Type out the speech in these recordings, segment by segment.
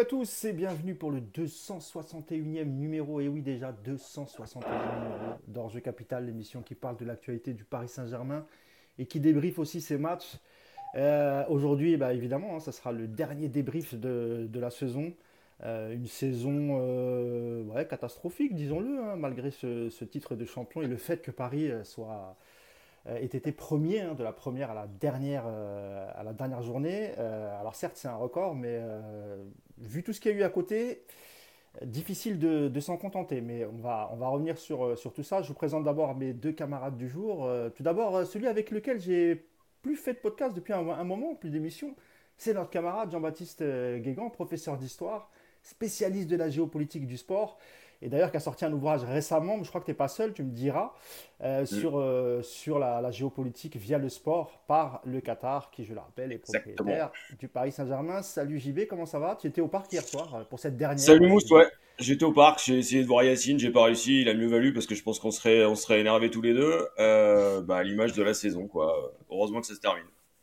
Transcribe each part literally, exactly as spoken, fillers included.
tous et bienvenue pour le deux cent soixante et unième numéro, et oui déjà deux cent soixante et un numéro d'Enjeu Capital, l'émission qui parle de l'actualité du Paris Saint-Germain et qui débriefe aussi ses matchs. Euh, aujourd'hui, bah, évidemment, hein, ça sera le dernier débrief de, de la saison. Euh, une saison euh, ouais, catastrophique, disons-le, hein, malgré ce, ce titre de champion et le fait que Paris euh, soit euh, ait été premier hein, de la première à la dernière, euh, à la dernière journée. Euh, alors certes, c'est un record, mais euh, vu tout ce qu'il y a eu à côté, euh, difficile de, de s'en contenter. Mais on va, on va revenir sur, euh, sur tout ça. Je vous présente d'abord mes deux camarades du jour. Euh, tout d'abord, euh, celui avec lequel j'ai plus fait de podcast depuis un, un moment, plus d'émissions. C'est notre camarade Jean-Baptiste euh, Guégan, professeur d'histoire, spécialiste de la géopolitique du sport. Et d'ailleurs, qui a sorti un ouvrage récemment, mais je crois que tu n'es pas seul, tu me diras, euh, Mm, sur, euh, sur la, la géopolitique via le sport par le Qatar, qui, je le rappelle, est exactement. propriétaire du Paris Saint-Germain. Salut J B, comment ça va? Tu étais au parc hier soir euh, pour cette dernière Salut euh, Mousse, journée. ouais. J'étais au parc, j'ai essayé de voir Yacine, j'ai pas réussi, il a mieux valu parce que je pense qu'on serait, on serait énervés tous les deux. Euh, bah, à l'image de la saison, quoi. Heureusement que ça se termine.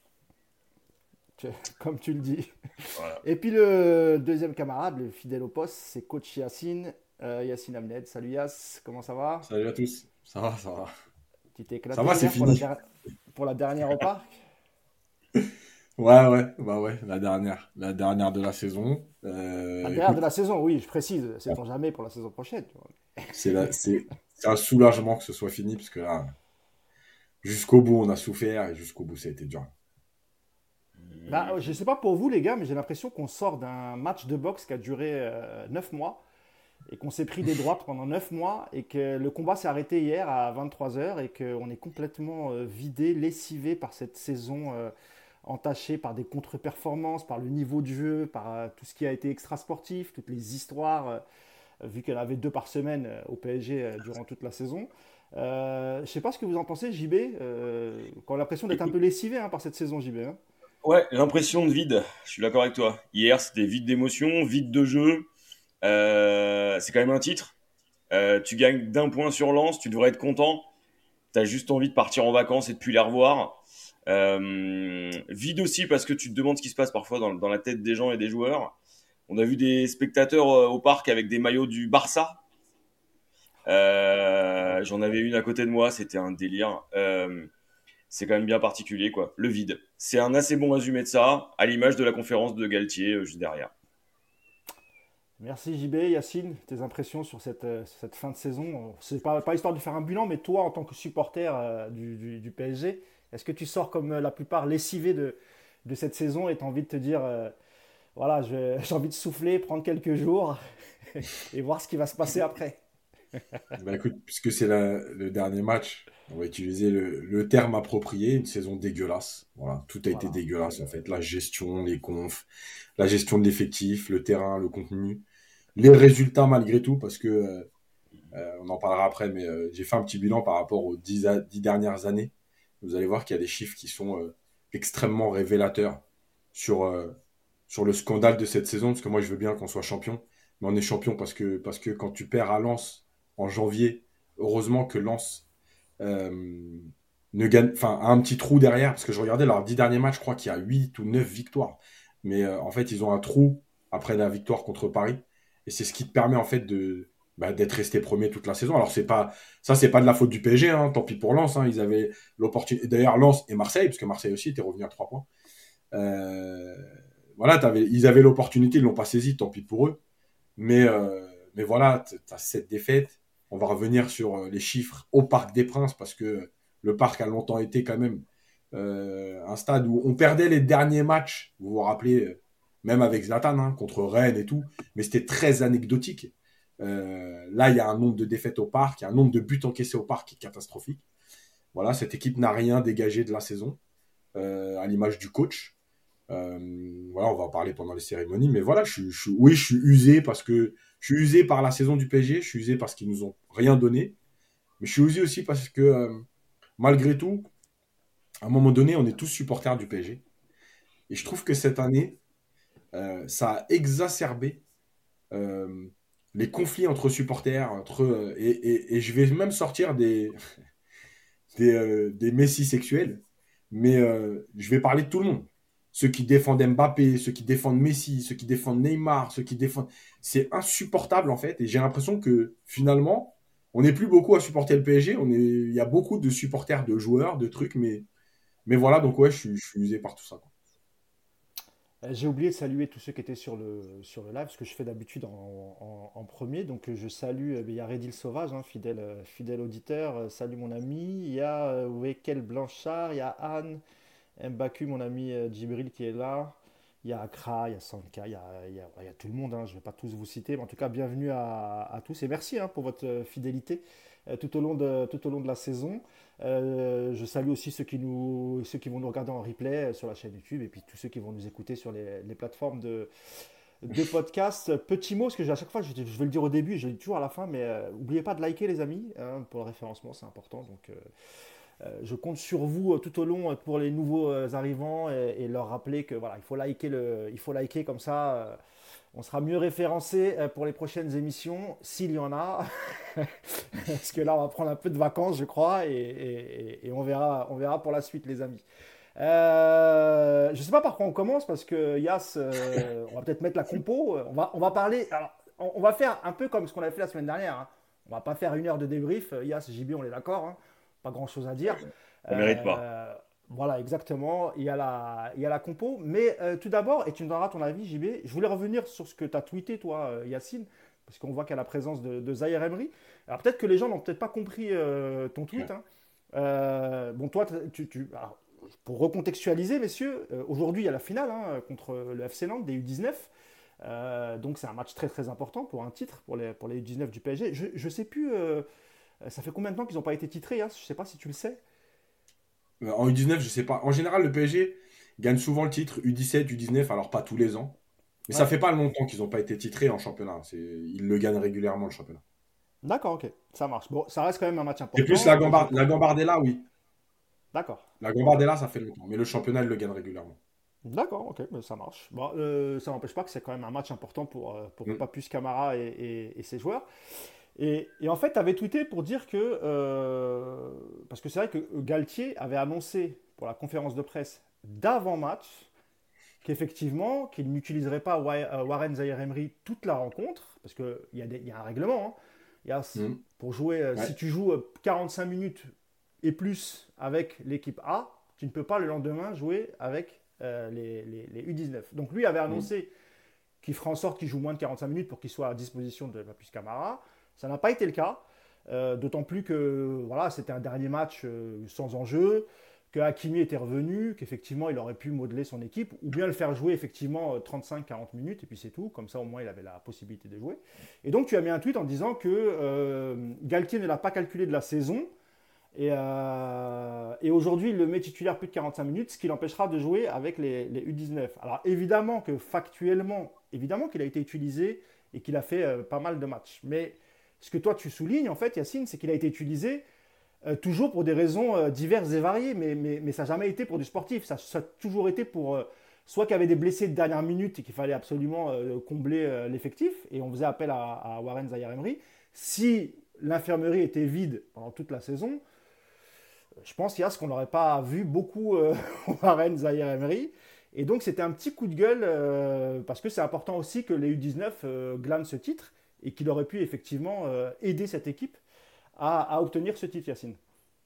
Tu- Comme tu le dis. Voilà. Et puis le deuxième camarade, le fidèle au poste, c'est coach Yacine, euh, Yacine Amned. Salut Yass, comment ça va? Salut à tous. Ça va, ça va. Tu t'es Ça éclaté va, c'est hier pour la, fini. der- pour la dernière au parc? Ouais, ouais, bah ouais, la dernière. La dernière de la saison. La Euh, dernière de écoute, la saison, oui, je précise, sait-on jamais pour la saison prochaine. Tu vois. c'est la- c'est, c'est un soulagement que ce soit fini, parce que là, jusqu'au bout, on a souffert, et jusqu'au bout, ça a été dur. Bah, je sais pas pour vous les gars, mais j'ai l'impression qu'on sort d'un match de boxe qui a duré euh, neuf mois et qu'on s'est pris des droites pendant neuf mois et que le combat s'est arrêté hier à vingt-trois heures et qu'on est complètement euh, vidé, lessivé par cette saison euh, entachée par des contre-performances, par le niveau de jeu, par euh, tout ce qui a été extra-sportif, toutes les histoires, euh, vu qu'il y en avait deux par semaine euh, au P S G euh, durant toute la saison. Euh, je sais pas ce que vous en pensez, J B, euh, qu'on a l'impression d'être un peu Écoute, lessivé hein, par cette saison, J B. Hein. ouais, l'impression de vide, je suis d'accord avec toi. Hier, c'était vide d'émotion, vide de jeu. Euh, c'est quand même un titre. Euh, tu gagnes d'un point sur Lens, tu devrais être content. T'as juste envie de partir en vacances et de plus les revoir. Euh, vide aussi parce que tu te demandes ce qui se passe parfois dans, dans la tête des gens et des joueurs. On a vu des spectateurs euh, au parc avec des maillots du Barça. Ouais. Euh, j'en avais une à côté de moi, c'était un délire. Euh, c'est quand même bien particulier, quoi. Le vide. C'est un assez bon résumé de ça, à l'image de la conférence de Galtier euh, juste derrière. Merci J B, Yacine, tes impressions sur cette, euh, sur cette fin de saison. C'est pas, pas histoire de faire un bilan, mais toi, en tant que supporter euh, du, du- du P S G, est-ce que tu sors comme euh, la plupart lessivé de, de cette saison et tu as envie de te dire, euh, voilà, je- j'ai envie de souffler, prendre quelques jours et voir ce qui va se passer après? Bah écoute, puisque c'est la- le dernier match, on va utiliser le, le terme approprié, une saison dégueulasse. Voilà, tout a été Voilà. dégueulasse en fait. La gestion, les confs, la gestion de l'effectif, le terrain, le contenu, les résultats malgré tout, parce que euh, Euh, on en parlera après, mais euh, j'ai fait un petit bilan par rapport aux dix, a- dix dernières années. Vous allez voir qu'il y a des chiffres qui sont euh, extrêmement révélateurs sur, euh, sur le scandale de cette saison, parce que moi je veux bien qu'on soit champion, mais on est champion parce que, parce que quand tu perds à Lens en janvier, heureusement que Lens euh, ne gagne, enfin, a un petit trou derrière, parce que je regardais leurs dix derniers matchs, je crois qu'il y a huit ou neuf victoires. Mais euh, en fait, ils ont un trou après la victoire contre Paris. Et c'est ce qui te permet en fait de bah, d'être resté premier toute la saison. Alors c'est pas ça, c'est pas de la faute du P S G, hein, tant pis pour Lens. Hein, ils avaient l'opportunité. D'ailleurs Lens et Marseille, parce que Marseille aussi était revenu à trois points. Euh, voilà, t'avais, ils avaient l'opportunité, ils l'ont pas saisi, tant pis pour eux. Mais euh, mais voilà, tu as cette défaite. On va revenir sur euh, les chiffres au Parc des Princes parce que le parc a longtemps été quand même euh, un stade où on perdait les derniers matchs. Vous vous rappelez, euh, même avec Zlatan hein, contre Rennes et tout, mais c'était très anecdotique. Euh, là, il y a un nombre de défaites au parc, il y a un nombre de buts encaissés au parc qui est catastrophique. Voilà, cette équipe n'a rien dégagé de la saison, euh, à l'image du coach. Euh, voilà, on va en parler pendant les cérémonies, mais voilà, je, suis- je, suis- oui, je suis usé parce que je suis usé par la saison du P S G, je suis usé parce qu'ils nous ont rien donné, mais je suis usé aussi parce que euh, malgré tout, à un moment donné, on est tous supporters du P S G, et je trouve que cette année, euh, ça a exacerbé euh, les conflits entre supporters, entre euh, et, et- et je vais même sortir des des, euh, des messies sexuels, mais euh, je vais parler de tout le monde. ceux qui défendent Mbappé, ceux qui défendent Messi, ceux qui défendent Neymar, ceux qui défendent... C'est insupportable, en fait. Et j'ai l'impression que, finalement, on n'est plus beaucoup à supporter le P S G. On est... Il y a beaucoup de supporters, de joueurs, de trucs, mais, mais voilà, donc ouais, je suis, je suis usé par tout ça, quoi. Euh, J'ai oublié de saluer tous ceux qui étaient sur le, sur le live, ce que je fais d'habitude en, en- en premier. Donc euh, je salue, euh, il y a Redil Sauvage, hein, fidèle, euh, fidèle auditeur. Euh, salut mon ami. Il y a euh, Wekel Blanchard, il y a Anne, Mbaku, mon ami euh, Djibril qui est là. Il y a Akra, il y a Sanka, il y a, il y a- il y a tout le monde, hein. Je ne vais pas tous vous citer, mais en tout cas, bienvenue à, à tous et merci, hein, pour votre euh, fidélité euh, tout au long de, tout au long de la saison. Euh, je salue aussi ceux qui, nous, ceux qui vont nous regarder en replay euh, sur la chaîne YouTube et puis tous ceux qui vont nous écouter sur les, les plateformes de, de podcast. Petit mot, parce que à chaque fois, je, je vais le dire au début, je le dis toujours à la fin, mais euh, n'oubliez pas de liker les amis, hein, pour le référencement, c'est important. Donc, euh, euh, je compte sur vous euh, tout au long euh, pour les nouveaux euh, arrivants et, et leur rappeler que voilà, il faut liker le, il faut liker comme ça. Euh, on sera mieux référencé euh, pour les prochaines émissions, s'il y en a. Parce que là, on va prendre un peu de vacances, je crois, et, et- et on verra, on verra pour la suite, les amis. Euh, je ne sais pas par quoi on commence, parce que Yas, euh, on va peut-être mettre la compo. On va, on va parler. Alors, on, on va faire un peu comme ce qu'on a fait la semaine dernière, hein. On va pas faire une heure de débrief. Yas, J B, on est d'accord, hein. Pas grand-chose à dire. Ça mérite pas. Euh, voilà, exactement. Il y a la, il y a la compo. Mais euh, tout d'abord, et tu me donneras ton avis, J B, je voulais revenir sur ce que tu as tweeté, toi, euh, Yacine, parce qu'on voit qu'il y a la présence de, de Zahir Emery. Alors peut-être que les gens n'ont peut-être pas compris euh, ton tweet, hein. Euh, bon, toi, tu, tu- alors, pour recontextualiser, messieurs, euh, aujourd'hui, il y a la finale, hein, contre le F C Nantes des U dix-neuf. Euh, donc c'est un match très très important pour un titre pour les, pour les U dix-neuf du P S G. Je ne sais plus, euh, ça fait combien de temps qu'ils n'ont pas été titrés, hein. Je ne sais pas si tu le sais. Euh, En U dix-neuf, je sais pas. En général, le P S G gagne souvent le titre U dix-sept, U dix-neuf, alors pas tous les ans. Mais ça Ouais. fait pas longtemps qu'ils n'ont pas été titrés en championnat. C'est... Ils le gagnent régulièrement, le championnat. D'accord, ok, ça marche. Bon, ça reste quand même un match Et plus la, important. Et je... Gambar... la Gambardella, oui. D'accord. La Gambardella, ça fait longtemps. Mais le championnat, il le gagne régulièrement. D'accord, ok, ben, ça marche. Bon, euh, ça n'empêche pas que c'est quand même un match important pour, euh, pour Mm. Papus Camara et, et- et ses joueurs. Et, et en fait, tu avais tweeté pour dire que. euh, parce que c'est vrai que Galtier avait annoncé pour la conférence de presse d'avant-match qu'effectivement, qu'il n'utiliserait pas Wa- euh, Warren Zaïre-Emery toute la rencontre, parce qu'il y, a des- il y a un règlement, hein. Il y a, Mm. pour jouer, euh, Ouais. si tu joues euh, quarante-cinq minutes et plus avec l'équipe A, tu ne peux pas le lendemain jouer avec euh, les, les- les U dix-neuf. Donc lui avait Mm. annoncé qu'il ferait en sorte qu'il joue moins de quarante-cinq minutes pour qu'il soit à disposition de Papus Camara. Ça n'a pas été le cas, euh, d'autant plus que voilà, c'était un dernier match euh, sans enjeu, que Hakimi était revenu, qu'effectivement il aurait pu modeler son équipe, ou bien le faire jouer effectivement trente-cinq à quarante minutes, et puis c'est tout, comme ça au moins il avait la possibilité de jouer. Et donc tu as mis un tweet en disant que euh, Galtier ne l'a pas calculé de la saison, et, euh, et aujourd'hui, il le met titulaire plus de quarante-cinq minutes, ce qui l'empêchera de jouer avec les, les U dix-neuf. Alors évidemment que factuellement, évidemment qu'il a été utilisé et qu'il a fait euh, pas mal de matchs. Mais ce que toi tu soulignes, en fait, Yacine, c'est qu'il a été utilisé euh, toujours pour des raisons euh, diverses et variées, mais, mais, mais ça n'a jamais été pour du sportif. Ça, ça a toujours été pour... euh, soit qu'il y avait des blessés de dernière minute et qu'il fallait absolument euh, combler euh, l'effectif, et on faisait appel à, à Warren Zaïre-Emery. Si l'infirmerie était vide pendant toute la saison, je pense qu'il y a ce qu'on n'aurait pas vu beaucoup euh, Warren Zaïre-Emery. Et donc c'était un petit coup de gueule euh, parce que c'est important aussi que les U dix-neuf euh, glanent ce titre et qu'il aurait pu effectivement euh, aider cette équipe à, à obtenir ce titre, Yacine.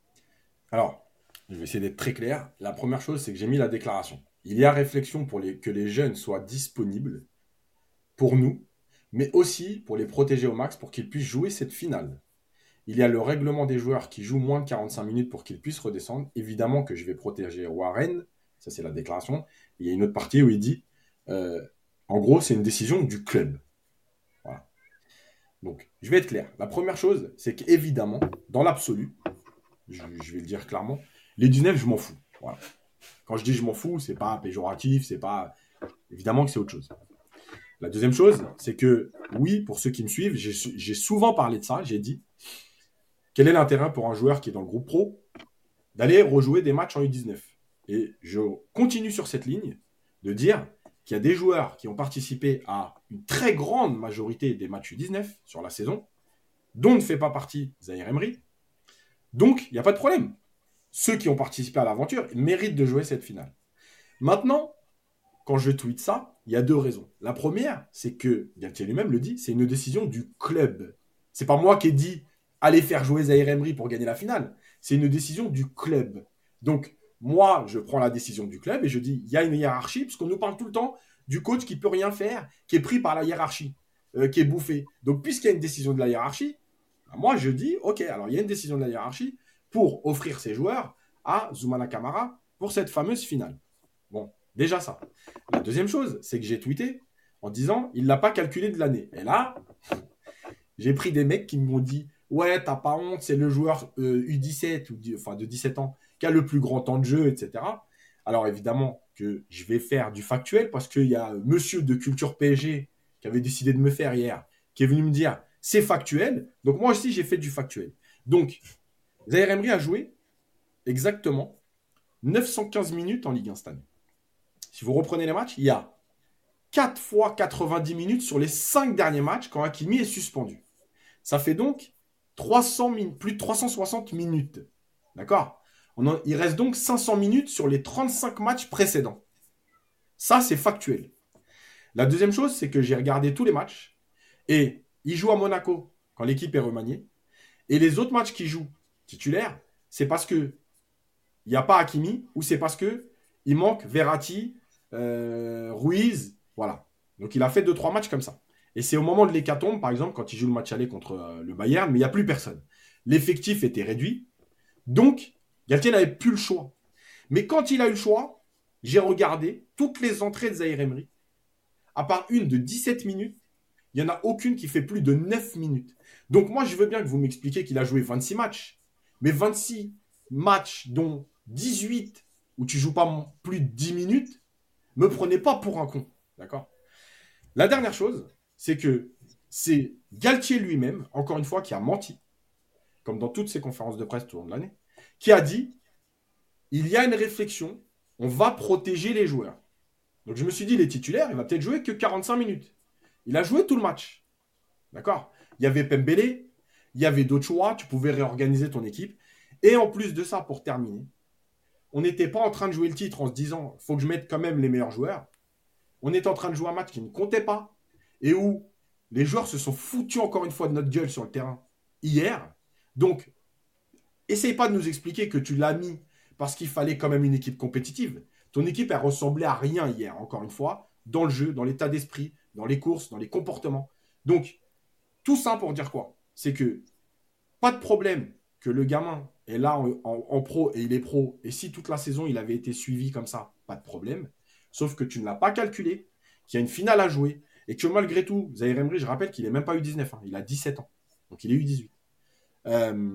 Alors, je vais essayer d'être très clair. La première chose, c'est que j'ai mis la déclaration. Il y a réflexion pour les... que les jeunes soient disponibles pour nous, mais aussi pour les protéger au max pour qu'ils puissent jouer cette finale. Il y a le règlement des joueurs qui jouent moins de quarante-cinq minutes pour qu'ils puissent redescendre. Évidemment que je vais protéger Warren, ça c'est la déclaration. Il y a une autre partie où il dit, euh, en gros, c'est une décision du club. Voilà. Donc, je vais être clair. La première chose, c'est qu'évidemment, dans l'absolu, je, je vais le dire clairement, les dix-neuf, je m'en fous. Voilà. Quand je dis je m'en fous, c'est pas péjoratif, c'est pas... Évidemment que c'est autre chose. La deuxième chose, c'est que, oui, pour ceux qui me suivent, j'ai, j'ai souvent parlé de ça, j'ai dit, quel est l'intérêt pour un joueur qui est dans le groupe pro d'aller rejouer des matchs en U dix-neuf? Et je continue sur cette ligne de dire qu'il y a des joueurs qui ont participé à une très grande majorité des matchs U dix-neuf sur la saison, dont ne fait pas partie Zahir Emery. Donc, il n'y a pas de problème. Ceux qui ont participé à l'aventure, ils méritent de jouer cette finale. Maintenant, quand je tweete ça, il y a deux raisons. La première, c'est que, Galtier lui-même le dit, c'est une décision du club. C'est pas moi qui ai dit allez faire jouer Zahir Emery pour gagner la finale. C'est une décision du club. Donc, moi, je prends la décision du club et je dis il y a une hiérarchie, parce qu'on nous parle tout le temps du coach qui peut rien faire, qui est pris par la hiérarchie, euh, qui est bouffé. Donc, puisqu'il y a une décision de la hiérarchie, ben moi, je dis ok, alors il y a une décision de la hiérarchie pour offrir ses joueurs à Zoumana Camara pour cette fameuse finale. Bon, déjà ça. La deuxième chose, c'est que j'ai tweeté en disant il ne l'a pas calculé de l'année. Et là, j'ai pris des mecs qui m'ont dit ouais, t'as pas honte, c'est le joueur euh, U dix-sept, ou, enfin de dix-sept ans, qui a le plus grand temps de jeu, et cetera. Alors évidemment que je vais faire du factuel parce qu'il y a monsieur de Culture P S G qui avait décidé de me faire hier, qui est venu me dire c'est factuel. Donc moi aussi, j'ai fait du factuel. Donc, Zahir Emery a joué exactement neuf cent quinze minutes en Ligue un cette année. Si vous reprenez les matchs, il y a quatre fois quatre-vingt-dix minutes sur les cinq derniers matchs quand Hakimi est suspendu. Ça fait donc trois cents min- plus de trois cent soixante minutes. D'accord ? On en- Il reste donc cinq cents minutes sur les trente-cinq matchs précédents. Ça, c'est factuel. La deuxième chose, c'est que j'ai regardé tous les matchs et il joue à Monaco quand l'équipe est remaniée. Et les autres matchs qu'il joue titulaire, c'est parce que il n'y a pas Hakimi ou c'est parce que il manque Verratti, euh, Ruiz, voilà. Donc il a fait deux trois matchs comme ça. Et c'est au moment de l'hécatombe, par exemple, quand il joue le match aller contre euh, le Bayern, mais il n'y a plus personne. L'effectif était réduit, donc Galtier n'avait plus le choix. Mais quand il a eu le choix, j'ai regardé toutes les entrées de Zahir Emery. À part une de dix-sept minutes, il n'y en a aucune qui fait plus de neuf minutes. Donc moi, je veux bien que vous m'expliquiez qu'il a joué vingt-six matchs, mais vingt-six matchs, dont dix-huit où tu ne joues pas plus de dix minutes, ne me prenez pas pour un con. D'accord ? La dernière chose, c'est que c'est Galtier lui-même, encore une fois, qui a menti, comme dans toutes ses conférences de presse tout au long de l'année, qui a dit il y a une réflexion, on va protéger les joueurs. Donc je me suis dit, les titulaires, il va peut-être jouer que quarante-cinq minutes. Il a joué tout le match. D'accord ? Il y avait Pembele, il y avait d'autres choix, tu pouvais réorganiser ton équipe. Et en plus de ça, pour terminer, on n'était pas en train de jouer le titre en se disant il faut que je mette quand même les meilleurs joueurs. On était en train de jouer un match qui ne comptait pas et où les joueurs se sont foutus encore une fois de notre gueule sur le terrain hier. Donc, essaye pas de nous expliquer que tu l'as mis parce qu'il fallait quand même une équipe compétitive. Ton équipe, elle ressemblait à rien hier, encore une fois, dans le jeu, dans l'état d'esprit, dans les courses, dans les comportements. Donc, tout ça pour dire quoi ? C'est que pas de problème que le gamin est là en, en, en pro et il est pro. Et si toute la saison, il avait été suivi comme ça, pas de problème. Sauf que tu ne l'as pas calculé, qu'il y a une finale à jouer et que malgré tout, Zahir Emery, je rappelle qu'il n'est même pas U dix-neuf, hein, il a dix-sept ans. Donc il est U dix-huit. Euh,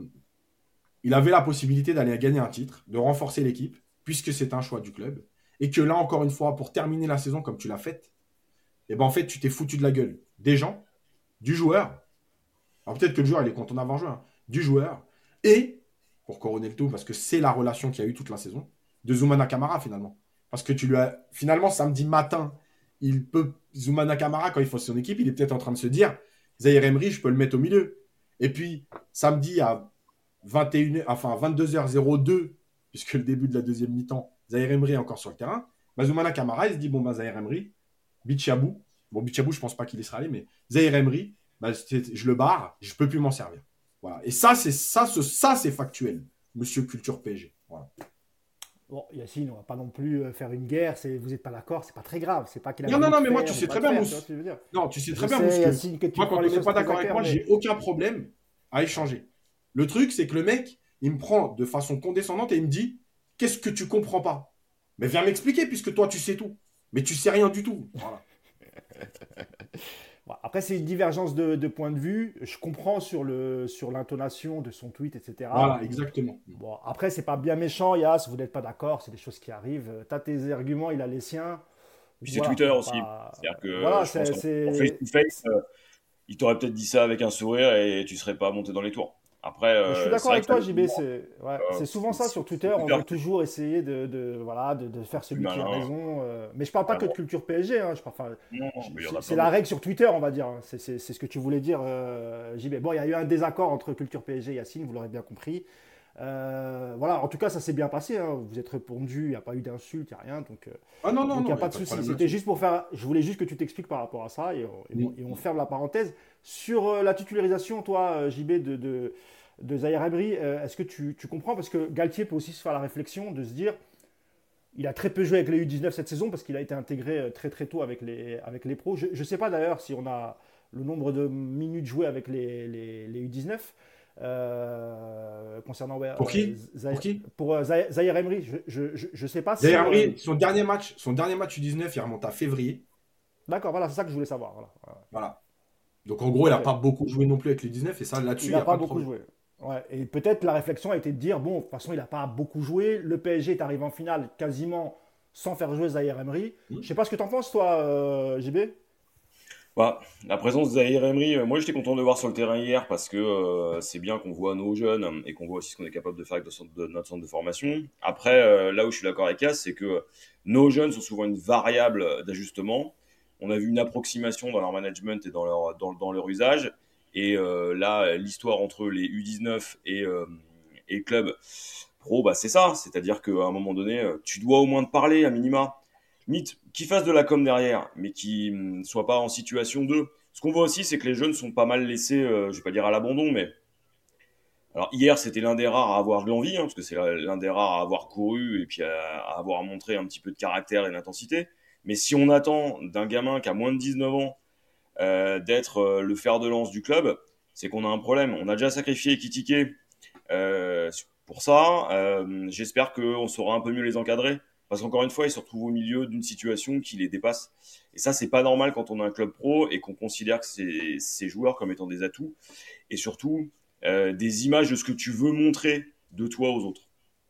il avait la possibilité d'aller gagner un titre, de renforcer l'équipe, puisque c'est un choix du club. Et que là, encore une fois, pour terminer la saison comme tu l'as faite, eh ben, en fait, tu t'es foutu de la gueule des gens, du joueur. Alors peut-être que le joueur, il est content d'avoir joué, hein, du joueur, et, pour couronner le tout, parce que c'est la relation qu'il y a eu toute la saison, de Zoumana Camara, finalement. Parce que tu lui as, finalement, samedi matin, il peut, Zoumana Camara, quand il faut son équipe, il est peut-être en train de se dire, Zahir Emery, je peux le mettre au milieu. Et puis, samedi à vingt et une, enfin, vingt-deux heures zéro deux, puisque le début de la deuxième mi-temps, Zahir Emery est encore sur le terrain, bah, Zoumana Camara, il se dit, bon, bah, Zahir Emery, Bichabou, bon, Bichabou, je ne pense pas qu'il y sera allé, mais Zahir Emery, bah, je le barre, je ne peux plus m'en servir. Voilà. Et ça, c'est, ça, ce, ça, c'est factuel, monsieur Culture P S G. Voilà. Bon, Yacine, on va pas non plus faire une guerre. C'est, vous n'êtes pas d'accord, c'est pas très grave. C'est pas qu'il a non, non, non, mais faire, moi, tu sais très bien, faire, Mousse. tu vois, non, tu sais je très sais, bien, Mousse. Yacine, que tu moi, quand on n'est pas d'accord avec moi, mais... j'ai aucun problème à échanger. Le truc, c'est que le mec, il me prend de façon condescendante et il me dit qu'est-ce que tu comprends pas ? Mais viens m'expliquer, puisque toi, tu sais tout. Mais tu sais rien du tout. Voilà. Bon, après, c'est une divergence de, de point de vue. Je comprends sur, le, sur l'intonation de son tweet, et cetera. Voilà, exactement. Bon, après, c'est pas bien méchant, Yass. Vous n'êtes pas d'accord, c'est des choses qui arrivent. Tu as tes arguments, il a les siens. Puis c'est voilà, Twitter aussi. Pas... C'est-à-dire que voilà, je c'est, pense c'est... en face-to-face, euh, il t'aurait peut-être dit ça avec un sourire et tu serais pas monté dans les tours. Après, euh, je suis d'accord avec toi, J B. C'est, ouais, euh, c'est souvent ça sur Twitter. On veut toujours essayer de, de, voilà, de, de faire celui qui a raison. Euh, mais je parle pas ah que bon. de culture P S G. Hein, je parle, enfin, non, non, c'est, c'est la règle sur Twitter, on va dire. C'est, c'est, c'est ce que tu voulais dire, euh, J B. Bon, il y a eu un désaccord entre culture P S G et Yacine, vous l'aurez bien compris. Euh, voilà, en tout cas, ça s'est bien passé. Hein. Vous êtes répondu, il n'y a pas eu d'insultes, il n'y a rien. Donc, euh, Ah non, non, donc il n'y non, a il n'y a pas de pas de souci. problème C'était là-dessus. juste pour faire. Je voulais juste que tu t'expliques par rapport à ça et, on, et on- Mm. et on ferme la parenthèse. Sur euh, la titularisation, toi, euh, J B, de, de, de Zahir Emery, euh, est-ce que tu, tu comprends? Parce que Galtier peut aussi se faire la réflexion de se dire il a très peu joué avec les U dix-neuf cette saison parce qu'il a été intégré euh, très très tôt avec les, avec les pros. Je ne sais pas d'ailleurs si on a le nombre de minutes jouées avec les, les, les U dix-neuf. Euh, concernant ouais, Pour euh, qui? Pour Zahir- qui? pour euh, Zahir Zahir Emery, je ne sais pas Zaire si. euh, Emery, son dernier match, son dernier match U dix-neuf, il remonte à février. D'accord, voilà, c'est ça que je voulais savoir. Voilà. Voilà. Voilà. Donc en gros, il n'a Ok. pas beaucoup joué non plus avec l'U dix-neuf et ça, Il là-dessus, il n'y n'a a pas pas de beaucoup problème. joué. Ouais. Et peut-être la réflexion a été de dire bon, de toute façon, il n'a pas beaucoup joué. Le P S G est arrivé en finale quasiment sans faire jouer Zahir Emery. Je Hmm. sais pas ce que tu en penses, toi, euh, J B. Bah, la présence de Zahir Emery, euh, moi j'étais content de le voir sur le terrain hier parce que euh, c'est bien qu'on voit nos jeunes euh, et qu'on voit aussi ce qu'on est capable de faire avec notre centre de, notre centre de formation. Après, euh, là où je suis d'accord avec Cass, c'est que nos jeunes sont souvent une variable d'ajustement. On a vu une approximation dans leur management et dans leur, dans, dans leur usage. Et euh, là, l'histoire entre les U dix-neuf et, euh, et le club pro, bah, c'est ça. C'est-à-dire qu'à un moment donné, euh, tu dois au moins te parler à minima. Limite, qui fasse de la com derrière, mais qui ne soit pas en situation de. Ce qu'on voit aussi, c'est que les jeunes sont pas mal laissés, euh, je vais pas dire à l'abandon, mais. Alors hier, c'était l'un des rares à avoir de l'envie, hein, parce que c'est l'un des rares à avoir couru et puis à, à avoir montré un petit peu de caractère et d'intensité. Mais si on attend d'un gamin qui a moins de dix-neuf ans euh, d'être euh, le fer de lance du club, c'est qu'on a un problème. On a déjà sacrifié Ekitike euh, pour ça. Euh, J'espère qu'on saura un peu mieux les encadrer. Parce qu'encore une fois, ils se retrouvent au milieu d'une situation qui les dépasse. Et ça, c'est pas normal quand on a un club pro et qu'on considère que ces, ces joueurs comme étant des atouts. Et surtout, euh, des images de ce que tu veux montrer de toi aux autres.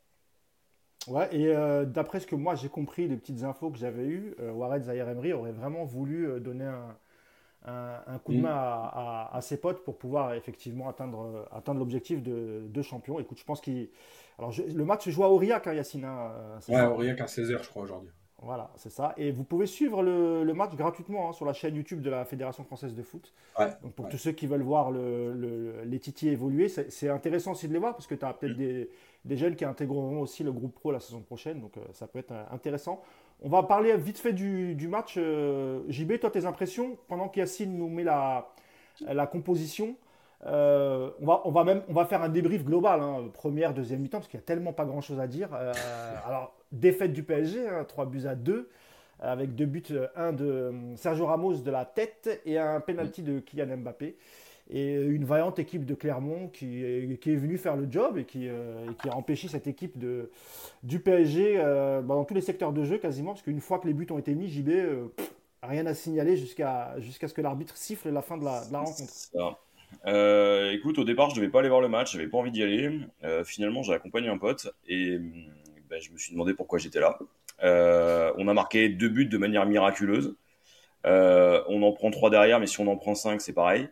Ouais, et euh, d'après ce que moi j'ai compris, les petites infos que j'avais eues, euh, Warren Zahir Emery aurait vraiment voulu euh, donner un, un, un coup de main Hmm. à, à- à ses potes pour pouvoir effectivement atteindre, euh, atteindre l'objectif de, de champion. Écoute, je pense qu'il. Alors, je- le match se joue à Aurillac, hein, Yacine, hein, euh, c'est Ouais, ça, hein. Aurillac à seize heures, je crois, aujourd'hui. Voilà, c'est ça. Et vous pouvez suivre le, le match gratuitement hein, sur la chaîne YouTube de la Fédération française de foot. Ouais, Donc pour ouais. tous ceux qui veulent voir le, le- les Titi évoluer, c'est c'est intéressant aussi de les voir parce que tu as peut-être des, des jeunes qui intégreront aussi le groupe pro la saison prochaine. Donc euh, ça peut être euh, intéressant. On va parler vite fait du, du match. euh, J B, toi, tes impressions pendant qu'Yacine nous met la, la composition. Euh, on, va, on, va même, on va faire un débrief global, hein, première, deuxième mi-temps, parce qu'il n'y a tellement pas grand-chose à dire. Euh, alors, défaite du P S G, hein, trois buts à deux, avec deux buts, euh, un de euh, Sergio Ramos de la tête et un penalty de Kylian Mbappé. Et une vaillante équipe de Clermont qui est, qui est venue faire le job et qui, euh, et qui a empêché cette équipe de, du P S G euh, bah, dans tous les secteurs de jeu quasiment, parce qu'une fois que les buts ont été mis, J B, euh, pff, rien à signaler jusqu'à jusqu'à ce que l'arbitre siffle la fin de la, de la rencontre. Ça. Euh, écoute, au départ, je devais pas aller voir le match, j'avais pas envie d'y aller. Euh, finalement, j'ai accompagné un pote et hum, ben, je me suis demandé pourquoi j'étais là. Euh, on a marqué deux buts de manière miraculeuse. Euh, on en prend trois derrière, mais si on en prend cinq, c'est pareil.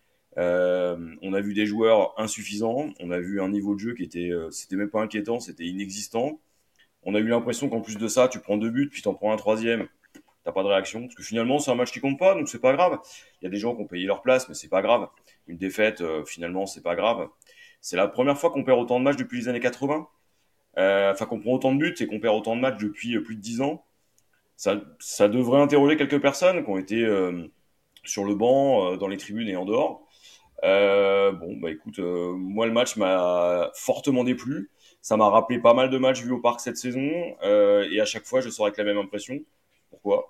Euh, on a vu des joueurs insuffisants, on a vu un niveau de jeu qui était, euh, c'était même pas inquiétant, c'était inexistant. On a eu l'impression qu'en plus de ça, tu prends deux buts, puis t'en prends un troisième, t'as pas de réaction, parce que finalement c'est un match qui compte pas, donc c'est pas grave. Il y a des gens qui ont payé leur place, mais c'est pas grave. Une défaite, euh, finalement, c'est pas grave. C'est la première fois qu'on perd autant de matchs depuis les années quatre-vingts. Euh, Enfin, qu'on prend autant de buts et qu'on perd autant de matchs depuis euh, plus de dix ans. Ça, ça devrait interroger quelques personnes qui ont été euh, sur le banc, euh, dans les tribunes et en dehors. Euh, bon, bah écoute, euh, moi le match m'a fortement déplu. Ça m'a rappelé pas mal de matchs vus au parc cette saison. Euh, et à chaque fois, je sors avec la même impression. Pourquoi?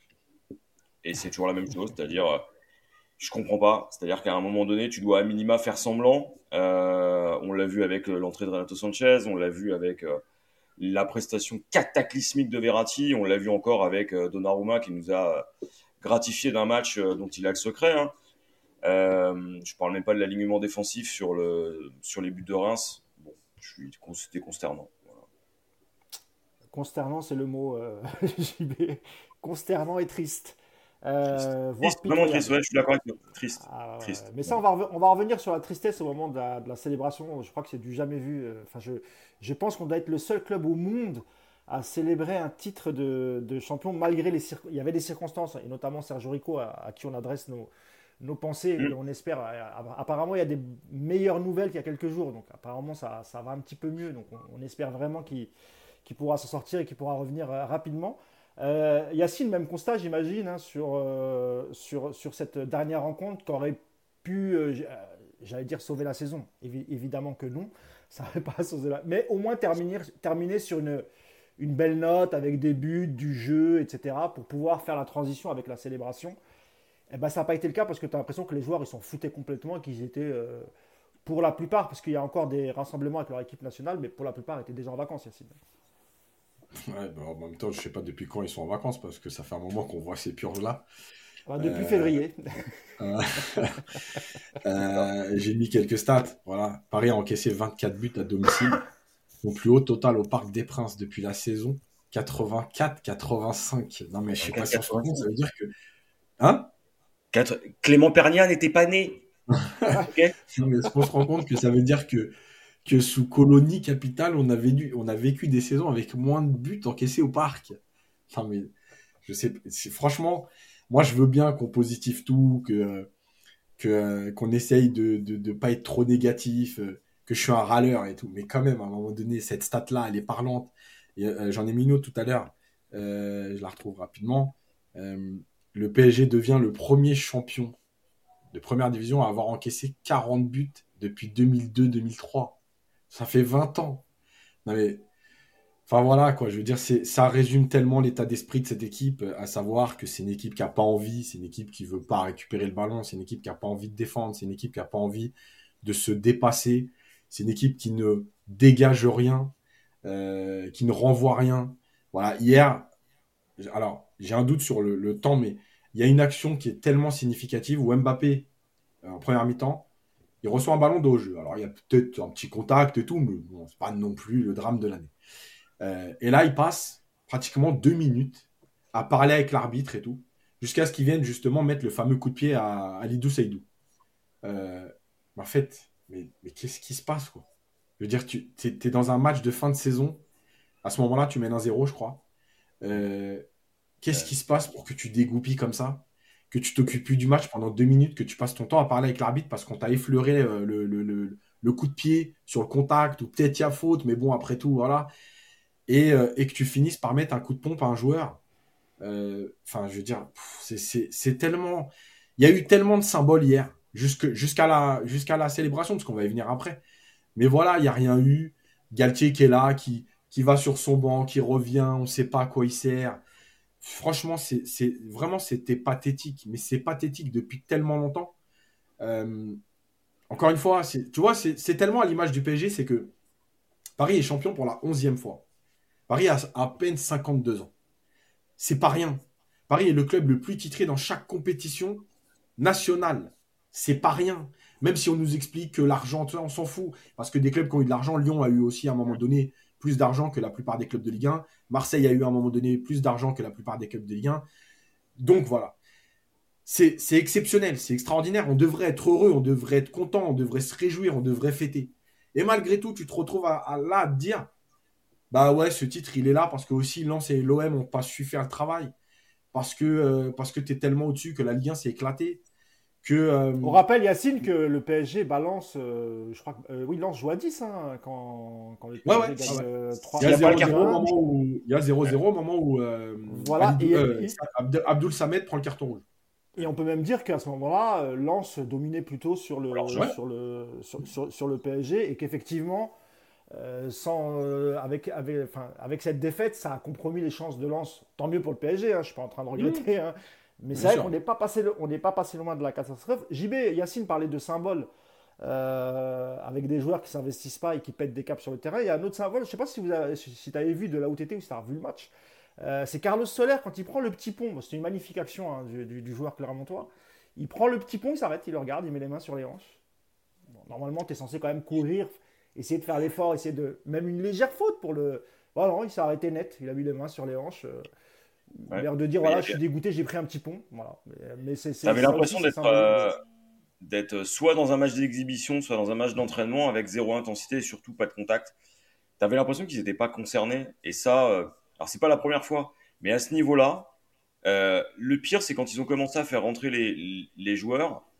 Et c'est toujours la même chose, c'est-à-dire, euh, je comprends pas. C'est-à-dire qu'à un moment donné, tu dois à minima faire semblant. Euh, on l'a vu avec euh, l'entrée de Renato Sanchez, on l'a vu avec euh, la prestation cataclysmique de Verratti, on l'a vu encore avec euh, Donnarumma qui nous a gratifié d'un match euh, dont il a le secret. Hein. Euh, je parle même pas de l'alignement défensif sur, le, sur les buts de Reims. Bon, je suis, c'était consternant. Voilà. Consternant, c'est le mot, euh, J B. Consternant et triste. Triste. Euh, voire Triste, vraiment triste, pitoyable. ouais, je suis d'accord avec toi. Triste. Ah, ouais. Triste. Mais ça, Voilà. on va, rev- on va revenir sur la tristesse au moment de la, de la célébration. Je crois que c'est du jamais vu. Euh, Enfin, je, je pense qu'on doit être le seul club au monde à célébrer un titre de, de champion malgré les circonstances. Il y avait des circonstances, et notamment Sergio Rico, à, à qui on adresse nos, nos pensées. Mm. On espère. Apparemment, il y a des meilleures nouvelles qu'il y a quelques jours. Donc, apparemment, ça, ça va un petit peu mieux. Donc, on, on espère vraiment qu'il qu'il pourra s'en sortir et qu'il pourra revenir euh, rapidement. Euh, Yacine, même constat, j'imagine, hein, sur, euh, sur, sur cette dernière rencontre qui aurait pu, euh, j'allais dire, sauver la saison. Évi- évidemment que non. Ça n'aurait pas sauvé la... Mais au moins terminer, terminer sur une, une belle note avec des buts, du jeu, et cetera pour pouvoir faire la transition avec la célébration. Eh ben, ça n'a pas été le cas parce que tu as l'impression que les joueurs ils s'en foutaient complètement et qu'ils étaient, euh, pour la plupart, parce qu'il y a encore des rassemblements avec leur équipe nationale, mais pour la plupart, ils étaient déjà en vacances, Yacine. Ouais, bah, en même temps, je sais pas depuis quand ils sont en vacances parce que ça fait un moment qu'on voit ces purges-là. Ben, depuis Euh, février. euh, euh, j'ai mis quelques stats. Voilà. Paris a encaissé vingt-quatre buts à domicile. Mon plus haut total au Parc des Princes depuis la saison, quatre-vingt-quatre quatre-vingt-cinq. Non, mais je sais pas si on se rend compte, ça veut dire que. Hein? Quatre- Clément Pernia n'était pas né. Ok. Non, mais est-ce qu'on se rend compte que ça veut dire que, que sous colonie capitale, on avait dû, on a vécu des saisons avec moins de buts encaissés au Parc? Non, mais je sais, c'est- franchement, moi je veux bien qu'on positive tout, que, que, euh, qu'on essaye de, de, de pas être trop négatif, euh, que je suis un râleur et tout. Mais quand même, à un moment donné, cette stat-là, elle est parlante. Et, euh, j'en ai mis une autre tout à l'heure. Euh, je la retrouve rapidement. Euh, le P S G devient le premier champion de première division à avoir encaissé quarante buts depuis deux mille deux deux mille trois. Ça fait vingt ans. Non mais, enfin voilà quoi, je veux dire, c'est, ça résume tellement l'état d'esprit de cette équipe, à savoir que c'est une équipe qui a pas envie, c'est une équipe qui veut pas récupérer le ballon, c'est une équipe qui a pas envie de défendre, c'est une équipe qui a pas envie de se dépasser, c'est une équipe qui ne dégage rien, euh, qui ne renvoie rien. Voilà, hier, alors j'ai un doute sur le, le temps, mais il y a une action qui est tellement significative où Mbappé, euh, en première mi-temps, il reçoit un ballon de haut jeu. Alors il y a peut-être un petit contact et tout, mais bon, c'est pas non plus le drame de l'année. Euh, et là, il passe pratiquement deux minutes à parler avec l'arbitre et tout, jusqu'à ce qu'il vienne justement mettre le fameux coup de pied à, à Lidou Seydou. Euh, en fait, mais, mais qu'est-ce qui se passe, quoi? Je veux dire, tu es, dans un match de fin de saison. À ce moment-là, tu mènes un zéro, je crois. Euh, Qu'est-ce qui se passe pour que tu dégoupilles comme ça? Que tu t'occupes plus du match pendant deux minutes, que tu passes ton temps à parler avec l'arbitre parce qu'on t'a effleuré euh, le, le, le, le coup de pied sur le contact, ou peut-être il y a faute, mais bon, après tout, voilà. Et, euh, et que tu finisses par mettre un coup de pompe à un joueur. Euh, Enfin, je veux dire, pff, c'est- c'est c'est tellement. Il y a eu tellement de symboles hier, jusque- jusqu'à la, jusqu'à la célébration, parce qu'on va y venir après. Mais voilà, il n'y a rien eu. Galtier qui est là, qui, qui va sur son banc, qui revient, on ne sait pas à quoi il sert. Franchement, c'est, c'est, vraiment, c'était pathétique. Mais c'est pathétique depuis tellement longtemps. Euh, Encore une fois, c'est, tu vois, c'est, c'est tellement à l'image du P S G, c'est que Paris est champion pour la onzième fois. Paris a à peine cinquante-deux ans. C'est pas rien. Paris est le club le plus titré dans chaque compétition nationale. C'est pas rien. Même si on nous explique que l'argent, on s'en fout. Parce que des clubs qui ont eu de l'argent, Lyon a eu aussi à un moment donné plus d'argent que la plupart des clubs de Ligue un. Marseille a eu à un moment donné plus d'argent que la plupart des clubs de Ligue un. Donc voilà. C'est, c'est exceptionnel, c'est extraordinaire. On devrait être heureux, on devrait être content, on devrait se réjouir, on devrait fêter. Et malgré tout, tu te retrouves à, à là à te dire, bah ouais, ce titre, il est là parce que aussi Lens et l'O M n'ont pas su faire le travail. Parce que, euh, parce que tu es tellement au-dessus que la Ligue un s'est éclatée. Que, On euh, rappelle, Yacine, que le P S G balance, euh, je crois que, euh, oui, Lens joue à dix hein, quand, quand le ouais, ouais, P S G gagne ah ouais. euh, Il trois y a S'il n'y a pas le zéro carton zéro au un. moment où, il y a zéro zéro au moment où euh, Voilà, Alidou- et, euh, et- Abd- Abdoul Samed prend le carton rouge. et on peut même dire qu'à ce moment-là, euh, Lens dominait plutôt sur le, Ouais, sur le, sur, sur- sur le P S G et qu'effectivement, euh, sans, euh, avec, avec, enfin, avec cette défaite, ça a compromis les chances de Lens. Tant mieux pour le P S G, hein, je ne suis pas en train de mmh, regretter. Hein. Mais bien c'est vrai sûr. qu'on n'est pas, passé le- on n'est pas passé loin de la catastrophe. J B, Yacine parlait de symboles euh, avec des joueurs qui s'investissent pas et qui pètent des caps sur le terrain. Il y a un autre symbole, je ne sais pas si vous avez, si, si avais vu de là où tu étais ou si tu as revu le match. Euh, c'est Carlos Soler quand il prend le petit pont. Bon, c'était une magnifique action hein, du, du, du joueur clermontois. Il prend le petit pont, il s'arrête, il le regarde, il met les mains sur les hanches. Bon, normalement, tu es censé quand même courir, essayer de faire l'effort, essayer de. Même une légère faute pour le. Voilà, non, il s'est arrêté net, il a mis les mains sur les hanches. Euh, Ouais. l'air de dire Mais il y voilà, je suis avait- dégoûté, j'ai pris un petit pont. Voilà. Mais, mais c'est, c'est- T'avais ça aussi, l'impression c'est d'être symbolique. euh, d'être soit dans un match d'exhibition, soit dans un match d'entraînement avec zéro intensité et surtout pas de contact. T'avais l'impression qu'ils n'étaient pas concernés. Et ça, euh, alors c'est pas la première fois, mais à ce niveau-là, euh, le pire, c'est quand ils ont commencé à faire rentrer les, les joueurs.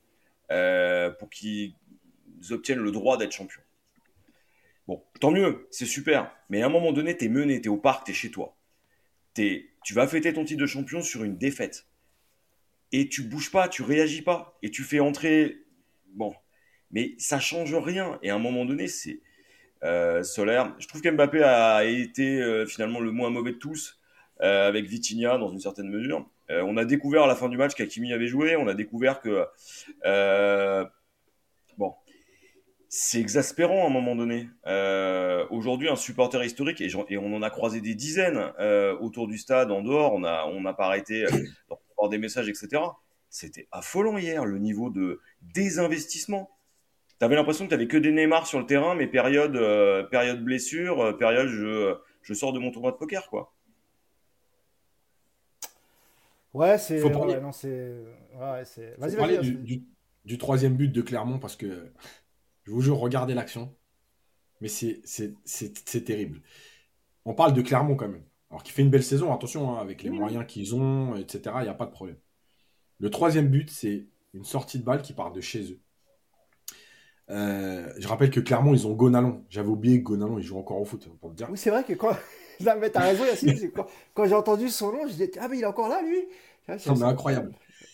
euh, pour qu'ils obtiennent le droit d'être champions. Bon, tant mieux, c'est super. Mais à un moment donné, t'es mené, t'es au parc, t'es chez toi. T'es, tu vas fêter ton titre de champion sur une défaite. Et tu bouges pas, tu réagis pas. Et tu fais entrer... Bon, mais ça change rien. Et à un moment donné, c'est euh, Solaire. Je trouve qu'Mbappé a été euh, finalement le moins mauvais de tous, euh, avec Vitinha dans une certaine mesure. Euh, on a découvert à la fin du match qu'Hakimi avait joué. On a découvert que... Euh, bon... C'est exaspérant à un moment donné. Euh, aujourd'hui, un supporter historique, et, j'en- et on en a croisé des dizaines euh, autour du stade, en dehors, on a, on n'a pas arrêté euh, de recevoir des messages, et cetera. C'était affolant hier, le niveau de désinvestissement. T'avais l'impression que t'avais que des Neymar sur le terrain, mais période, euh, période blessure, euh, période je, je sors de mon tournoi de poker, quoi. Ouais, Il faut c'est. Ouais, ouais, parler, non, c'est. Ouais, ouais, c'est. faut Vas-y, vas-y, parler du, Asri. du, du troisième but de Clermont parce que je vous jure, regardez l'action, mais c'est c'est- c'est- c'est terrible. On parle de Clermont quand même. Alors qu'il fait une belle saison, attention, hein, avec les Oui, oui. moyens qu'ils ont, et cetera, il n'y a pas de problème. Le troisième but, c'est une sortie de balle qui part de chez eux. Euh, je rappelle que Clermont, ils ont Gonalon. J'avais oublié que Gonalon, il joue encore au foot, pour te dire. Oui, c'est vrai que quand. Non, mais t'as raison, Yacine, parce que quand, quand j'ai entendu son nom, je disais, ah, mais il est encore là, lui. Ah, C'est Non, mais c'est incroyable. incroyable.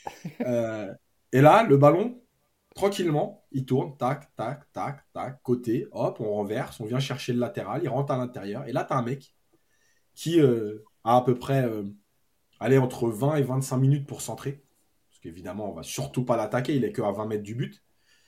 Euh, et là, le ballon, tranquillement, il tourne, tac, tac, tac, tac, côté, hop, on renverse, on vient chercher le latéral, il rentre à l'intérieur. Et là, tu as un mec qui euh, a à peu près euh, allez, entre vingt et vingt-cinq minutes pour centrer. Parce qu'évidemment, on va surtout pas l'attaquer, il est que à vingt mètres du but.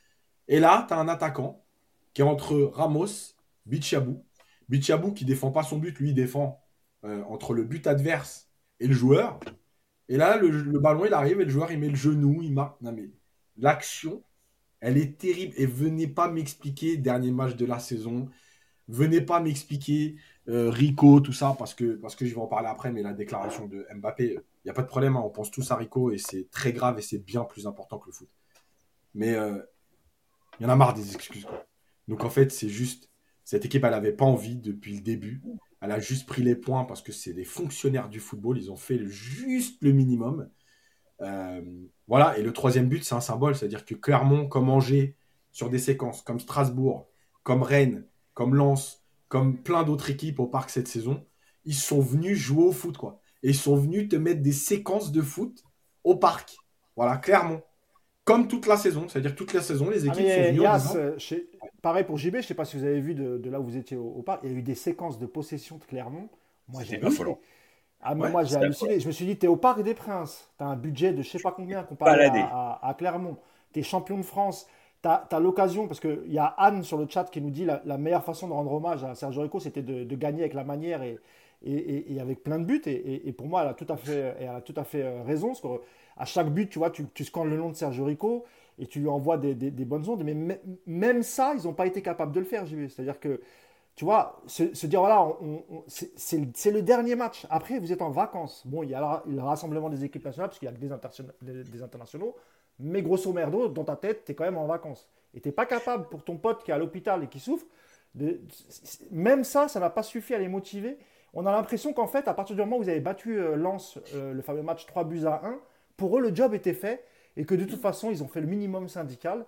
Et là, tu as un attaquant qui est entre Ramos, Bichabou. Bichabou qui défend pas son but, lui, il défend euh, entre le but adverse et le joueur. Et là, le, le ballon, il arrive et le joueur, il met le genou, il marque. Non, mais l'action, elle est terrible. Et venez pas m'expliquer, dernier match de la saison, venez pas m'expliquer euh, Rico, tout ça, parce que, parce que je vais en parler après, mais la déclaration de Mbappé, il n'y a pas de problème, hein, on pense tous à Rico et c'est très grave et c'est bien plus important que le foot. Mais euh, il y en a marre des excuses, quoi. Donc en fait, c'est juste, cette équipe, elle n'avait pas envie depuis le début. Elle a juste pris les points parce que c'est des fonctionnaires du football. Ils ont fait le- juste le minimum. Euh, voilà, et le troisième but, c'est un symbole. C'est-à-dire que Clermont, comme Angers, sur des séquences, comme Strasbourg, comme Rennes, comme Lens, comme plein d'autres équipes au parc cette saison, ils sont venus jouer au foot, quoi. Et ils sont venus te mettre des séquences de foot au parc. Voilà, Clermont. Comme toute la saison. C'est-à-dire que toute la saison, les Ah, équipes sont mais venues en Yas, disant euh, chez- pareil pour J B, je sais pas si vous avez vu de, de là où vous étiez au, au parc, il y a eu des séquences de possession de Clermont. Moi, j'ai C'était halluciné. affolant. Ah, mais ouais, moi, j'ai C'était affolant. halluciné. Je me suis dit, t'es au Parc des Princes. T'as un budget de je sais pas combien comparé à, Baladé. à- à Clermont. T'es champion de France. T'as, t'as l'occasion, parce qu'il y a Anne sur le chat qui nous dit la, la meilleure façon de rendre hommage à Sergio Rico, c'était de, de gagner avec la manière et, et, et- et avec plein de buts. Et, et- et pour moi, elle a tout à fait, elle a tout à fait euh, raison. Parce que à chaque but, tu vois, tu, tu scannes le nom de Sergio Rico et tu lui envoies des, des- des bonnes ondes. Mais mê- même ça, ils n'ont pas été capables de le faire, J B. C'est-à-dire que tu vois, se, se dire, voilà, on- on- c'est c'est le c'est le dernier match. Après, vous êtes en vacances. Bon, il y a la- le rassemblement des équipes nationales, parce qu'il y a que des, interna- des- des internationaux. Mais grosso merdo, dans ta tête, tu es quand même en vacances. Et tu n'es pas capable, pour ton pote qui est à l'hôpital et qui souffre, de, même ça, ça n'a pas suffi à les motiver. On a l'impression qu'en fait, à partir du moment où vous avez battu euh, Lens, euh, le fameux match trois buts à un, pour eux, le job était fait. Et que de toute façon, ils ont fait le minimum syndical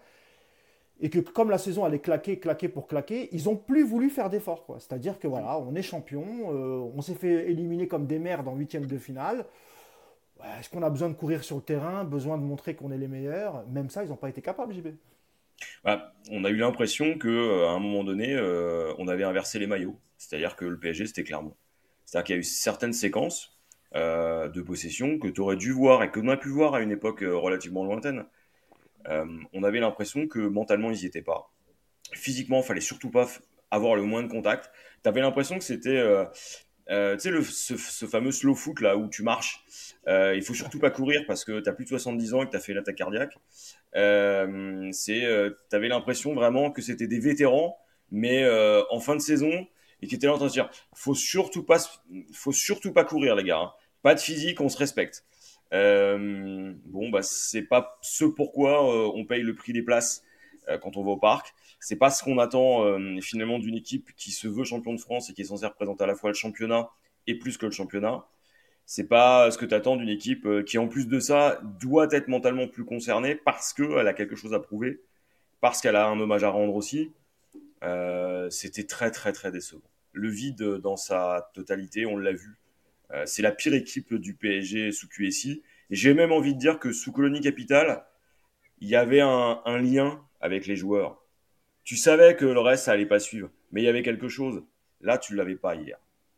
et que comme la saison allait claquer, claquer pour claquer, ils n'ont plus voulu faire d'efforts. Quoi. C'est-à-dire que voilà, on est champion, euh, on s'est fait éliminer comme des merdes en huitième de finale. Ouais, est-ce qu'on a besoin de courir sur le terrain, besoin de montrer qu'on est les meilleurs? Même ça, ils n'ont pas été capables, J B. Bah, on a eu l'impression que euh, à un moment donné, euh, on avait inversé les maillots. C'est-à-dire que le P S G, c'était Clermont. C'est-à-dire qu'il y a eu certaines séquences euh, de possession que tu aurais dû voir et que l'on a pu voir à une époque euh, relativement lointaine. Euh, on avait l'impression que mentalement, ils n'y étaient pas. Physiquement, il fallait surtout pas f- avoir le moins de contact. Tu avais l'impression que c'était euh, euh, tu sais, le, ce, ce fameux slow foot là où tu marches. Euh, il faut surtout pas courir parce que tu as plus de soixante-dix ans et que tu as fait l'attaque cardiaque. Euh, c'est, euh, t'avais l'impression vraiment que c'était des vétérans, mais euh, en fin de saison, et qui étaient là en train de se dire, faut surtout pas, faut surtout pas courir les gars, hein. Pas de physique, on se respecte. Euh, bon, bah c'est pas ce pourquoi euh, on paye le prix des places euh, quand on va au parc. C'est pas ce qu'on attend euh, finalement d'une équipe qui se veut champion de France et qui est censée représenter à la fois le championnat et plus que le championnat. C'est pas ce que tu attends d'une équipe euh, qui, en plus de ça, doit être mentalement plus concernée parce qu'elle a quelque chose à prouver, parce qu'elle a un hommage à rendre aussi. Euh, c'était très, très, très décevant. Le vide dans sa totalité, on l'a vu. Euh, c'est la pire équipe du P S G sous Q S I. Et j'ai même envie de dire que sous Colonie Capital, il y avait un, un lien avec les joueurs. Tu savais que le reste, ça allait pas suivre. Mais il y avait quelque chose. Là, tu l'avais pas hier.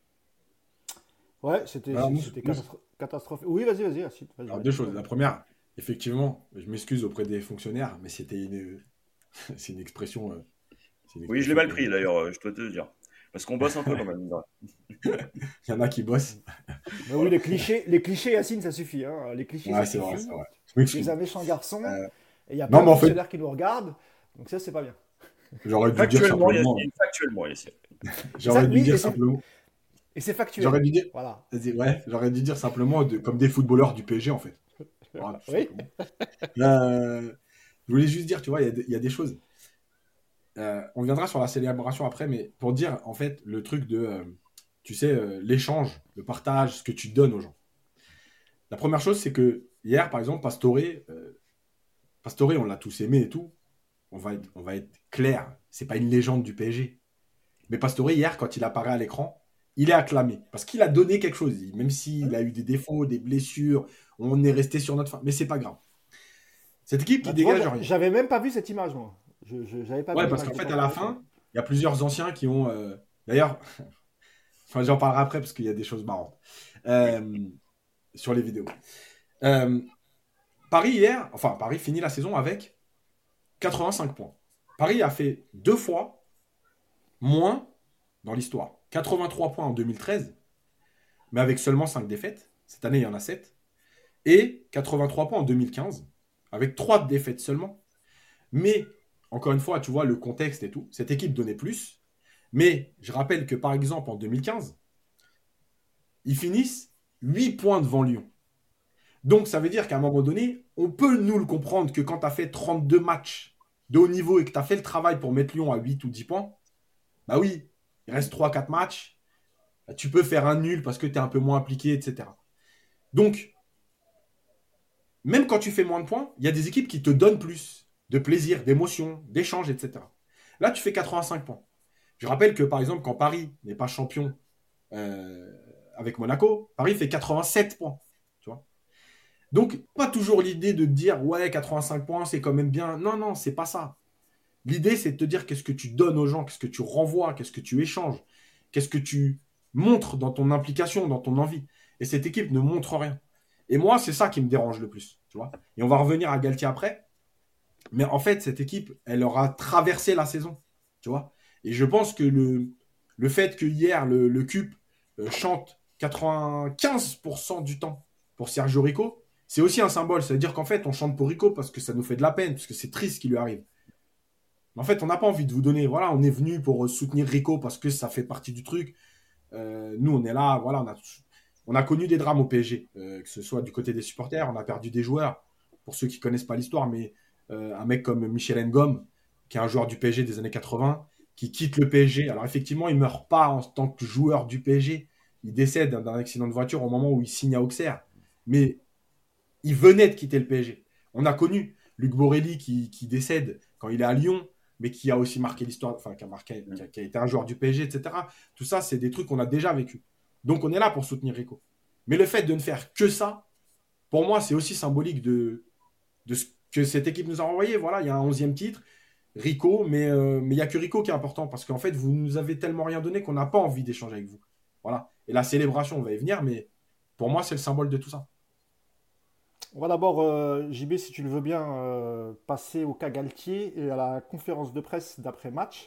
Ouais, c'était Alors, nous, c'était nous, catastro- catastrophique. Oui, vas-y, vas-y, Acide, vas-y, alors, j'en ai deux pas choses. parlé. La première, effectivement, je m'excuse auprès des fonctionnaires, mais c'était une, c'est une expression, euh, c'est une Oui, je l'ai expression mal qu'on pris aime. d'ailleurs, euh, je dois te le dire. Parce qu'on bosse un peu quand même. Il y en a qui bossent. Mais oui, les clichés, les clichés, Yacine, ça suffit. Hein. Les clichés, Ouais, ça c'est vrai, c'est suffit. vrai. Je Tu es un m'excuse. méchant garçon. Euh, Et il y a non, plein de mais en fait, fonctionnaires qui nous regardent. Donc ça, c'est pas bien. j'aurais dû dire Factuellement, simplement, Yacine, factuellement, Yacine. Et ça, j'aurais dû oui, dire et c'est simplement, et c'est j'aurais factuel. dû dire, Voilà. vas-y, ouais, j'aurais dû dire simplement de, comme des footballeurs du P S G, en fait. Voilà, tout Oui. simplement. Euh, je voulais juste dire, tu vois, il y, a des- il y a des choses. Euh, on viendra sur la célébration après, mais pour dire, en fait, le truc de, euh, tu sais, euh, l'échange, le partage, ce que tu donnes aux gens. La première chose, c'est que hier, par exemple, Pastore, euh, Pastore, on l'a tous aimé et tout. On va être, on va être clair, c'est pas une légende du P S G. Mais Pastore, hier, quand il apparaît à l'écran, il est acclamé. Parce qu'il a donné quelque chose. Même s'il a eu des défauts, des blessures, on est resté sur notre fin. Mais c'est pas grave. Cette équipe qui Bah, tu vois, dégage j'a- rien. j'avais même pas vu cette image, moi. Je, je- j'avais pas vu Ouais, parce l'image qu'en des fait, à la convocations. fin, il y a plusieurs anciens qui ont. euh, D'ailleurs, enfin, j'en parlerai après parce qu'il y a des choses marrantes euh, sur les vidéos. Euh, Paris, hier, enfin, Paris finit la saison avec quatre-vingt-cinq points. Paris a fait deux fois moins dans l'histoire. quatre-vingt-trois points en deux mille treize, mais avec seulement cinq défaites. Cette année, il y en a sept. Et quatre-vingt-trois points en deux mille quinze, avec trois défaites seulement. Mais, encore une fois, tu vois le contexte et tout. Cette équipe donnait plus. Mais je rappelle que, par exemple, en deux mille quinze, ils finissent huit points devant Lyon. Donc, ça veut dire qu'à un moment donné, on peut nous le comprendre que quand tu as fait trente-deux matchs de haut niveau et que tu as fait le travail pour mettre Lyon à huit ou dix points, bah oui, il reste trois quatre matchs. Tu peux faire un nul parce que tu es un peu moins impliqué, et cetera. Donc, même quand tu fais moins de points, il y a des équipes qui te donnent plus de plaisir, d'émotion, d'échange, et cetera. Là, tu fais quatre-vingt-cinq points. Je rappelle que, par exemple, quand Paris n'est pas champion euh, avec Monaco, Paris fait quatre-vingt-sept points. Tu vois. Donc, pas toujours l'idée de te dire, ouais, quatre-vingt-cinq points, c'est quand même bien. Non, non, c'est pas ça. L'idée, c'est de te dire qu'est-ce que tu donnes aux gens, qu'est-ce que tu renvoies, qu'est-ce que tu échanges, qu'est-ce que tu montres dans ton implication, dans ton envie. Et cette équipe ne montre rien. Et moi, c'est ça qui me dérange le plus. Tu vois. Et on va revenir à Galtier après. Mais en fait, cette équipe, elle aura traversé la saison. Tu vois. Et je pense que le, le fait que hier, le, le C U P euh, chante quatre-vingt-quinze pour cent du temps pour Sergio Rico, c'est aussi un symbole. C'est-à-dire qu'en fait, on chante pour Rico parce que ça nous fait de la peine, parce que c'est triste ce qui lui arrive. Mais en fait, on n'a pas envie de vous donner. Voilà, on est venu pour soutenir Rico parce que ça fait partie du truc. Euh, nous, on est là. Voilà, on a, on a connu des drames au P S G, euh, que ce soit du côté des supporters, on a perdu des joueurs. Pour ceux qui ne connaissent pas l'histoire, mais euh, un mec comme Michel Ngom, qui est un joueur du P S G des années quatre-vingts, qui quitte le P S G. Alors effectivement, il ne meurt pas en tant que joueur du P S G. Il décède d'un accident de voiture au moment où il signe à Auxerre. Mais il venait de quitter le P S G. On a connu Luc Borelli qui, qui décède quand il est à Lyon, mais qui a aussi marqué l'histoire, enfin, qui a, marqué, qui a, qui a été un joueur du P S G, et cetera. Tout ça, c'est des trucs qu'on a déjà vécu. Donc, on est là pour soutenir Rico. Mais le fait de ne faire que ça, pour moi, c'est aussi symbolique de, de ce que cette équipe nous a envoyé. Voilà, il y a un onzième titre, Rico, mais euh, mais il n'y a que Rico qui est important parce qu'en fait, vous nous avez tellement rien donné qu'on n'a pas envie d'échanger avec vous. Voilà. Et la célébration, on va y venir, mais pour moi, c'est le symbole de tout ça. On va d'abord, euh, J B, si tu le veux bien, euh, passer au cas Galtier et à la conférence de presse d'après-match,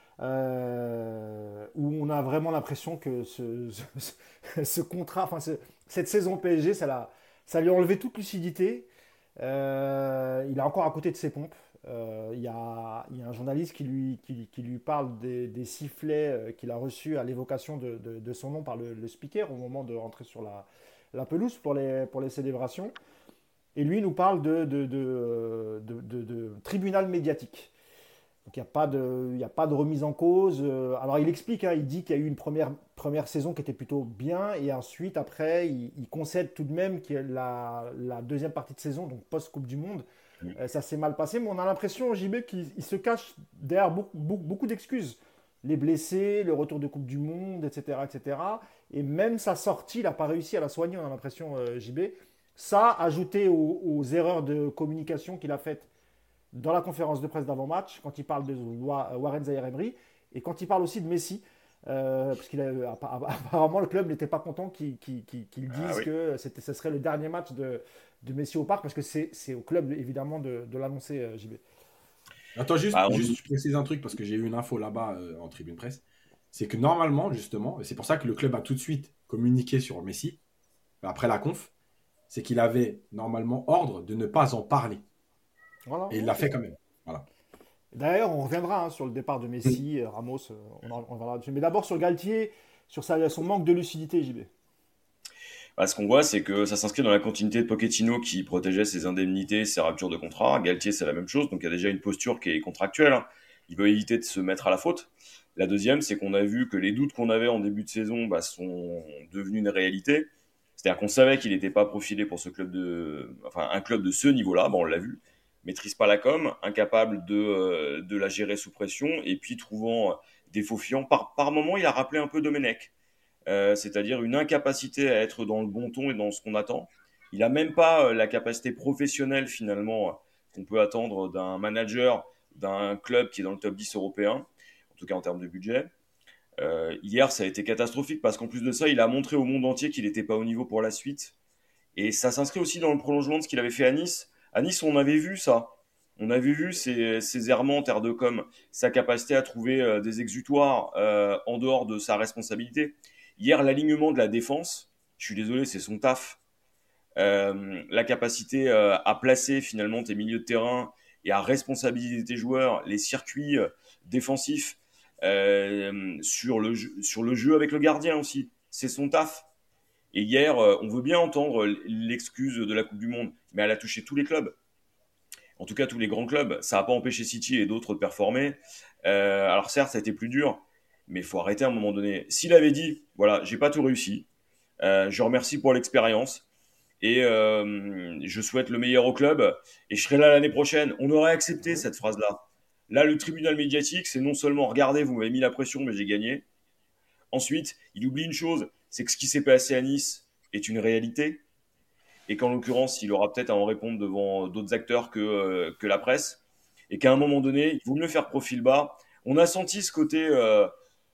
euh, où on a vraiment l'impression que ce, ce, ce contrat, enfin ce- cette saison P S G, ça, l'a- ça lui a enlevé toute lucidité. Euh, il est encore à côté de ses pompes. Euh, Il y a, il y a un journaliste qui lui, qui, qui lui parle des, des sifflets euh, qu'il a reçus à l'évocation de, de- de son nom par le, le speaker au moment de rentrer sur la, la pelouse pour les, pour les célébrations. Et lui nous parle de, de, de, de- de- de tribunal médiatique. Donc il n'y a pas de, il y a pas de remise en cause. Euh, Alors il explique, hein, il dit qu'il y a eu une première, première saison qui était plutôt bien, et ensuite, après, il, il concède tout de même que la, la deuxième partie de saison, donc post-Coupe du Monde, Mm. euh, ça s'est mal passé, mais on a l'impression, J B, qu'il il se cache derrière beaucoup, beaucoup, beaucoup d'excuses. Les blessés, le retour de Coupe du Monde, et cetera, et cetera. Et même sa sortie, il n'a pas réussi à la soigner, on a l'impression, euh, J B. Ça, ajouté aux, aux erreurs de communication qu'il a faites dans la conférence de presse d'avant-match, quand il parle de Warren Zaïre-Emery, et quand il parle aussi de Messi, euh, parce qu'il a, apparemment le club n'était pas content qu'ils qu'ils- qu'ils- qu'ils Ah disent oui. que c'était, ce serait le dernier match de, de Messi au parc, parce que c'est c'est au club évidemment de, de l'annoncer, euh, J B. Attends, juste, Bah, on juste, dit- je précise un truc parce que j'ai eu une info là-bas euh, en tribune presse. C'est que normalement, justement, et c'est pour ça que le club a tout de suite communiqué sur Messi, après la conf, c'est qu'il avait normalement ordre de ne pas en parler. Voilà, Et il ouais, l'a c'est fait ça. quand même. Voilà. D'ailleurs, on reviendra hein, sur le départ de Messi, euh, Ramos, euh, on, en, on verra dessus. Mais d'abord sur Galtier, sur sa, son manque de lucidité, J B. bah, ce qu'on voit, c'est que ça s'inscrit dans la continuité de Pochettino qui protégeait ses indemnités, ses ruptures de contrat. Galtier, c'est la même chose, donc il y a déjà une posture qui est contractuelle, hein. Il veut éviter de se mettre à la faute. La deuxième, c'est qu'on a vu que les doutes qu'on avait en début de saison bah, sont devenus une réalité. C'est-à-dire qu'on savait qu'il n'était pas profilé pour ce club de, enfin un club de ce niveau-là. Bon, on l'a vu, maîtrise pas la com, incapable de euh, de la gérer sous pression, et puis trouvant des faux fiants. Par par moment, il a rappelé un peu Domenech, euh, c'est-à-dire une incapacité à être dans le bon ton et dans ce qu'on attend. Il n'a même pas euh, la capacité professionnelle finalement euh, qu'on peut attendre d'un manager d'un club qui est dans le top dix européen, en tout cas en termes de budget. Euh, hier, ça a été catastrophique parce qu'en plus de ça, il a montré au monde entier qu'il n'était pas au niveau pour la suite. Et ça s'inscrit aussi dans le prolongement de ce qu'il avait fait à Nice. À Nice, on avait vu ça. On avait vu ses, ses errements en terre de com, sa capacité à trouver euh, des exutoires euh, en dehors de sa responsabilité. Hier, l'alignement de la défense, je suis désolé, c'est son taf. Euh, la capacité euh, à placer finalement tes milieux de terrain et à responsabiliser tes joueurs, les circuits euh, défensifs euh, sur, le jeu, sur le jeu avec le gardien aussi, c'est son taf. Et hier, euh, on veut bien entendre l'excuse de la Coupe du Monde, mais elle a touché tous les clubs, en tout cas tous les grands clubs. Ça n'a pas empêché City et d'autres de performer. Euh, alors certes, ça a été plus dur, mais il faut arrêter à un moment donné. S'il avait dit, voilà, j'ai pas tout réussi, euh, je remercie pour l'expérience et euh, je souhaite le meilleur au club et je serai là l'année prochaine, on aurait accepté Mhm. cette phrase-là. Là, le tribunal médiatique, c'est non seulement regardez, vous m'avez mis la pression, mais j'ai gagné. Ensuite, il oublie une chose, c'est que ce qui s'est passé à Nice est une réalité et qu'en l'occurrence, il aura peut-être à en répondre devant d'autres acteurs que, euh, que la presse et qu'à un moment donné, il vaut mieux faire profil bas. On a senti ce côté, euh,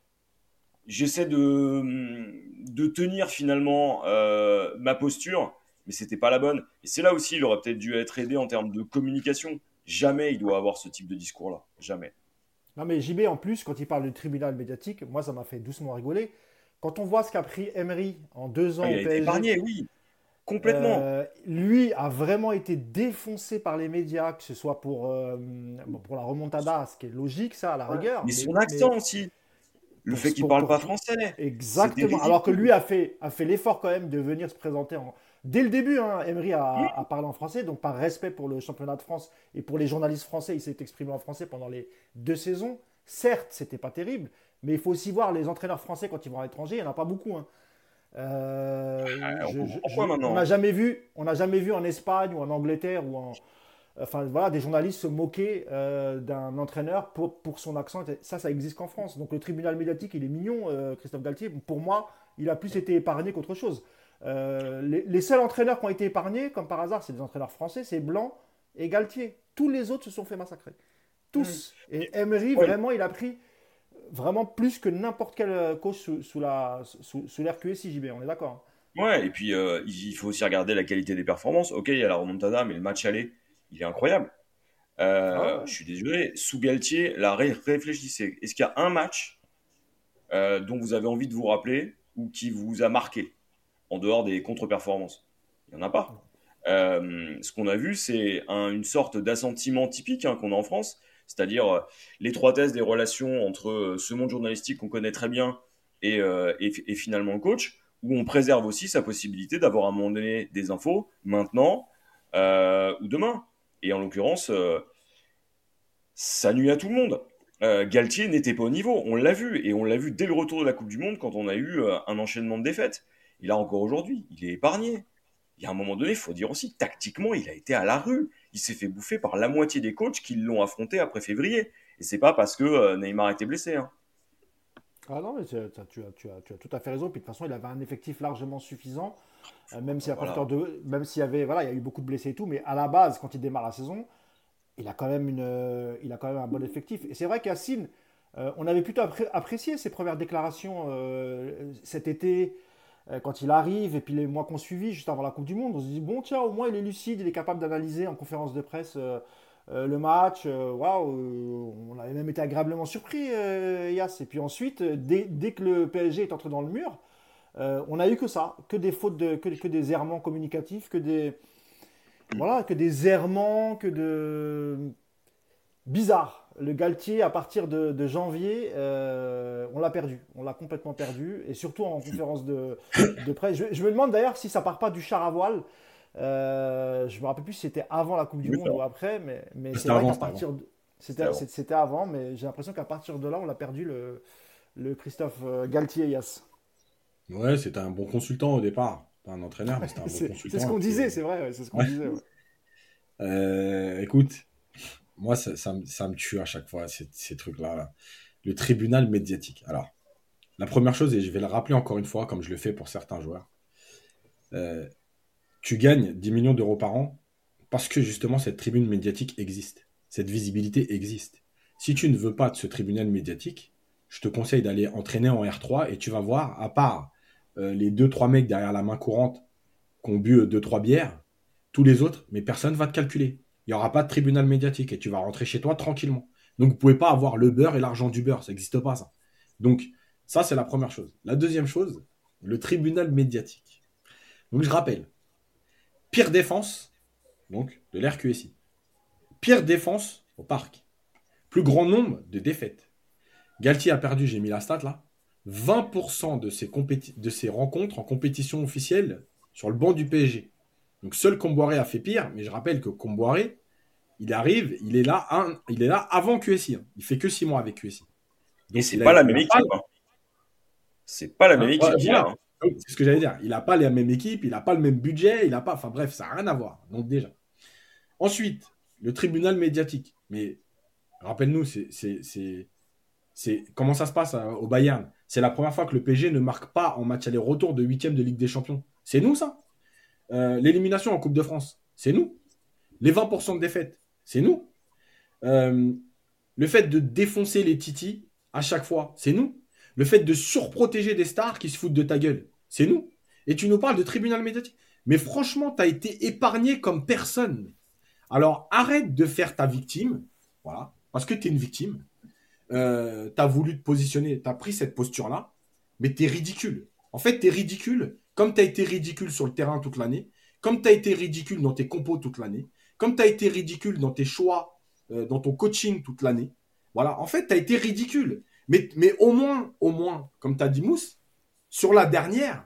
j'essaie de, de tenir finalement euh, ma posture, mais c'était pas la bonne. Et c'est là aussi, il aurait peut-être dû être aidé en termes de communication. Jamais il doit avoir ce type de discours-là. Jamais. Non mais J B, en plus, quand il parle du tribunal médiatique, moi ça m'a fait doucement rigoler. Quand on voit ce qu'a pris Emery en deux Ah, ans il au a été P S G, épargné, oui, complètement. euh, lui a vraiment été défoncé par les médias, que ce soit pour, euh, bon, pour la remontada, ce qui est logique ça à la rigueur, Mais mais, son accent mais aussi, le pour, fait qu'il pour, parle pour, pas pour- français, c'était exactement. Alors que ridicule. lui a fait, a fait l'effort quand même de venir se présenter en... Dès le début, hein, Emery a, Oui, a parlé en français, donc par respect pour le championnat de France et pour les journalistes français, il s'est exprimé en français pendant les deux saisons. Certes, c'était pas terrible, mais il faut aussi voir les entraîneurs français quand ils vont à l'étranger, il n'y en a pas beaucoup, hein. Euh, on je- comprend je- je- pourquoi on n'a maintenant. jamais vu, on n'a jamais vu en Espagne ou en Angleterre ou en, enfin voilà, des journalistes se moquer euh, d'un entraîneur pour, pour son accent. Ça, ça existe qu'en France. Donc le tribunal médiatique, il est mignon, euh, Christophe Galtier. Pour moi, il a plus été épargné qu'autre chose. Euh, les, les seuls entraîneurs qui ont été épargnés, comme par hasard, c'est des entraîneurs français, c'est Blanc et Galtier. Tous les autres se sont fait massacrer. Hmm. Tous. Et Emery, Ouais, vraiment, il a pris vraiment plus que n'importe quel euh, coach sous, sous la, sous, sous l'R Q S I J B, on est d'accord, hein. ouais, et puis euh, il faut aussi regarder la qualité des performances. Ok, il y a la remontada, mais le match aller, il est incroyable. Ah Euh, ouais. je suis désolé, sous Galtier, là, ré- réfléchissez. Est-ce qu'il y a un match euh, dont vous avez envie de vous rappeler ou qui vous a marqué en dehors des contre-performances? Il n'y en a pas. Euh, ce qu'on a vu, c'est un- une sorte d'assentiment typique hein, qu'on a en France, c'est-à-dire euh, l'étroitesse des relations entre euh, ce monde journalistique qu'on connaît très bien et, euh, et, et finalement le coach, où on préserve aussi sa possibilité d'avoir à un moment donné des infos maintenant euh, ou demain. Et en l'occurrence, euh, ça nuit à tout le monde. Euh, Galtier n'était pas au niveau, on l'a vu, et on l'a vu dès le retour de la Coupe du Monde quand on a eu euh, un enchaînement de défaites. Il a encore aujourd'hui, il est épargné. Il y a un moment donné, il faut dire aussi, tactiquement, il a été à la rue. Il s'est fait bouffer par la moitié des coachs qui l'ont affronté après février. Et c'est pas parce que euh, Neymar était blessé. Hein. Ah non, mais c'est- tu as, tu as- tu as- tu as tout à fait raison. Puis de toute façon, il avait un effectif largement suffisant, euh, même si à partir Voilà. de, même s'il y avait, voilà, il y a eu beaucoup de blessés et tout, mais à la base, quand il démarre la saison, il a quand même une, euh, il a quand même un bon effectif. Et c'est vrai qu'Yacine, euh, on avait plutôt appré- apprécié ses premières déclarations euh, cet été, euh, quand il arrive, et puis les mois qu'on suivit, juste avant la Coupe du Monde. On se dit, bon, tiens, au moins il est lucide, il est capable d'analyser en conférence de presse euh, euh, le match. euh, Waouh, euh, on avait même été agréablement surpris, euh, Yass. Et puis ensuite, euh, dès, dès que le P S G est entré dans le mur, euh, on a eu que ça, que des fautes, de, que, que des errements communicatifs, que des, voilà, que des errements, que de bizarre. Le Galtier, à partir de, de janvier, euh, on l'a perdu. On l'a complètement perdu. Et surtout en conférence de, de presse. Je, je me demande d'ailleurs si ça part pas du char à voile. Euh, je me rappelle plus si c'était avant la Coupe du Oui, c'est Monde ou vrai. après. Mais, mais c'est C'était vrai avant, qu'à c'était avant. partir de. C'était C'était avant. c'était avant, mais j'ai l'impression qu'à partir de là, on l'a perdu le, le Christophe euh, Galtier, Yass. Ouais, c'était un bon consultant au départ. Pas un entraîneur, mais c'était un bon C'est c'est ce consultant. Et qu'on puis, disait, euh, c'est vrai, ouais, c'est ce qu'on ouais. disait. Ouais. Euh, écoute, moi, ça, ça me ça me tue à chaque fois, ces, ces trucs-là. Là. Le tribunal médiatique. Alors, la première chose, et je vais le rappeler encore une fois, comme je le fais pour certains joueurs, euh, tu gagnes dix millions d'euros par an parce que justement cette tribune médiatique existe. Cette visibilité existe. Si tu ne veux pas de ce tribunal médiatique, je te conseille d'aller entraîner en R trois et tu vas voir, à part euh, les deux trois mecs derrière la main courante qui ont bu deux trois bières, tous les autres, mais personne ne va te calculer. Il n'y aura pas de tribunal médiatique et tu vas rentrer chez toi tranquillement. Donc vous ne pouvez pas avoir le beurre et l'argent du beurre, ça n'existe pas ça. Donc ça c'est la première chose. La deuxième chose, le tribunal médiatique. Donc je rappelle, pire défense, donc de l'R Q S I. Pire défense au parc. Plus grand nombre de défaites. Galtier a perdu, j'ai mis la stat là, vingt pour cent de ses, compéti- de ses rencontres en compétition officielle sur le banc du P S G. Donc seul Comboiré a fait pire, mais je rappelle que Comboiré, il arrive, il est là, un, il est là avant Q S I. Hein. Il fait que six mois avec Q S I. Et Donc c'est il a, pas la il même a pas, équipe. Hein. C'est pas la même hein, ouais, équipe qu'il a. voilà. Hein. Donc, c'est ce que j'allais dire. Il n'a pas la même équipe, il n'a pas le même budget, il n'a pas, enfin bref, ça n'a rien à voir. Donc déjà. Ensuite, le tribunal médiatique. Mais rappelle-nous, c'est, c'est, c'est, c'est comment ça se passe euh, au Bayern. C'est la première fois que le P S G ne marque pas en match aller-retour de huitième de Ligue des Champions. C'est nous ça. Euh, l'élimination en Coupe de France, c'est nous. Les vingt pour cent de défaites, c'est nous. Euh, le fait de défoncer les titis à chaque fois, c'est nous. Le fait de surprotéger des stars qui se foutent de ta gueule, c'est nous. Et tu nous parles de tribunal médiatique. Mais franchement, tu as été épargné comme personne. Alors arrête de faire ta victime, voilà, parce que tu es une victime. Euh, tu as voulu te positionner, tu as pris cette posture-là, mais tu es ridicule. En fait, tu es ridicule, comme tu as été ridicule sur le terrain toute l'année, comme tu as été ridicule dans tes compos toute l'année, comme tu as été ridicule dans tes choix, euh, dans ton coaching toute l'année. Voilà, en fait, tu as été ridicule. Mais, mais au moins, au moins, comme tu as dit Mousse, sur la dernière,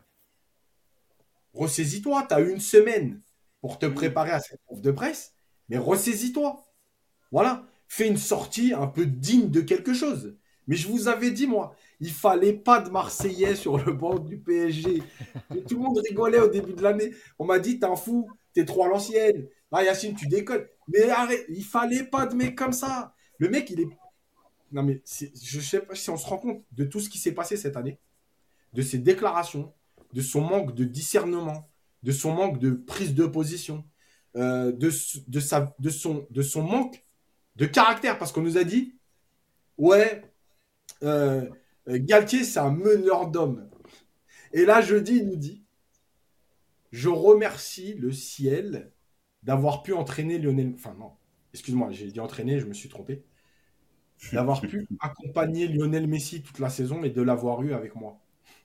ressaisis-toi, tu as eu une semaine pour te Mmh. préparer à cette conf de presse, mais ressaisis-toi. Voilà, fais une sortie un peu digne de quelque chose. Mais je vous avais dit, moi, il fallait pas de Marseillais sur le banc du P S G. Tout le monde rigolait au début de l'année. On m'a dit, t'es un fou, t'es trop à l'ancienne. Ah, Yacine, tu déconnes. Mais arrête, il fallait pas de mec comme ça. Le mec, il est. Non, mais c'est- je sais pas si on se rend compte de tout ce qui s'est passé cette année, de ses déclarations, de son manque de discernement, de son manque de prise de position, euh, de, de, sa, de, son, de son manque de caractère, parce qu'on nous a dit, ouais, euh, euh, Galtier, c'est un meneur d'hommes. Et là, jeudi, il nous dit, je remercie le ciel d'avoir pu entraîner Lionel... Enfin, non, excuse-moi, j'ai dit entraîner, je me suis trompé. D'avoir pu accompagner Lionel Messi toute la saison et de l'avoir eu avec moi.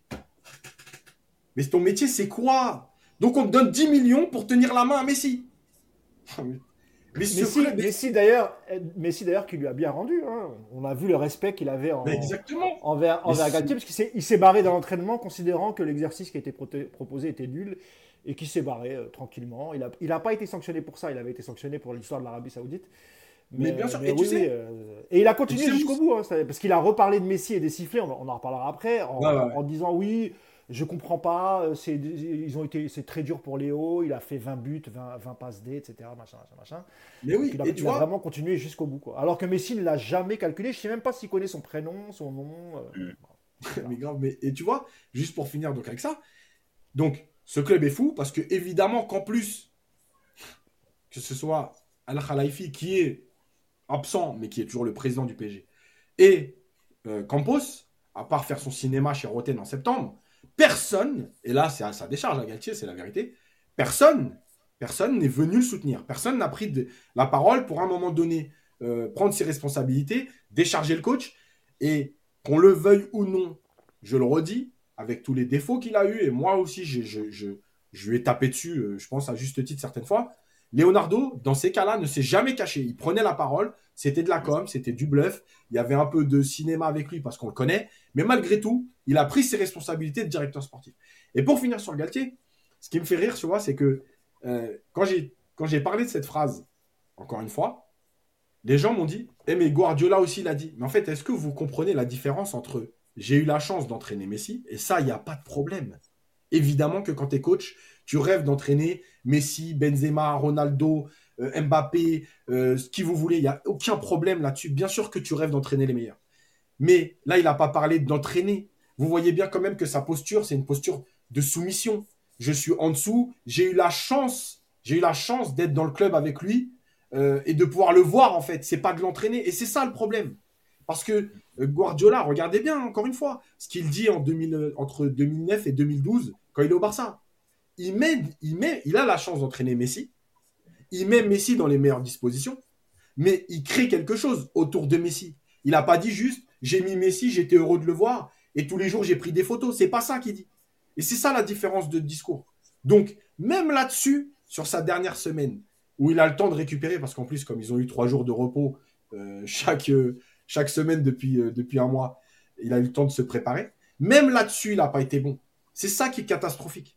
Mais ton métier, c'est quoi? Donc, on te donne dix millions pour tenir la main à Messi. Mais Messi, Messi d'ailleurs, Messi d'ailleurs qui lui a bien rendu. Hein. On a vu le respect qu'il avait en, exactement. envers, envers Galtier, parce qu'il s'est, il s'est barré dans l'entraînement considérant que l'exercice qui a été proté, proposé était nul et qu'il s'est barré euh, tranquillement. Il n'a il a pas été sanctionné pour ça, il avait été sanctionné pour l'histoire de l'Arabie Saoudite. Mais Mais, bien sûr, mais et tu oui, oui. sais, euh, Et il a et tu continué sais, jusqu'au Mousse, bout, hein, ça- parce qu'il a reparlé de Messi et des sifflets, on, en on en reparlera après, en, ouais, ouais, en- ouais. en disant oui, je comprends pas, euh, c'est, ils ont été, c'est très dur pour Léo, il a fait vingt buts, vingt, vingt passes D, et cetera. Machin, machin, machin. Mais Donc oui, il a, et tu il a vois, vraiment continué jusqu'au bout, quoi. Alors que Messi ne l'a jamais calculé, je sais même pas s'il connaît son prénom, son nom. euh, Mm. mais voilà. grave, mais, et tu vois, juste pour finir donc avec ça, donc ce club est fou parce que évidemment qu'en plus, que ce soit Al Khalifi qui est absent, mais qui est toujours le président du P S G, et euh, Campos, à part faire son cinéma chez Rotten en septembre, personne, et là c'est à sa décharge à Galtier, c'est la vérité, personne, personne n'est venu le soutenir. Personne n'a pris de, la parole pour à un moment donné euh, prendre ses responsabilités, décharger le coach, et qu'on le veuille ou non, je le redis, avec tous les défauts qu'il a eu, et moi aussi je, je, je, je lui ai tapé dessus, euh, je pense à juste titre certaines fois, Leonardo, dans ces cas-là, ne s'est jamais caché. Il prenait la parole, c'était de la com, c'était du bluff, il y avait un peu de cinéma avec lui parce qu'on le connaît, mais malgré tout, il a pris ses responsabilités de directeur sportif. Et pour finir sur Galtier, ce qui me fait rire, tu vois, c'est que euh, quand j'ai quand j'ai parlé de cette phrase, encore une fois, les gens m'ont dit, eh mais Guardiola aussi l'a dit. Mais en fait, est-ce que vous comprenez la différence entre j'ai eu la chance d'entraîner Messi et ça, il n'y a pas de problème. Évidemment que quand tu es coach, tu rêves d'entraîner Messi, Benzema, Ronaldo, euh, Mbappé, euh, ce qui vous voulez. Il n'y a aucun problème là-dessus. Bien sûr que tu rêves d'entraîner les meilleurs. Mais là, il n'a pas parlé d'entraîner. Vous voyez bien quand même que sa posture, c'est une posture de soumission. Je suis en dessous. J'ai eu la chance, j'ai eu la chance d'être dans le club avec lui euh, et de pouvoir le voir en fait. C'est pas de l'entraîner. Et c'est ça le problème. Parce que euh, Guardiola, regardez bien encore une fois ce qu'il dit en deux mille, euh, entre deux mille neuf et deux mille douze quand il est au Barça. Il met, il met, il a la chance d'entraîner Messi. Il met Messi dans les meilleures dispositions, mais il crée quelque chose autour de Messi. Il n'a pas dit juste j'ai mis Messi, j'étais heureux de le voir et tous les jours j'ai pris des photos. C'est pas ça qu'il dit. Et c'est ça la différence de discours. Donc même là-dessus, sur sa dernière semaine, où il a le temps de récupérer, parce qu'en plus comme ils ont eu trois jours de repos euh, chaque euh, chaque semaine depuis euh, depuis un mois, il a eu le temps de se préparer. Même là-dessus, il n'a pas été bon. C'est ça qui est catastrophique.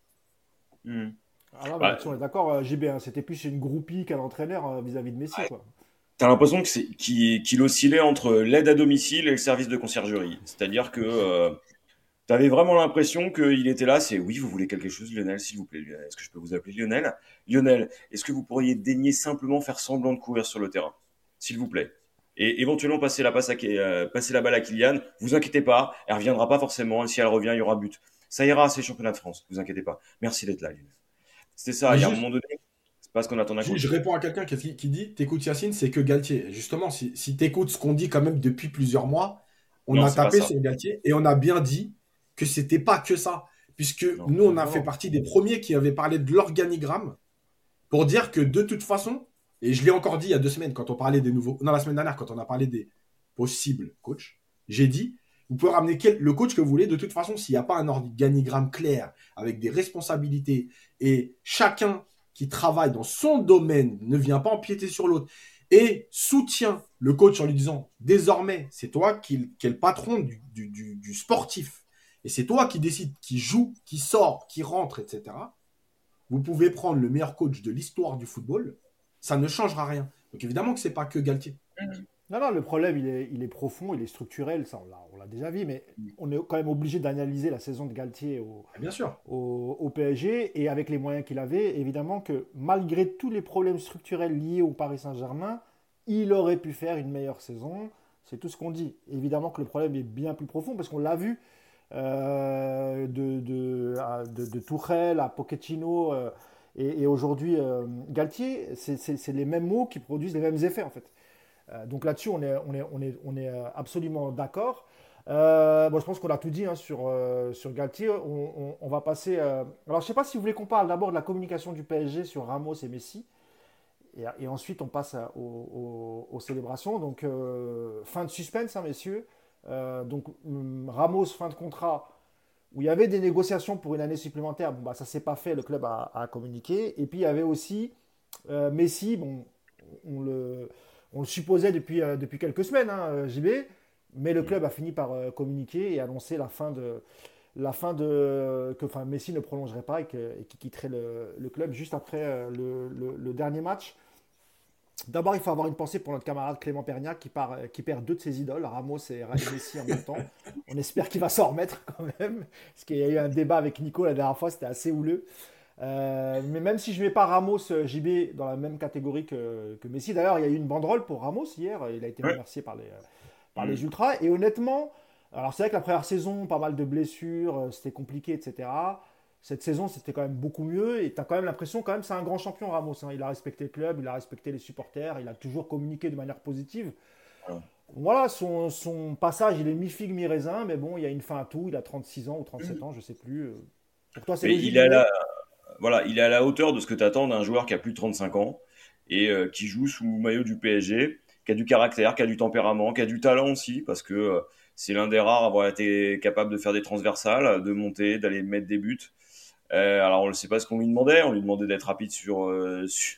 Mm. Ah non, mais Bah, là-dessus, on est d'accord, euh, J B, hein, c'était plus une groupie qu'un entraîneur euh, vis-à-vis de Messi, quoi. t'as l'impression que c'est, qu'il, qu'il oscillait entre l'aide à domicile et le service de conciergerie. C'est-à-dire que euh, t'avais vraiment l'impression qu'il était là, c'est oui, vous voulez quelque chose, Lionel, s'il vous plaît, Lionel. Est-ce que je peux vous appeler Lionel? Lionel, est-ce que vous pourriez daigner simplement faire semblant de courir sur le terrain, s'il vous plaît? Et éventuellement passer la, passe à, euh, passer la balle à Kylian. Vous inquiétez pas, elle reviendra pas forcément. Et si elle revient, il y aura but. Ça ira, c'est le championnat de France. Vous inquiétez pas. Merci d'être là, Lionel. C'était ça. Mais Il y a un juste, moment donné, c'est pas ce qu'on attend d'un Je, je coach. réponds à quelqu'un qui, qui dit t'écoutes Yacine, c'est que Galtier. Justement, si, si t'écoutes ce qu'on dit quand même depuis plusieurs mois, on Non, a c'est pas tapé ça. sur Galtier et on a bien dit que c'était pas que ça. Puisque Non. nous, on a Non, fait non. partie des premiers qui avaient parlé de l'organigramme pour dire que de toute façon, et je l'ai encore dit il y a deux semaines quand on parlait des nouveaux. Non, la semaine dernière, quand on a parlé des possibles coachs, j'ai dit vous pouvez ramener quel, le coach que vous voulez. De toute façon, s'il n'y a pas un organigramme clair avec des responsabilités et chacun qui travaille dans son domaine ne vient pas empiéter sur l'autre et soutient le coach en lui disant désormais, c'est toi qui, qui est le patron du, du, du, du sportif et c'est toi qui décide qui joue, qui sort, qui rentre, et cetera. Vous pouvez prendre le meilleur coach de l'histoire du football, ça ne changera rien. Donc évidemment que c'est pas que Galtier. Non, non, le problème, il est, il est profond, il est structurel, ça, on l'a, on l'a déjà vu, mais on est quand même obligé d'analyser la saison de Galtier au, Bien sûr. au, au P S G, et avec les moyens qu'il avait, évidemment que malgré tous les problèmes structurels liés au Paris Saint-Germain, il aurait pu faire une meilleure saison, c'est tout ce qu'on dit. Évidemment que le problème est bien plus profond, parce qu'on l'a vu, euh, de, de, à- de, de Tuchel à Pochettino, euh, et, et aujourd'hui euh, Galtier, c'est, c'est- c'est les mêmes mots qui produisent les mêmes effets, en fait. Euh, donc là-dessus, on est, on est, on est, on est euh, absolument d'accord. Euh, bon, je pense qu'on a tout dit hein, sur, euh, sur Galtier. On, on- on va passer. euh, Alors, je ne sais pas si vous voulez qu'on parle d'abord de la communication du P S G sur Ramos et Messi. Et, et ensuite, on passe à- aux, aux- aux célébrations. Donc, euh, fin de suspense, hein, messieurs. Euh, donc, hum, Ramos, fin de contrat, où il y avait des négociations pour une année supplémentaire. Bon, bah, ça ne s'est pas fait. Le club a, a communiqué. Et puis, il y avait aussi euh, Messi. Bon, on le, on le supposait depuis, euh, depuis quelques semaines, hein, J B, mais le club a fini par euh, communiquer et annoncer la fin de, la fin de que enfin, Messi ne prolongerait pas et, que, et qu'il quitterait le, le club juste après euh, le, le- le dernier match. D'abord, il faut avoir une pensée pour notre camarade Clément Perniac qui, part, qui perd deux de ses idoles, Ramos et et Messi en même temps. On espère qu'il va s'en remettre quand même, parce qu'il y a eu un débat avec Nico la dernière fois, c'était assez houleux. Euh, mais même si je ne mets pas Ramos euh, J B dans la même catégorie que, que Messi, d'ailleurs, il y a eu une banderole pour Ramos hier, il a été Ouais. remercié par les, euh, par Mm. les Ultras. Et honnêtement, alors c'est vrai que la première saison, pas mal de blessures, euh, c'était compliqué, et cetera. Cette saison, c'était quand même beaucoup mieux. Et tu as quand même l'impression, quand même, c'est un grand champion, Ramos, hein. Il a respecté le club, il a respecté les supporters, il a toujours communiqué de manière positive. Voilà. Voilà, son, son passage, il est mi-figue, mi-raisin, mais bon, il y a une fin à tout. Il a trente-six ans ou trente-sept Mm. ans, je sais plus. Euh. Pour toi, c'est Mais logique, il est à J B? la, voilà, il est à la hauteur de ce que tu attends d'un joueur qui a plus de trente-cinq ans et euh, qui joue sous maillot du P S G, qui a du caractère, qui a du tempérament, qui a du talent aussi, parce que euh, c'est l'un des rares à avoir été capable de faire des transversales, de monter, d'aller mettre des buts. Euh, alors on ne sait pas ce qu'on lui demandait, on lui demandait d'être rapide sur, euh, sur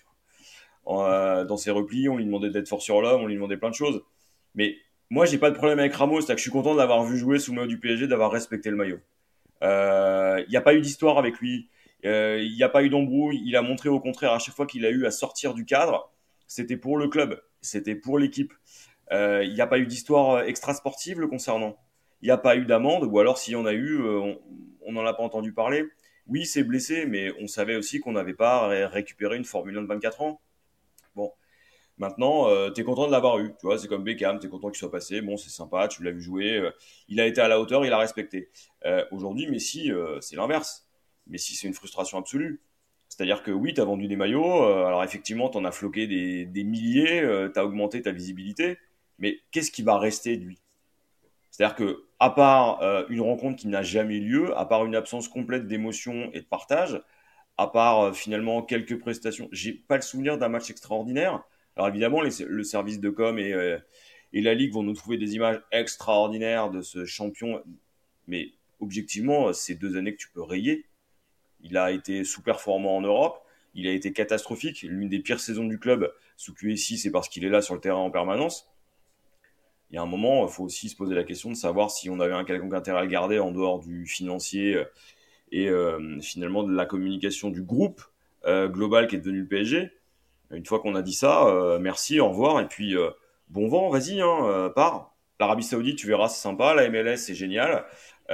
en, euh, dans ses replis, on lui demandait d'être fort sur l'homme, on lui demandait plein de choses. Mais moi, j'ai pas de problème avec Ramos, c'est que je suis content de l'avoir vu jouer sous le maillot du P S G, d'avoir respecté le maillot. Il euh, n'y a pas eu d'histoire avec lui, il euh, n'y a pas eu d'embrouille. Il a montré au contraire à chaque fois qu'il a eu à sortir du cadre, c'était pour le club, c'était pour l'équipe. Il euh, n'y a pas eu d'histoire extra-sportive le concernant. Il n'y a pas eu d'amende, ou alors s'il y en a eu, euh, on n'en a pas entendu parler. Oui, c'est blessé, mais on savait aussi qu'on n'avait pas ré- récupéré une Formule un de vingt-quatre ans. Bon, maintenant, euh, t'es content de l'avoir eu. Tu vois, c'est comme Beckham, t'es content qu'il soit passé. Bon, c'est sympa, tu l'as vu jouer. Euh, il a été à la hauteur, il a respecté. Euh, aujourd'hui, Messi, euh, c'est l'inverse. Messi, c'est une frustration absolue. C'est-à-dire que oui, t'as vendu des maillots. Euh, alors effectivement, t'en as floqué des, des milliers. Euh, t'as augmenté ta visibilité. Mais qu'est-ce qui va rester de lui? C'est-à-dire que, à part euh, une rencontre qui n'a jamais eu lieu, à part une absence complète d'émotion et de partage, à part euh, finalement quelques prestations, j'ai pas le souvenir d'un match extraordinaire. Alors évidemment, les- le service de com et, euh, et la Ligue vont nous trouver des images extraordinaires de ce champion, mais objectivement, euh, c'est deux années que tu peux rayer. Il a été sous-performant en Europe, il a été catastrophique, l'une des pires saisons du club sous Q S I, c'est parce qu'il est là sur le terrain en permanence. Il y a un moment, il faut aussi se poser la question de savoir si on avait un quelconque intérêt à le garder en dehors du financier euh, et euh, finalement de la communication du groupe euh, global qui est devenu le P S G. Une fois qu'on a dit ça, euh, merci, au revoir, et puis euh, bon vent, vas-y, hein, euh, pars. L'Arabie Saoudite, tu verras, c'est sympa, la M L S, c'est génial.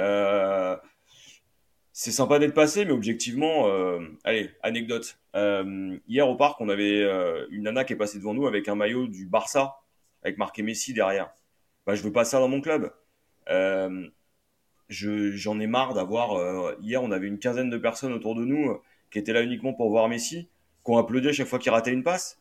Euh, c'est sympa d'être passé, mais objectivement, euh, allez, anecdote. Euh, hier au parc, on avait euh, une nana qui est passée devant nous avec un maillot du Barça, avec marqué Messi derrière. Bah, je veux pas ça dans mon club. Euh, je, j'en ai marre d'avoir. Euh, hier, on avait une quinzaine de personnes autour de nous euh, qui étaient là uniquement pour voir Messi, qui ont applaudi à chaque fois qu'il ratait une passe.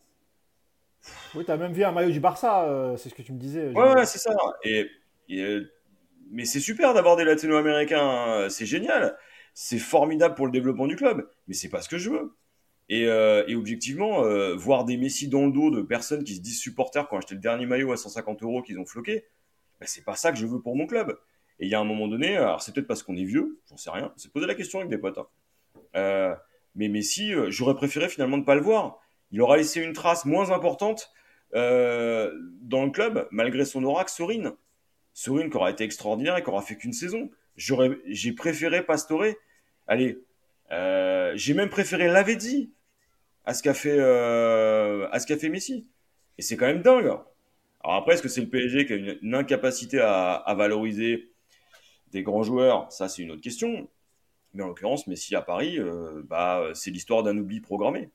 Oui, tu as même vu un maillot du Barça, euh, c'est ce que tu me disais, Ouais, J B. ouais, c'est ça. Et, et, euh, mais c'est super d'avoir des latino-américains, hein. C'est génial. C'est formidable pour le développement du club. Mais c'est pas ce que je veux. Et, euh, et objectivement, euh, voir des Messi dans le dos de personnes qui se disent supporters qui ont acheté le dernier maillot à cent cinquante euros qu'ils ont floqué, bah, c'est pas ça que je veux pour mon club. Et il y a un moment donné, alors c'est peut-être parce qu'on est vieux, j'en sais rien, c'est poser la question avec des potes, hein. Euh, mais Messi, euh, j'aurais préféré finalement ne pas le voir. Il aura laissé une trace moins importante euh, dans le club, malgré son aura, que Sorine. Sorine qui aura été extraordinaire et qui aura fait qu'une saison. J'aurais, j'ai préféré Pastore. Allez, euh, j'ai même préféré Lavezzi à ce qu'a fait, euh, à ce qu'a fait Messi. Et c'est quand même dingue. Alors après, est-ce que c'est le P S G qui a une, une incapacité à, à valoriser des grands joueurs? Ça, c'est une autre question. Mais en l'occurrence, Messi à Paris, euh, bah, c'est l'histoire d'un oubli programmé.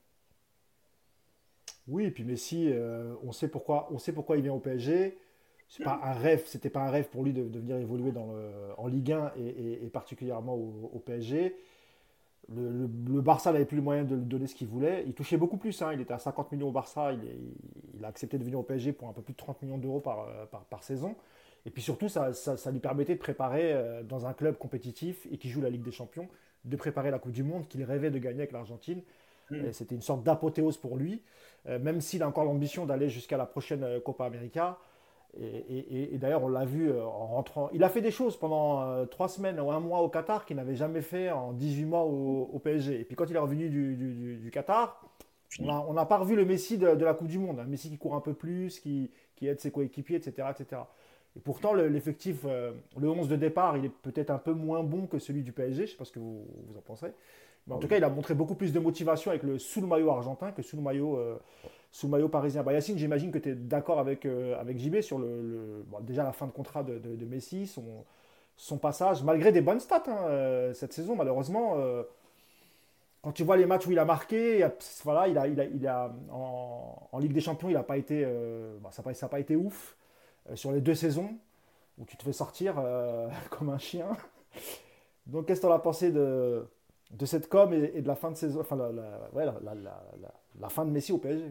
Oui, et puis Messi, euh, on sait pourquoi, on sait pourquoi il vient au P S G. C'est pas un rêve, c'était pas un rêve pour lui de, de venir évoluer dans le, en Ligue un et, et- et particulièrement au, au P S G. Le, le- le Barça n'avait plus le moyen de lui donner ce qu'il voulait. Il touchait beaucoup plus, hein. Il était à cinquante millions au Barça. Il, est- il a accepté de venir au P S G pour un peu plus de trente millions d'euros par, euh, par, par saison. Et puis surtout, ça, ça- ça lui permettait de préparer euh, dans un club compétitif et qui joue la Ligue des Champions, de préparer la Coupe du Monde qu'il rêvait de gagner avec l'Argentine. Et Hmm. c'était une sorte d'apothéose pour lui, euh, même s'il a encore l'ambition d'aller jusqu'à la prochaine euh, Copa América. Et, et- et- et d'ailleurs, on l'a vu euh, en rentrant. Il a fait des choses pendant euh, trois semaines ou un mois au Qatar qu'il n'avait jamais fait en dix-huit mois au, au P S G. Et puis quand il est revenu du, du- du- du Qatar, on Fini. a- on n'a pas revu le Messi de, de la Coupe du Monde. Un Messi qui court un peu plus, qui, qui aide ses coéquipiers, et cetera, et cetera. Et pourtant, le- l'effectif, euh, le onze de départ, il est peut-être un peu moins bon que celui du P S G. Je ne sais pas ce que vous, vous en pensez. Mais en Ah tout oui. cas, il a montré beaucoup plus de motivation avec le sous le maillot argentin que sous le maillot euh, sous maillot parisien. Bah, Yacine, j'imagine que tu es d'accord avec, euh, avec J B sur le, le- bon, déjà la fin de contrat de, de- de Messi, son, son passage, malgré des bonnes stats hein, euh, cette saison, malheureusement. Euh, quand tu vois les matchs où il a marqué, il a- voilà, il a, il a, il a, en, en Ligue des Champions, il a pas été, euh, bah, ça n'a pas, ça a pas été ouf. Euh, sur les deux saisons, où tu te fais sortir euh, comme un chien. Donc, qu'est-ce que tu en as pensé de, de cette com et, et de la fin de saison, enfin, la, la- ouais, la, la- la- la- la fin de Messi au P S G?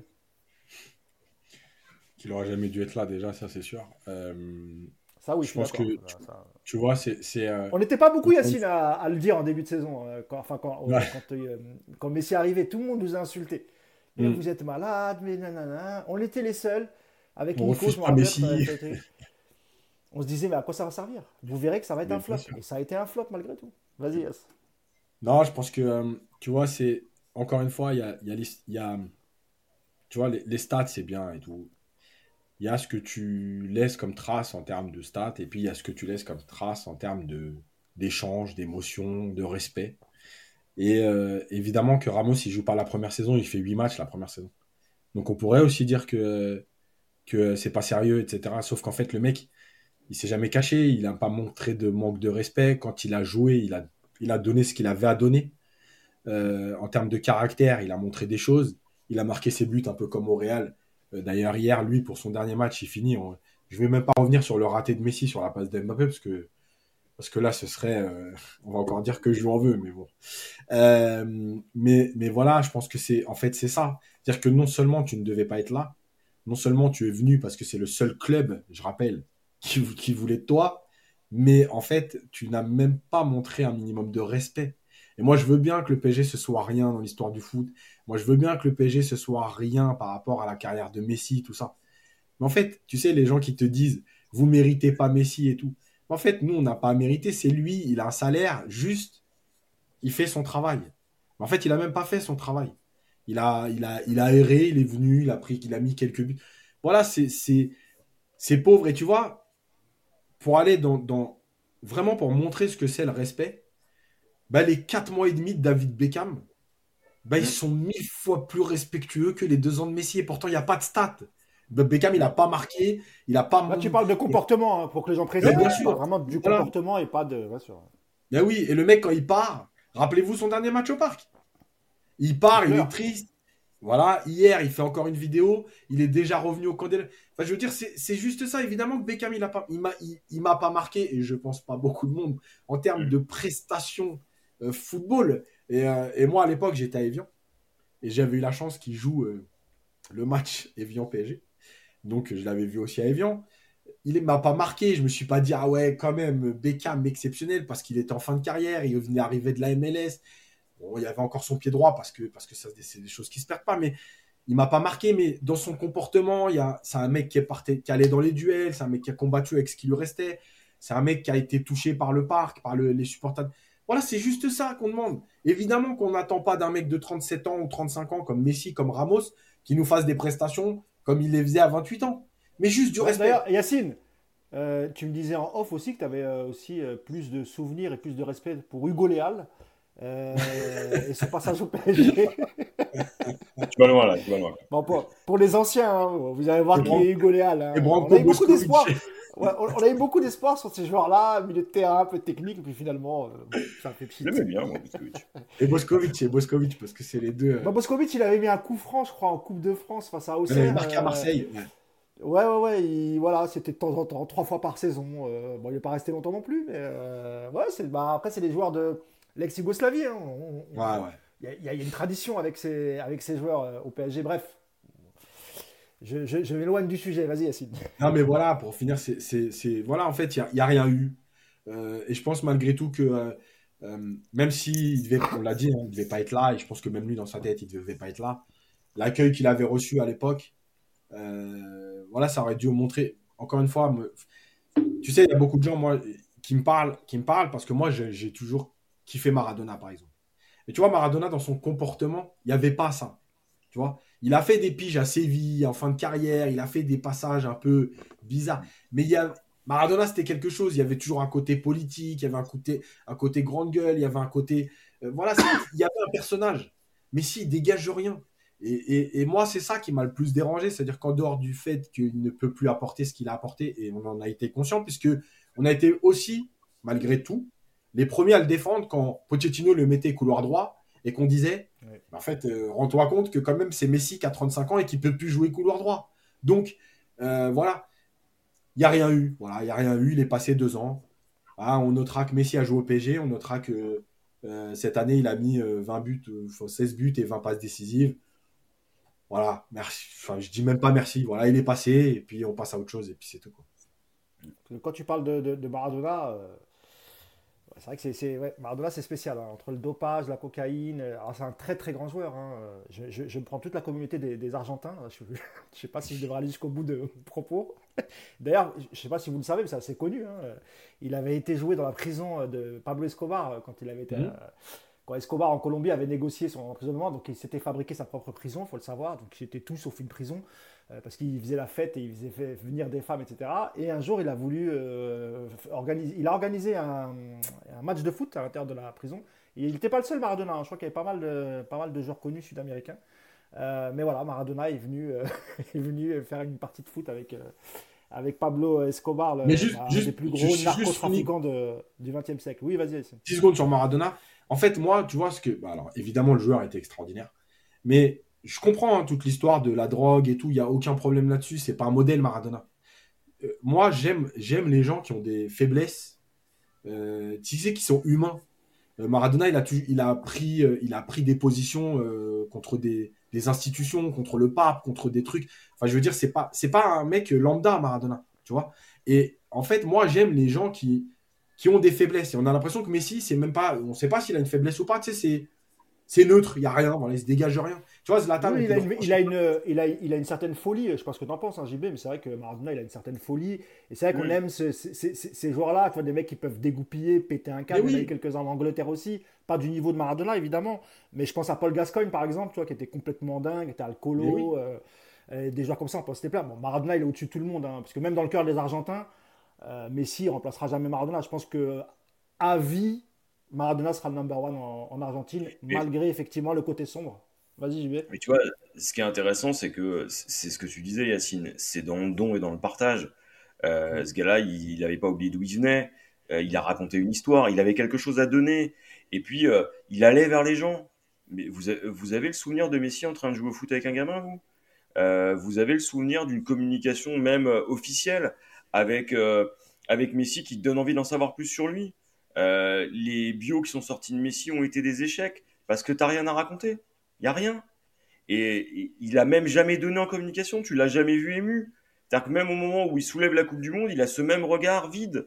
Qu'il aurait jamais dû être là déjà, ça c'est sûr. Euh, Ça, oui, je je suis pense que, d'accord. tu, Ça- ça- tu vois, c'est... c'est, euh, On n'était pas beaucoup, encore une Yacine, à, à le dire en début de saison. euh, Quand, enfin, quand, fois- euh, quand, euh, quand Messi est arrivé, tout le monde nous a insultés. Mais Hmm. vous êtes malade, mais nanana. On était les seuls. Avec On Nico, refuse je me pas rappelle, ça, Messi. ça a été- on se disait, mais à quoi ça va servir? Vous verrez que ça va être Mais un bien flop. sûr. Et ça a été un flop malgré tout. Vas-y, Yass. Non, je pense que, euh, tu vois, c'est... Encore une fois, il y a, il y a, les- il y a- tu vois, les, les stats, c'est bien et tout. Il y a ce que tu laisses comme trace en termes de stats, et puis il y a ce que tu laisses comme trace en termes de, d'échange, d'émotion, de respect. Et euh, évidemment que Ramos, il joue pas la première saison, il fait huit matchs la première saison. Donc on pourrait aussi dire que, que c'est pas sérieux, et cetera. Sauf qu'en fait, le mec, il s'est jamais caché, il n'a pas montré de manque de respect. Quand il a joué, il a, il a donné ce qu'il avait à donner. Euh, en termes de caractère, il a montré des choses. Il a marqué ses buts un peu comme au Real. Euh, D'ailleurs, hier, lui, pour son dernier match, il finit. En... Je ne vais même pas revenir sur le raté de Messi sur la passe d'Mbappé, parce que, parce que là, ce serait. Euh, on va encore dire que je lui en veux, mais bon. Euh, mais, mais voilà, je pense que c'est. En fait, c'est ça. C'est-à-dire que non seulement tu ne devais pas être là, non seulement tu es venu parce que c'est le seul club, je rappelle, qui, qui voulait de toi, mais en fait, tu n'as même pas montré un minimum de respect. Et moi, je veux bien que le P S G ce soit rien dans l'histoire du foot. Moi, je veux bien que le P S G ce soit rien par rapport à la carrière de Messi, tout ça. Mais en fait, tu sais, les gens qui te disent, vous méritez pas Messi et tout. En fait, nous, on n'a pas à mériter. C'est lui, il a un salaire juste, il fait son travail. Mais en fait, il a même pas fait son travail. Il a, il a, il a erré, il est venu, il a pris, il a mis quelques buts. Voilà, c'est, c'est, c'est pauvre. Et tu vois, pour aller dans, dans, vraiment pour montrer ce que c'est le respect, bah, les quatre mois et demi de David Beckham, bah, ils Hmm. sont mille fois plus respectueux que les deux ans de Messi. Et pourtant, il n'y a pas de stats. Bah, Beckham, il n'a Ouais. pas marqué, il n'a pas. Là, tu parles de comportement, hein, pour que les gens Mais précisent. Hein, bien tu parles sûr, vraiment du voilà. comportement et pas de. Bien sûr. Ben oui, et le mec, quand il part, rappelez-vous son dernier match au parc. Il Il part, il est pleure. triste. Voilà, hier, il fait encore une vidéo. Il est déjà revenu au camp des... Enfin, je veux dire, c'est c'est juste ça. Évidemment que Beckham, il a pas, il m'a, il, il m'a pas marqué, et je pense pas beaucoup de monde, en termes Hmm. de prestations euh, football. Et, euh, et moi, à l'époque, j'étais à Evian. Et j'avais eu la chance qu'il joue euh, le match Evian-P S G. Donc, je l'avais vu aussi à Evian. Il ne m'a pas marqué. Je me suis pas dit, ah ouais, quand même, Beckham exceptionnel parce qu'il était en fin de carrière. Il venait d'arriver de la M L S. Bon, il avait encore son pied droit parce que, parce que ça, c'est des choses qui se perdent pas. Mais il m'a pas marqué. Mais dans son comportement, il y a, c'est un mec qui est parti, qui allait dans les duels. C'est un mec qui a combattu avec ce qui lui restait. C'est un mec qui a été touché par le parc, par le, les supporters. Voilà, c'est juste ça qu'on demande. Évidemment qu'on n'attend pas d'un mec de trente-sept ans ou trente-cinq ans comme Messi, comme Ramos, qui nous fasse des prestations comme il les faisait à vingt-huit ans. Mais juste du Ouais, respect. d'ailleurs, Yacine, euh, tu me disais en off aussi que tu avais euh, aussi euh, plus de souvenirs et plus de respect pour Hugo Léal euh, et son passage au P S G. Tu vas loin là, tu vas loin. Bon, pour, pour les anciens, hein, vous allez voir Et, qui Bran- est Hugo Léal. et Hein. On Branko a eu beaucoup Boskovic. d'espoir. Ouais, on, on a eu beaucoup d'espoir sur ces joueurs-là, milieu de terrain, un peu technique, et puis finalement, euh, bon, ça fait pchit. Je l'aimais bien, moi, Boskovic. Et Boskovic, et Boskovic, parce que c'est les deux. Bah, Euh... Boskovic, il avait mis un coup franc, je crois, en Coupe de France face à Il avait Auxerre. marqué à euh, Marseille. Ouais, ouais, ouais, il- voilà, c'était de temps en temps, trois fois par saison. Euh, bon, il n'est pas resté longtemps non plus, mais euh, ouais, c'est, bah, après, c'est les joueurs de l'ex-Yougoslavie. Hein. On- on- Ouais, ouais. Il y, a- il y a il y a une tradition avec ces, avec ces joueurs euh, au P S G. Bref, je, je, je m'éloigne du sujet. Vas-y, Yacine. Non, mais voilà, pour finir, c'est, c'est, c'est- voilà, en fait, il n'y a, y a rien eu. Euh, et je pense malgré tout que, euh, euh, même si, devait, on l'a dit, hein, il ne devait pas être là, et je pense que même lui, dans sa tête, il ne devait pas être là, l'accueil qu'il avait reçu à l'époque, euh, voilà, ça aurait dû montrer, encore une fois, me- tu sais, il y a beaucoup de gens, moi, qui me parlent, qui me parlent parce que moi, j'ai, j'ai toujours kiffé Maradona, par exemple. Et tu vois, Maradona, dans son comportement, il n'y avait pas ça. Tu vois, il a fait des piges à Séville en fin de carrière, il a fait des passages un peu bizarres. Mais il y a... Maradona, c'était quelque chose. Il y avait toujours un côté politique, il y avait un côté, un côté grande gueule, il y avait un côté. euh, voilà, c'est- il y avait un personnage. Mais si, il dégage rien. Et, et, et moi, c'est ça qui m'a le plus dérangé, c'est-à-dire qu'en dehors du fait qu'il ne peut plus apporter ce qu'il a apporté, et on en a été conscient, puisque on a été aussi, malgré tout, les premiers à le défendre quand Pochettino le mettait couloir droit et qu'on disait, Ouais. en fait, euh, rends-toi compte que quand même c'est Messi qui a trente-cinq ans et qui peut plus jouer couloir droit. Donc, euh, voilà, il n'y a rien eu. Voilà, il n'y a rien eu. Il est passé deux ans. Ah, on notera que Messi a joué au P S G. On notera que euh, cette année, il a mis euh, vingt buts, euh, seize buts et vingt passes décisives. Voilà, merci. Enfin, je dis même pas merci. Voilà, il est passé et puis on passe à autre chose et puis c'est tout, quoi. Quand tu parles de, de, de Maradona, euh, c'est vrai que c'est, c'est ouais, Maradona c'est spécial, hein, entre le dopage, la cocaïne. euh, Alors c'est un très très grand joueur, hein. Je, je, je me prends toute la communauté des, des Argentins. Je ne sais pas si je devrais aller jusqu'au bout de mon propos. D'ailleurs, je ne sais pas si vous le savez, mais c'est assez connu, hein. Il avait été joué dans la prison de Pablo Escobar euh, quand il avait été, euh, Mhm. quand Escobar en Colombie avait négocié son emprisonnement, donc il s'était fabriqué sa propre prison, il faut le savoir. Donc c'était tout sauf une prison, euh, parce qu'il faisait la fête et il faisait fait venir des femmes, et cetera. Et un jour, il a voulu euh, organiser, il a organisé un, un match de foot à l'intérieur de la prison. Et il n'était pas le seul Maradona, hein. Je crois qu'il y avait pas mal de, pas mal de joueurs connus sud-américains. Euh, mais voilà, Maradona est venu, euh, est venu faire une partie de foot avec, euh, avec Pablo Escobar, Mais le, juste, bah, un des juste, plus je gros suis juste souligner narcotrafiquants de, du vingtième siècle. Oui, vas-y, Yassine. dix secondes sur Maradona. En fait, moi, tu vois ce que. Bah, alors, évidemment, le joueur était extraordinaire. Mais je comprends hein, toute l'histoire de la drogue et tout. Il n'y a aucun problème là-dessus. C'est pas un modèle, Maradona. Euh, moi, j'aime, j'aime les gens qui ont des faiblesses. Euh, tu sais, qui sont humains. Euh, Maradona, il a, tu- il a pris, euh, il a pris des positions euh, contre des, des institutions, contre le pape, contre des trucs. Enfin, je veux dire, c'est pas, c'est pas un mec lambda, Maradona. Tu vois. Et en fait, moi, j'aime les gens qui, qui ont des faiblesses. Et on a l'impression que Messi, c'est même pas, on ne sait pas s'il a une faiblesse ou pas. Tu sais, c'est, c'est neutre. Il y a rien. Voilà, il se dégage rien. Tu vois, Zlatan, on Oui, il peut a le une, il reprocher. a une, il a, il a une certaine folie. Je sais pas ce que tu en penses, hein, J B, mais c'est vrai que Maradona, il a une certaine folie. Et c'est vrai qu'on Mm. aime ce- ce- ces, ces- ces joueurs-là, tu vois, des mecs qui peuvent dégoupiller, péter un Mais câble. Il y en a eu oui, quelques-uns en Angleterre aussi. Pas du niveau de Maradona, évidemment. Mais je pense à Paul Gascoigne, par exemple, tu vois, qui était complètement dingue, qui était mais oui. alcoolo. Euh, euh, des joueurs comme ça, on peut se les plaire. Bon, Maradona, il est au-dessus de tout le monde, hein, parce que même dans le cœur des Argentins, euh, Messi remplacera jamais Maradona. Je pense que à vie, Maradona sera le number one en, en Argentine, Mais, malgré effectivement le côté sombre. Vas-y, J B. mais tu vois, ce qui est intéressant, c'est que c'est ce que tu disais, Yacine, c'est dans le don et dans le partage. Euh, ce gars-là, il n'avait pas oublié d'où il venait. Euh, il a raconté une histoire. Il avait quelque chose à donner. Et puis, euh, il allait vers les gens. Mais vous, a- vous avez le souvenir de Messi en train de jouer au foot avec un gamin, vous? Euh, vous avez le souvenir d'une communication même euh, officielle avec, euh, avec Messi qui te donne envie d'en savoir plus sur lui. Euh, les bios qui sont sortis de Messi ont été des échecs parce que t'as rien à raconter. Il y a rien. Et, et il a même jamais donné en communication. Tu l'as jamais vu ému. C'est-à-dire que même au moment où il soulève la Coupe du Monde, il a ce même regard vide.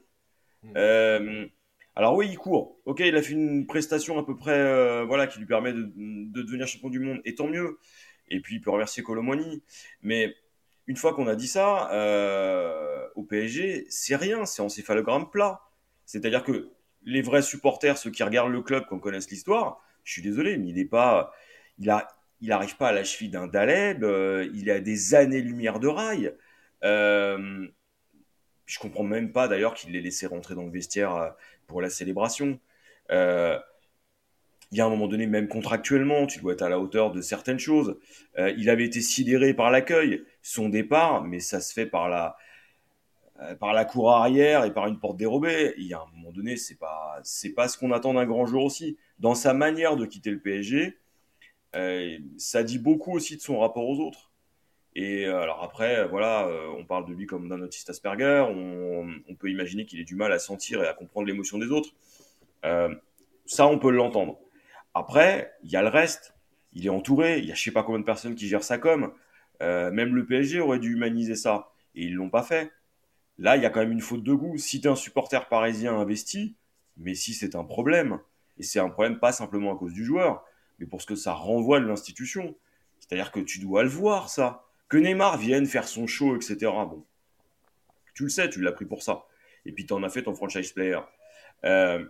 Euh, alors oui, il court. Ok, il a fait une prestation à peu près, euh, voilà, qui lui permet de, de devenir champion du monde. Et tant mieux. Et puis il peut remercier Colomoni. Mais une fois qu'on a dit ça, euh, au P S G, c'est rien, c'est encéphalogramme plat. C'est-à-dire que les vrais supporters, ceux qui regardent le club, qu'on connaisse l'histoire, je suis désolé, mais il n'est pas, il a, il arrive pas à la cheville d'un Daleb. Euh, il a des années-lumière de rail. Euh, je comprends même pas d'ailleurs qu'il l'ait laissé rentrer dans le vestiaire euh, pour la célébration. Euh, il y a un moment donné, même contractuellement, tu dois être à la hauteur de certaines choses. Euh, il avait été sidéré par l'accueil, son départ, mais ça se fait par la, euh, par la cour arrière et par une porte dérobée. Il y a un moment donné, c'est pas, c'est pas ce qu'on attend d'un grand joueur aussi. Dans sa manière de quitter le P S G, euh, ça dit beaucoup aussi de son rapport aux autres. Et euh, alors après, voilà, euh, on parle de lui comme d'un autiste Asperger. On, on peut imaginer qu'il ait du mal à sentir et à comprendre l'émotion des autres. Euh, Ça, on peut l'entendre. Après, il y a le reste. Il est entouré. Il y a je sais pas combien de personnes qui gèrent sa com. Euh, même le P S G aurait dû humaniser ça. Et ils l'ont pas fait. Là, il y a quand même une faute de goût. Si tu es un supporter parisien investi, mais si c'est un problème. Et c'est un problème pas simplement à cause du joueur, mais pour ce que ça renvoie de l'institution. C'est-à-dire que tu dois le voir, ça. Que Neymar vienne faire son show, et cetera. Bon, tu le sais, tu l'as pris pour ça. Et puis tu en as fait ton franchise player. Euh,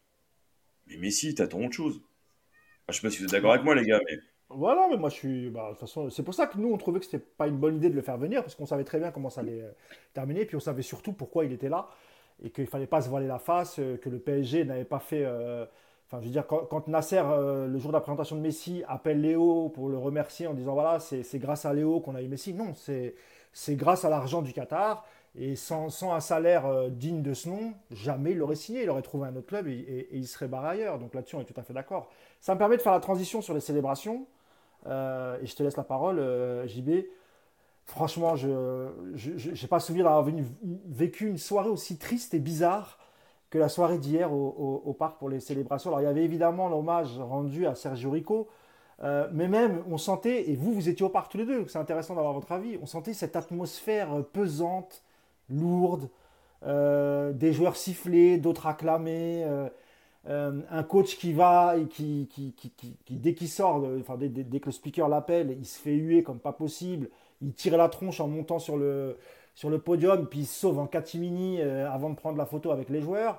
mais Messi, t'attends autre chose. Enfin, je sais pas si vous êtes d'accord Bah, avec moi, les gars, mais voilà, mais moi je suis. Bah, de toute façon, c'est pour ça que nous on trouvait que c'était pas une bonne idée de le faire venir, parce qu'on savait très bien comment ça allait euh, terminer, puis on savait surtout pourquoi il était là, et qu'il fallait pas se voiler la face, euh, que le P S G n'avait pas fait. euh, Enfin, je veux dire, quand, quand Nasser, euh, le jour de la présentation de Messi, appelle Léo pour le remercier en disant voilà, c'est c'est grâce à Léo qu'on a eu Messi. Non, c'est c'est grâce à l'argent du Qatar. Et sans, sans un salaire euh, digne de ce nom, jamais il l'aurait signé. Il aurait trouvé un autre club et, et- et il serait barré ailleurs. Donc là-dessus, on est tout à fait d'accord. Ça me permet de faire la transition sur les célébrations. Euh, et je te laisse la parole, euh, J B. Franchement, je n'ai pas souvenir d'avoir venu- vécu une soirée aussi triste et bizarre que la soirée d'hier au, au- au parc pour les célébrations. Alors, il y avait évidemment l'hommage rendu à Sergio Rico, euh, mais même, on sentait, et vous, vous étiez au parc tous les deux, c'est intéressant d'avoir votre avis, on sentait cette atmosphère euh, pesante, lourde, euh, des joueurs sifflés, d'autres acclamés, euh, euh, un coach qui va et qui, qui, qui- qui- qui, dès qu'il sort, de- enfin, dès, dès- dès que le speaker l'appelle, il se fait huer comme pas possible, il tire la tronche en montant sur le, sur le podium, puis il se sauve en catimini euh, avant de prendre la photo avec les joueurs.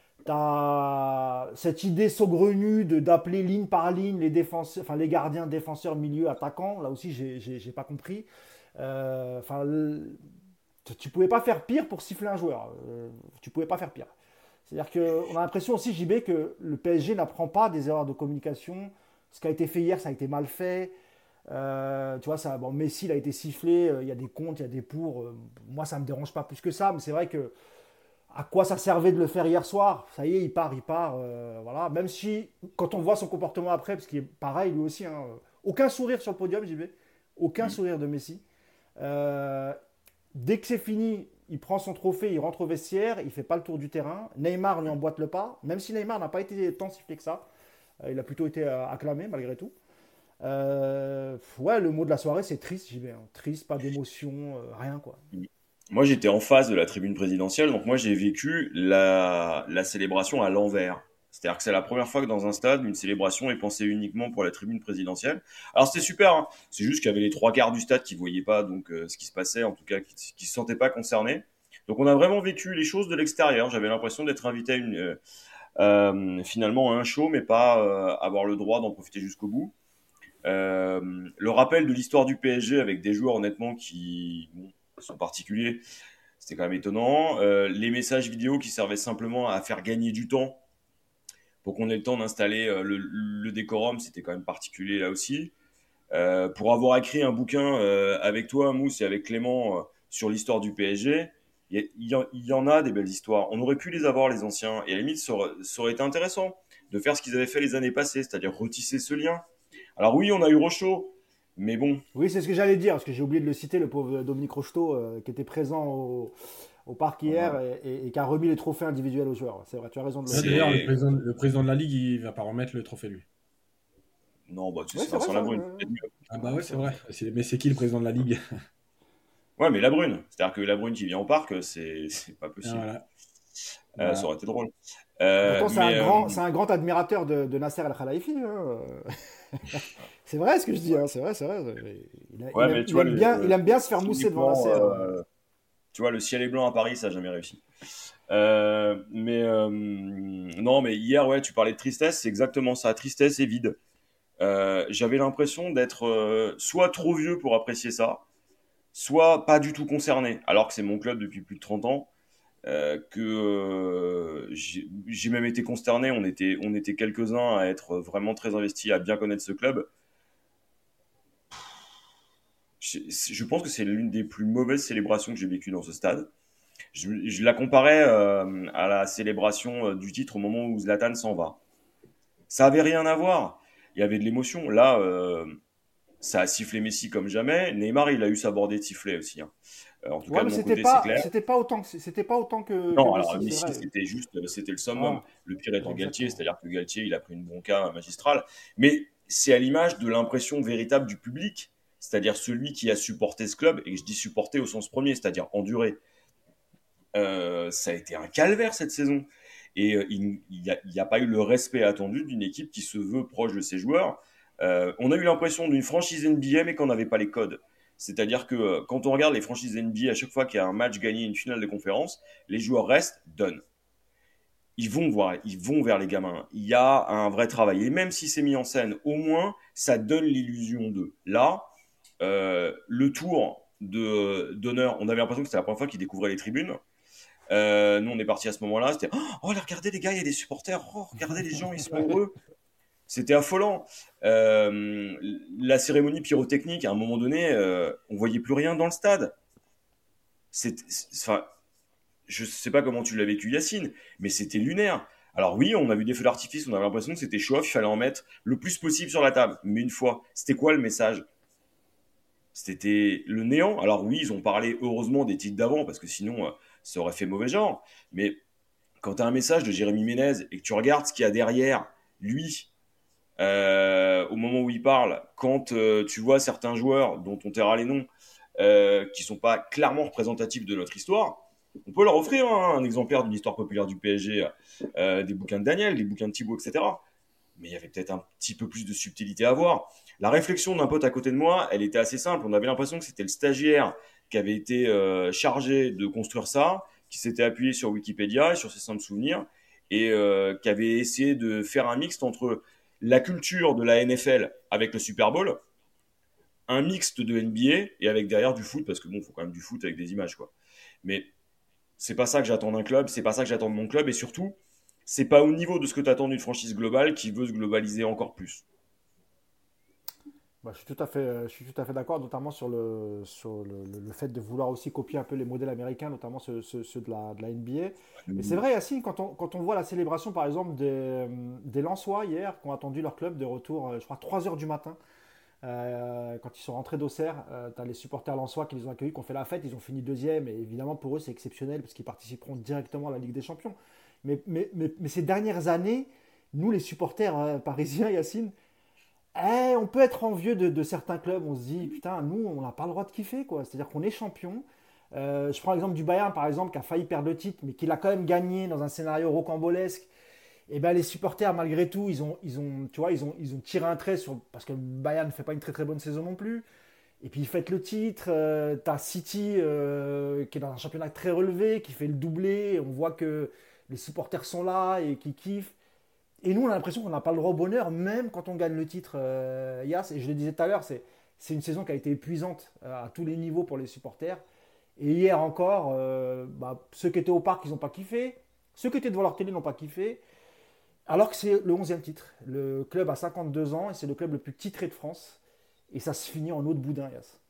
T'as cette idée saugrenue de d'appeler ligne par ligne les défenseurs, enfin les gardiens, défenseurs, milieu, attaquants. Là aussi, j'ai j'ai- j'ai pas compris. Euh, Enfin, le- tu tu pouvais pas faire pire pour siffler un joueur. Euh, tu pouvais pas faire pire. C'est-à-dire qu'on a l'impression aussi, J B, que le P S G n'apprend pas des erreurs de communication. Ce qui a été fait hier, ça a été mal fait. Euh, tu vois, ça, bon, Messi, il a été sifflé. euh, Il y a des contre, il y a des pour. Euh, moi, ça me dérange pas plus que ça. Mais c'est vrai que à quoi ça servait de le faire hier soir? Ça y est, il part, il part. Euh, voilà. Même si, quand on voit son comportement après, parce qu'il est pareil lui aussi, hein, euh, aucun sourire sur le podium, J B. Aucun Mm. sourire de Messi. Euh, Dès que c'est fini, il prend son trophée, il rentre au vestiaire, il fait pas le tour du terrain. Neymar lui emboîte le pas, même si Neymar n'a pas été tant sifflé que ça. Euh, il a plutôt été euh, acclamé malgré tout. Euh, ouais, le mot de la soirée, c'est triste, J B. Hein. Triste, pas d'émotion, euh, rien quoi. Moi, j'étais en face de la tribune présidentielle, donc moi, j'ai vécu la, la célébration à l'envers. C'est-à-dire que c'est la première fois que dans un stade, une célébration est pensée uniquement pour la tribune présidentielle. Alors, c'était super, hein. C'est juste qu'il y avait les trois quarts du stade qui ne voyaient pas donc, euh, ce qui se passait, en tout cas, qui ne se sentaient pas concernés. Donc, on a vraiment vécu les choses de l'extérieur. J'avais l'impression d'être invité à une, euh, euh, finalement à un show, mais pas euh, avoir le droit d'en profiter jusqu'au bout. Euh, le rappel de l'histoire du P S G avec des joueurs honnêtement qui bon, sont particuliers, c'était quand même étonnant. Euh, les messages vidéo qui servaient simplement à faire gagner du temps pour qu'on ait le temps d'installer euh, le, le décorum, c'était quand même particulier là aussi. Euh, pour avoir écrit un bouquin euh, avec toi, Mousse, et avec Clément euh, sur l'histoire du P S G, il y, y, il y en a des belles histoires. On aurait pu les avoir, les anciens, et à la limite, ça aurait, ça aurait été intéressant de faire ce qu'ils avaient fait les années passées, c'est-à-dire retisser ce lien. Alors oui, on a eu Rochaud, mais bon, Oui, c'est ce que j'allais dire, parce que j'ai oublié de le citer, le pauvre Dominique Rocheteau, euh, qui était présent au, au parc hier voilà. et, et- et qui a remis les trophées individuels aux joueurs. C'est vrai, tu as raison de le Ouais, rappeler. d'ailleurs, le C'est... président, le président de la Ligue, il va pas remettre le trophée, lui. Non, bah, tu sais, Oui, c'est c'est vrai Vincent ça. Ouais, Labrune. ouais. Peut-être mieux. Ah bah Ouais, ouais, c'est c'est vrai. vrai. C'est- Mais c'est qui le président de la Ligue? Ouais, mais Labrune. C'est-à-dire que Labrune qui vient au parc, c'est, c'est pas Ah, possible. voilà. Euh, ça Voilà. aurait été drôle. Euh, Pourtant, c'est un mais euh, grand, c'est un grand admirateur de, de Nasser El Khelaifi. Hein. C'est vrai ce que je dis, hein, c'est vrai, c'est vrai. Il, a- il ouais, aime, mais tu il vois, aime le, bien, il le- aime bien se faire mousser devant typiquement, Nasser. euh. euh, tu vois, le ciel est blanc à Paris, ça n'a jamais réussi. Euh, mais euh, non, mais hier, ouais, tu parlais de tristesse, c'est exactement ça. Tristesse et vide. Euh, j'avais l'impression d'être euh, soit trop vieux pour apprécier ça, soit pas du tout concerné, alors que c'est mon club depuis plus de trente ans. Euh, que euh, j'ai j'ai même été consterné. On était, on était quelques-uns à être vraiment très investis, à bien connaître ce club. Je, je pense que c'est l'une des plus mauvaises célébrations que j'ai vécues dans ce stade. Je, je la comparais euh, à la célébration euh, du titre au moment où Zlatan s'en va. Ça avait rien à voir. Il y avait de l'émotion. Là, euh, ça a sifflé Messi comme jamais. Neymar, il a eu sa bordée de sifflet aussi, hein. Euh, en tout Ouais, cas, de mais mon c'était côté, c'est pas, clair. c'était pas autant que, c'était pas autant que, que Non, alors Messi, c'est Messi, vrai. c'était juste, euh, c'était le summum. Voilà, Le pire étant Galtier, exactement. c'est-à-dire que Galtier, il a pris une bronca magistrale. Mais c'est à l'image de l'impression véritable du public, c'est-à-dire celui qui a supporté ce club, et je dis supporter au sens premier, c'est-à-dire enduré. Euh, ça a été un calvaire cette saison. Et euh, il n'y a, il a pas eu le respect attendu d'une équipe qui se veut proche de ses joueurs. Euh, on a eu l'impression d'une franchise N B A, mais qu'on n'avait pas les codes. C'est-à-dire que euh, quand on regarde les franchises N B A, à chaque fois qu'il y a un match gagné, une finale de conférence, les joueurs restent, donnent. Ils vont voir, ils vont vers les gamins. Il y a un vrai travail. Et même si c'est mis en scène, au moins, ça donne l'illusion d'eux. Là, euh, le tour de d'honneur, on avait l'impression que c'était la première fois qu'ils découvraient les tribunes. Euh, nous, on est partis à ce moment-là. C'était oh, oh, regardez les gars, il y a des supporters. Oh, regardez les gens, ils sont heureux. C'était affolant. Euh, la cérémonie pyrotechnique, à un moment donné, euh, on voyait plus rien dans le stade. C'est, enfin, je sais pas comment tu l'as vécu, Yacine, mais c'était lunaire. Alors oui, on a vu des feux d'artifice, on avait l'impression que c'était chaud, il fallait en mettre le plus possible sur la table. Mais une fois, c'était quoi le message? C'était le néant. Alors oui, ils ont parlé heureusement des titres d'avant, parce que sinon, euh, ça aurait fait mauvais genre. Mais quand tu as un message de Jérémy Ménez et que tu regardes ce qu'il y a derrière, lui, euh, au moment où il parle, quand euh, tu vois certains joueurs dont on taira les noms, euh, qui sont pas clairement représentatifs de notre histoire, on peut leur offrir hein, un exemplaire d'une histoire populaire du P S G, euh, des bouquins de Daniel, des bouquins de Thibaut, et cetera. Mais il y avait peut-être un petit peu plus de subtilité à voir. La réflexion d'un pote à côté de moi, elle était assez simple. On avait l'impression que c'était le stagiaire qui avait été euh, chargé de construire ça, qui s'était appuyé sur Wikipédia et sur ses simples souvenirs, et euh, qui avait essayé de faire un mixte entre la culture de la N F L avec le Super Bowl, un mixte de N B A et avec derrière du foot, parce que bon, il faut quand même du foot avec des images, quoi. Mais c'est pas ça que j'attends d'un club, c'est pas ça que j'attends de mon club, et surtout, c'est pas au niveau de ce que tu attends d'une franchise globale qui veut se globaliser encore plus. Bah, je suis tout à fait, euh, je suis tout à fait d'accord, notamment sur le, sur le, le- le fait de vouloir aussi copier un peu les modèles américains, notamment ceux, ceux- ceux de la, de la N B A. Mais c'est vrai, Yacine, quand on, quand on voit la célébration, par exemple, des, euh, des Lensois hier, qui ont attendu leur club de retour, euh, je crois, trois heures du matin, euh, quand ils sont rentrés d'Auxerre, euh, tu as les supporters lensois qui les ont accueillis, qui ont fait la fête, ils ont fini deuxième, et évidemment, pour eux, c'est exceptionnel, parce qu'ils participeront directement à la Ligue des Champions. Mais, mais, mais, mais ces dernières années, nous, les supporters euh, parisiens, Yacine, eh, on peut être envieux de, de certains clubs. On se dit, putain, nous, on n'a pas le droit de kiffer, quoi. C'est-à-dire qu'on est champion. Euh, je prends l'exemple du Bayern, par exemple, qui a failli perdre le titre, mais qui l'a quand même gagné dans un scénario rocambolesque. Et ben les supporters, malgré tout, ils ont, ils ont, tu vois, ils ont, ils ont tiré un trait sur, parce que le Bayern ne fait pas une très très bonne saison non plus. Et puis ils fêtent le titre. Euh, t'as City euh, qui est dans un championnat très relevé, qui fait le doublé. On voit que les supporters sont là et qui kiffent. Et nous, on a l'impression qu'on n'a pas le droit au bonheur, même quand on gagne le titre, euh, Yas. Et je le disais tout à l'heure, c'est, c'est une saison qui a été épuisante euh, à tous les niveaux pour les supporters. Et hier encore, euh, bah, ceux qui étaient au parc, ils n'ont pas kiffé. Ceux qui étaient devant leur télé n'ont pas kiffé. Alors que c'est le onzième titre. Le club a cinquante-deux ans et c'est le club le plus titré de France. Et ça se finit en eau de boudin, Yas.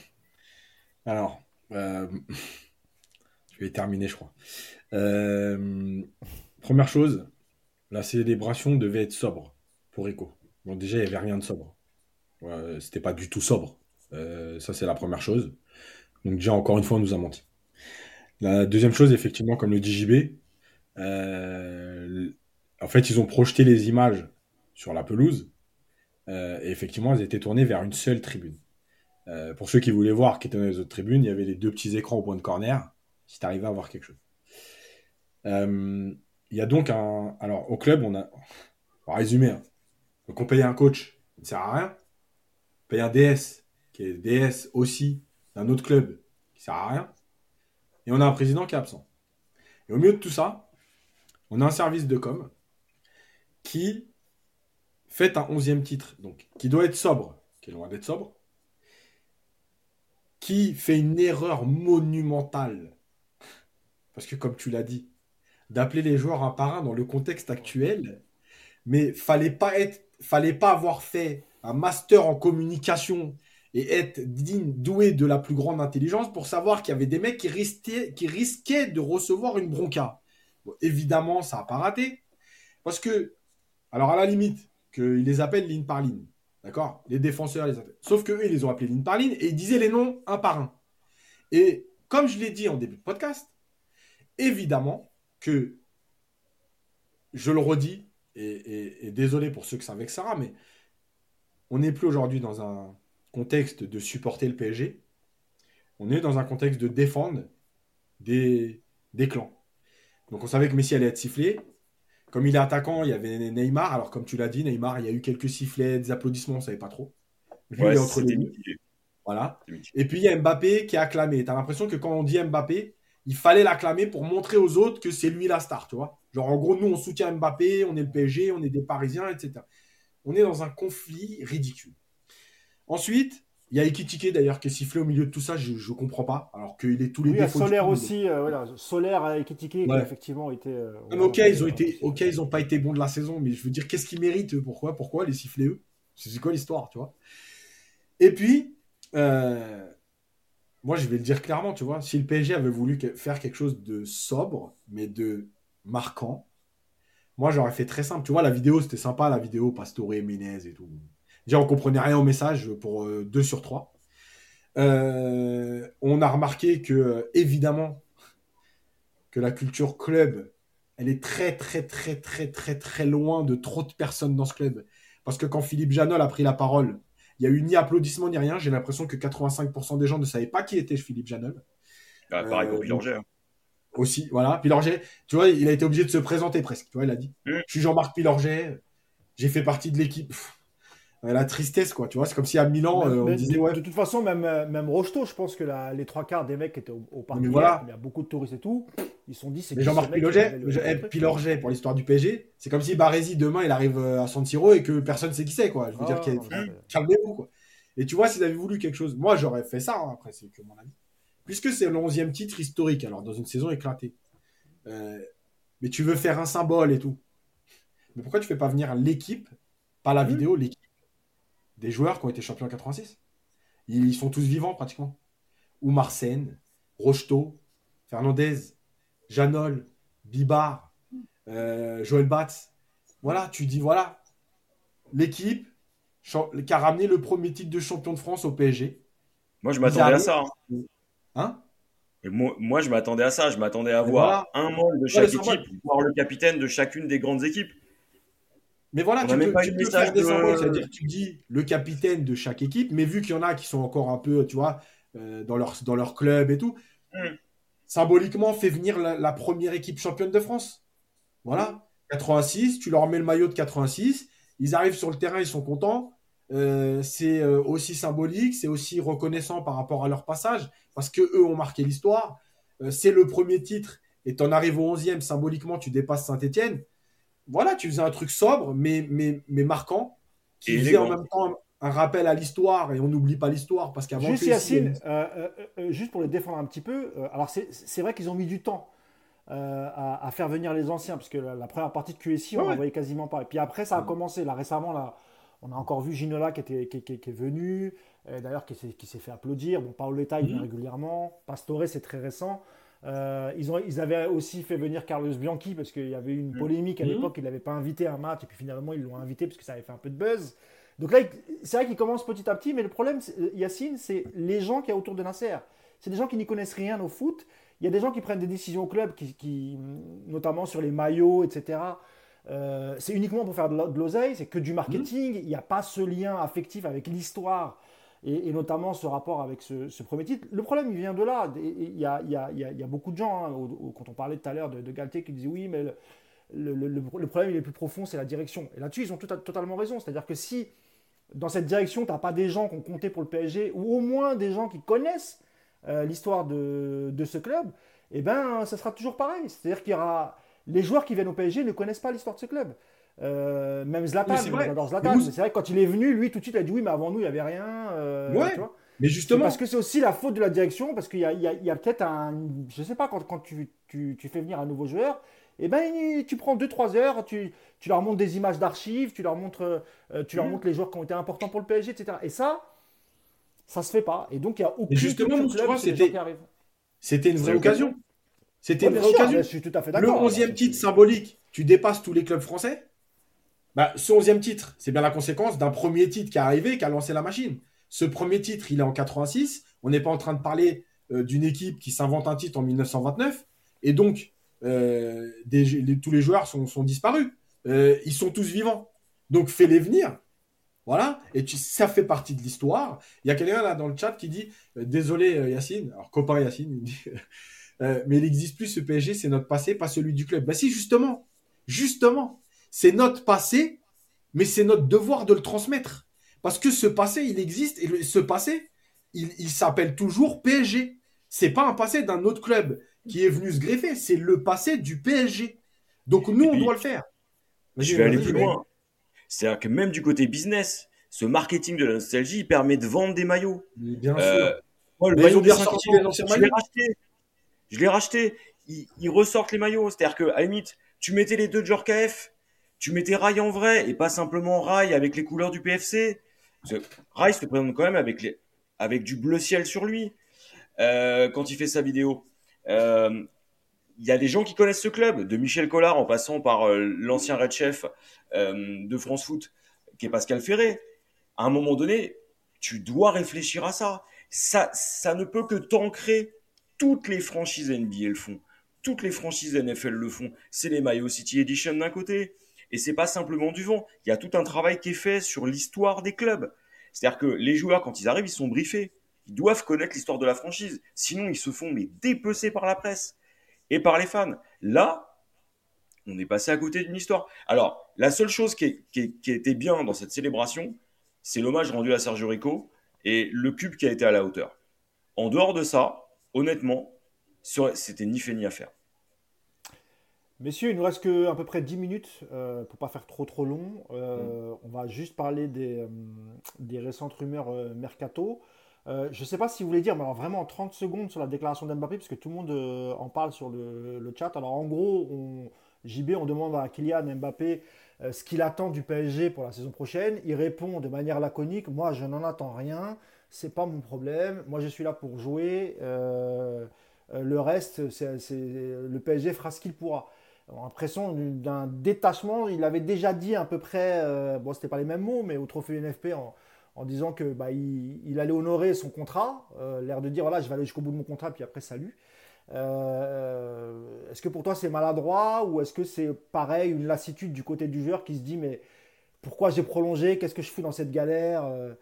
Alors, euh, je vais terminer, je crois. Euh, Première chose, la célébration devait être sobre pour Rico. Bon, déjà, il n'y avait rien de sobre. Ouais, c'était pas du tout sobre. Euh, ça, c'est la première chose. Donc, déjà, encore une fois, on nous a menti. La deuxième chose, effectivement, comme le dit J B, euh, en fait, ils ont projeté les images sur la pelouse. Euh, et effectivement, elles étaient tournées vers une seule tribune. Euh, pour ceux qui voulaient voir qui étaient dans les autres tribunes, il y avait les deux petits écrans au point de corner, si tu arrivais à voir quelque chose. Euh, il y a donc un. Alors, au club, on a. On va résumer. Hein. Donc, on paye un coach, ça ne sert à rien. On paye un D S, qui est D S aussi d'un autre club, qui ne sert à rien. Et on a un président qui est absent. Et au milieu de tout ça, on a un service de com qui fait un onzième titre, donc qui doit être sobre, qui est loin d'être sobre, qui fait une erreur monumentale. Parce que, comme tu l'as dit, d'appeler les joueurs un par un dans le contexte actuel, mais fallait pas être, fallait pas avoir fait un master en communication et être digne, doué de la plus grande intelligence pour savoir qu'il y avait des mecs qui risquaient, qui risquaient de recevoir une bronca. Bon, évidemment, ça n'a pas raté. Parce que, alors à la limite, qu'ils les appellent ligne par ligne. D'accord? Les défenseurs les appellent. Sauf qu'eux, ils les ont appelés ligne par ligne et ils disaient les noms un par un. Et comme je l'ai dit en début de podcast, évidemment que, je le redis, et, et, et désolé pour ceux que ça vexera, mais on n'est plus aujourd'hui dans un contexte de supporter le P S G. On est dans un contexte de défendre des, des clans. Donc on savait que Messi allait être sifflé. Comme il est attaquant, il y avait Neymar. Alors comme tu l'as dit, Neymar, il y a eu quelques sifflets, des applaudissements, on ne savait pas trop. Lui, Ouais, il est entre les c'était deux. mitigé. Voilà. C'était mitigé. Et puis il y a Mbappé qui est acclamé. Tu as l'impression que quand on dit Mbappé, il fallait l'acclamer pour montrer aux autres que c'est lui la star, tu vois. Genre en gros, nous, on soutient Mbappé, on est le P S G, on est des Parisiens, et cetera. On est dans un conflit ridicule. Ensuite, Il y a Ekitike d'ailleurs qui est sifflé au milieu de tout ça, je ne comprends pas. Alors qu'il est tous les Oui, il y a défauts. du Solaire club. aussi, euh, voilà. Solaire avec Ekitike qui Ouais. effectivement été. euh, Non, mais vraiment ok, ils ont meilleur été, aussi. ok, ils n'ont pas été bons de la saison, mais je veux dire, qu'est-ce qu'ils méritent eux Pourquoi, pourquoi les siffler eux C'est quoi l'histoire, tu vois? Et puis, euh, moi, je vais le dire clairement, tu vois, si le P S G avait voulu que- faire quelque chose de sobre, mais de marquant, moi, j'aurais fait très simple. Tu vois, la vidéo, c'était sympa, la vidéo Pastore, Menez et tout. Déjà, on comprenait rien au message pour euh, deux sur trois. Euh, on a remarqué que, euh, évidemment, que la culture club, elle est très, très, très, très, très, très loin de trop de personnes dans ce club. Parce que quand Philippe Janol a pris la parole, il n'y a eu ni applaudissement ni rien. J'ai l'impression que quatre-vingt-cinq pour cent des gens ne savaient pas qui était Philippe Janol. Ah, pareil pour Euh, Pilorget. hein. Aussi, voilà. Pilorget, tu vois, il a été obligé de se présenter presque. Tu vois, il a dit Mm. Je suis Jean-Marc Pilorget, j'ai fait partie de l'équipe. Pff, la tristesse, quoi. Tu vois, c'est comme si à Milan, Même- euh, on mais disait de, Ouais, de toute façon, même, euh, même Rocheteau, je pense que la- les trois quarts des mecs qui étaient au, au parc mais hier, voilà. comme il y a beaucoup de touristes et tout, ils se sont dit c'est Mais qui ce Jean-Marc mec qui va Pilorget, lever le, mais je- le eh, truc. Pilorget, pour l'histoire du P S G, c'est comme si Barési demain il arrive euh, à San Siro et que personne ne sait qui c'est, quoi. Je veux dire, Ah, qu'il y a- non, mais c'est- calmez-vous, quoi. Et tu vois, s'ils avaient voulu quelque chose, moi j'aurais fait ça, hein, après, c'est que mon avis. Puisque c'est le onzième titre historique, alors dans une saison éclatée. Euh, mais tu veux faire un symbole et tout. Mais pourquoi tu fais pas venir l'équipe, pas la Hmm. vidéo, l'équipe des joueurs qui ont été champions en quatre-vingt-six? Ils sont tous vivants pratiquement. Oumar Sen, Rocheteau, Fernandez, Janol, Bibar, euh, Joël Batz. Voilà, tu dis voilà, l'équipe cha- qui a ramené le premier titre de champion de France au P S G. Moi, je Ils m'attendais à arrivent. ça. hein. Hein Et moi, moi, je m'attendais à ça. Je m'attendais à Mais voir voilà. un membre de Ouais, chaque le symbole. équipe, voir le capitaine de chacune des grandes équipes. Mais voilà, On tu n'a même peux, pas tu eu de peux message faire des de- symboles, c'est-à-dire que tu dis le capitaine de chaque équipe, mais vu qu'il y en a qui sont encore un peu, tu vois, euh, dans, leur, dans leur club et tout, Hmm. symboliquement, fais venir la, la première équipe championne de France. Voilà. quatre-vingt-six, tu leur mets le maillot de quatre-vingt-six, ils arrivent sur le terrain, ils sont contents. Euh, c'est euh, aussi symbolique, c'est aussi reconnaissant par rapport à leur passage, parce que eux ont marqué l'histoire. Euh, c'est le premier titre, et tu en arrives au onzième, symboliquement, tu dépasses Saint-Etienne. Voilà, tu faisais un truc sobre, mais, mais, mais marquant, qui Et faisait en élégant. même temps un rappel à l'histoire, et on n'oublie pas l'histoire, parce qu'avant Juste que ici, il y a Yacine, une- euh, euh, euh, juste pour les défendre un petit peu, euh, alors c'est c'est vrai qu'ils ont mis du temps euh, à, à faire venir les anciens, parce que la, la première partie de Q S I, on Ouais, n'en ouais. voyait quasiment pas. Et puis après, ça a Mm. commencé. Là, récemment, là, on a encore vu Ginola qui, était, qui, qui- qui est venu, euh, d'ailleurs qui, s'est- qui s'est fait applaudir. Bon, Paoletta, il vient Mhm. régulièrement. Pastore, c'est très récent. Euh, ils, ont, ils avaient aussi fait venir Carlos Bianchi, parce qu'il y avait eu une Mhm. polémique à Mhm. l'époque, il n'avait pas invité à un match, et puis finalement, ils l'ont invité parce que ça avait fait un peu de buzz. Donc là, il- c'est vrai qu'ils commencent petit à petit, mais le problème, c'est- Yacine, c'est les gens qu'il y a autour de Nasser. C'est des gens qui n'y connaissent rien au foot. Il y a des gens qui prennent des décisions au club, qui, qui- notamment sur les maillots, et cetera. Euh, c'est uniquement pour faire de l'o- de l'oseille, c'est que du marketing. Il n'y a pas ce lien affectif avec l'histoire et, et notamment ce rapport avec ce, ce premier titre. Le problème, il vient de là. Et- et Il y a, il y a- il y a- il y a beaucoup de gens, hein, au- au- quand on parlait tout à l'heure de, de Galtier, qui disaient oui, mais le, le- le- le- le problème il est plus profond, c'est la direction. Et là-dessus, ils ont tout à- totalement raison. C'est-à-dire que si dans cette direction, tu n'as pas des gens qui ont compté pour le P S G, ou au moins des gens qui connaissent euh, l'histoire de, de ce club, eh ben, ça sera toujours pareil. C'est-à-dire qu'il y aura les joueurs qui viennent au P S G ne connaissent pas l'histoire de ce club. Euh, même Zlatan, Mais c'est moi, vrai. j'adore Mais Zlatan, vous- mais c'est vrai que quand il est venu, lui tout de suite il a dit oui, mais avant nous il n'y avait rien. euh, Ouais. tu vois. Mais C'est justement, parce que c'est aussi la faute de la direction, parce qu'il y a, il y a- il y a peut-être un. Je sais pas, quand, quand tu, tu- tu fais venir un nouveau joueur, eh ben, il- tu prends deux trois heures, tu, tu leur montres des images d'archives, tu leur montres, euh, tu leur Mhm. montres les joueurs qui ont été importants pour le P S G, et cetera. Et ça, ça se fait pas. Et donc il n'y a aucune justement, culture moi, tu club vois, chez les c'était- gens qui arrivent. c'était une C'est vraie l'occasion. occasion. C'était Ouais, une bien vraie sûr, occasion. je suis tout à fait Le d'accord. onzième Alors, titre c'est- symbolique, tu dépasses tous les clubs français. Bah, ce onzième titre, c'est bien la conséquence d'un premier titre qui est arrivé, qui a lancé la machine. Ce premier titre, il est en quatre-vingt-six. On n'est pas en train de parler euh, d'une équipe qui s'invente un titre en mille neuf cent vingt-neuf. Et donc, euh, des- les- tous les joueurs sont, sont disparus. Euh, ils sont tous vivants. Donc, fais-les venir. Voilà. Et tu- ça fait partie de l'histoire. Il y a quelqu'un là dans le chat qui dit euh, désolé, euh, Yacine. Alors, copain Yacine, il dit euh, mais il n'existe plus ce P S G, c'est notre passé, pas celui du club. Bah, si, justement. Justement. C'est notre passé, mais c'est notre devoir de le transmettre. Parce que ce passé, il existe, et le- ce passé, il, il s'appelle toujours P S G. C'est pas un passé d'un autre club qui est venu se greffer, c'est le passé du P S G. Donc nous, Et on puis, doit le faire. Je Vas-y, vais aller vas-y, plus mais- loin. C'est-à-dire que même du côté business, Ce marketing de la nostalgie, il permet de vendre des maillots. Mais bien Euh, sûr. Moi, le Mais ils maillot ont des bien cinquante ressorti ans, les anciens je l'ai maillots. racheté. Je l'ai racheté. Ils, ils ressortent les maillots. C'est-à-dire que, à la limite, tu mettais les deux de Djorkaeff, tu mettais Rai en vrai et pas simplement Rai avec les couleurs du P F C. Parce que Rai se présente quand même avec, les, avec du bleu ciel sur lui euh, quand il fait sa vidéo. Euh, Il y a des gens qui connaissent ce club, de Michel Collard en passant par euh, l'ancien Red Chef euh, de France Foot, qui est Pascal Ferré. À un moment donné, tu dois réfléchir à ça. Ça, ça ne peut que t'ancrer. Toutes les franchises N B A le font. Toutes les franchises N F L le font. C'est les Mayo City Edition d'un côté. Et c'est pas simplement du vent. Il y a tout un travail qui est fait sur l'histoire des clubs. C'est-à-dire que les joueurs, quand ils arrivent, ils sont briefés. Ils doivent connaître l'histoire de la franchise. Sinon, ils se font mais dépecer par la presse et par les fans. Là, on est passé à côté d'une histoire. Alors, la seule chose qui, est, qui, est, qui était bien dans cette célébration, c'est l'hommage rendu à Sergio Rico et le cube qui a été à la hauteur. En dehors de ça, honnêtement, c'était ni fait ni à faire. Messieurs, il nous reste que à peu près dix minutes euh, pour pas faire trop trop long. Euh, on va juste parler des, euh, des récentes rumeurs euh, mercato. Euh, je ne sais pas si vous voulez dire, mais alors vraiment en trente secondes sur la déclaration d'Mbappé, parce que tout le monde euh, en parle sur le, le chat. Alors en gros, on, J B, on demande à Kylian Mbappé euh, ce qu'il attend du P S G pour la saison prochaine. Il répond de manière laconique, moi je n'en attends rien, c'est pas mon problème, moi je suis là pour jouer, euh, euh, le reste, c'est, c'est, le P S G fera ce qu'il pourra. On a l'impression d'un détachement, il avait déjà dit à peu près, euh, bon c'était pas les mêmes mots, mais au trophée N F P en en disant que bah, il, il allait honorer son contrat, euh, l'air de dire voilà je vais aller jusqu'au bout de mon contrat puis après salut. Euh, est-ce que pour toi c'est maladroit ou est-ce que c'est pareil une lassitude du côté du joueur qui se dit mais pourquoi j'ai prolongé, qu'est-ce que je fous dans cette galère? euh...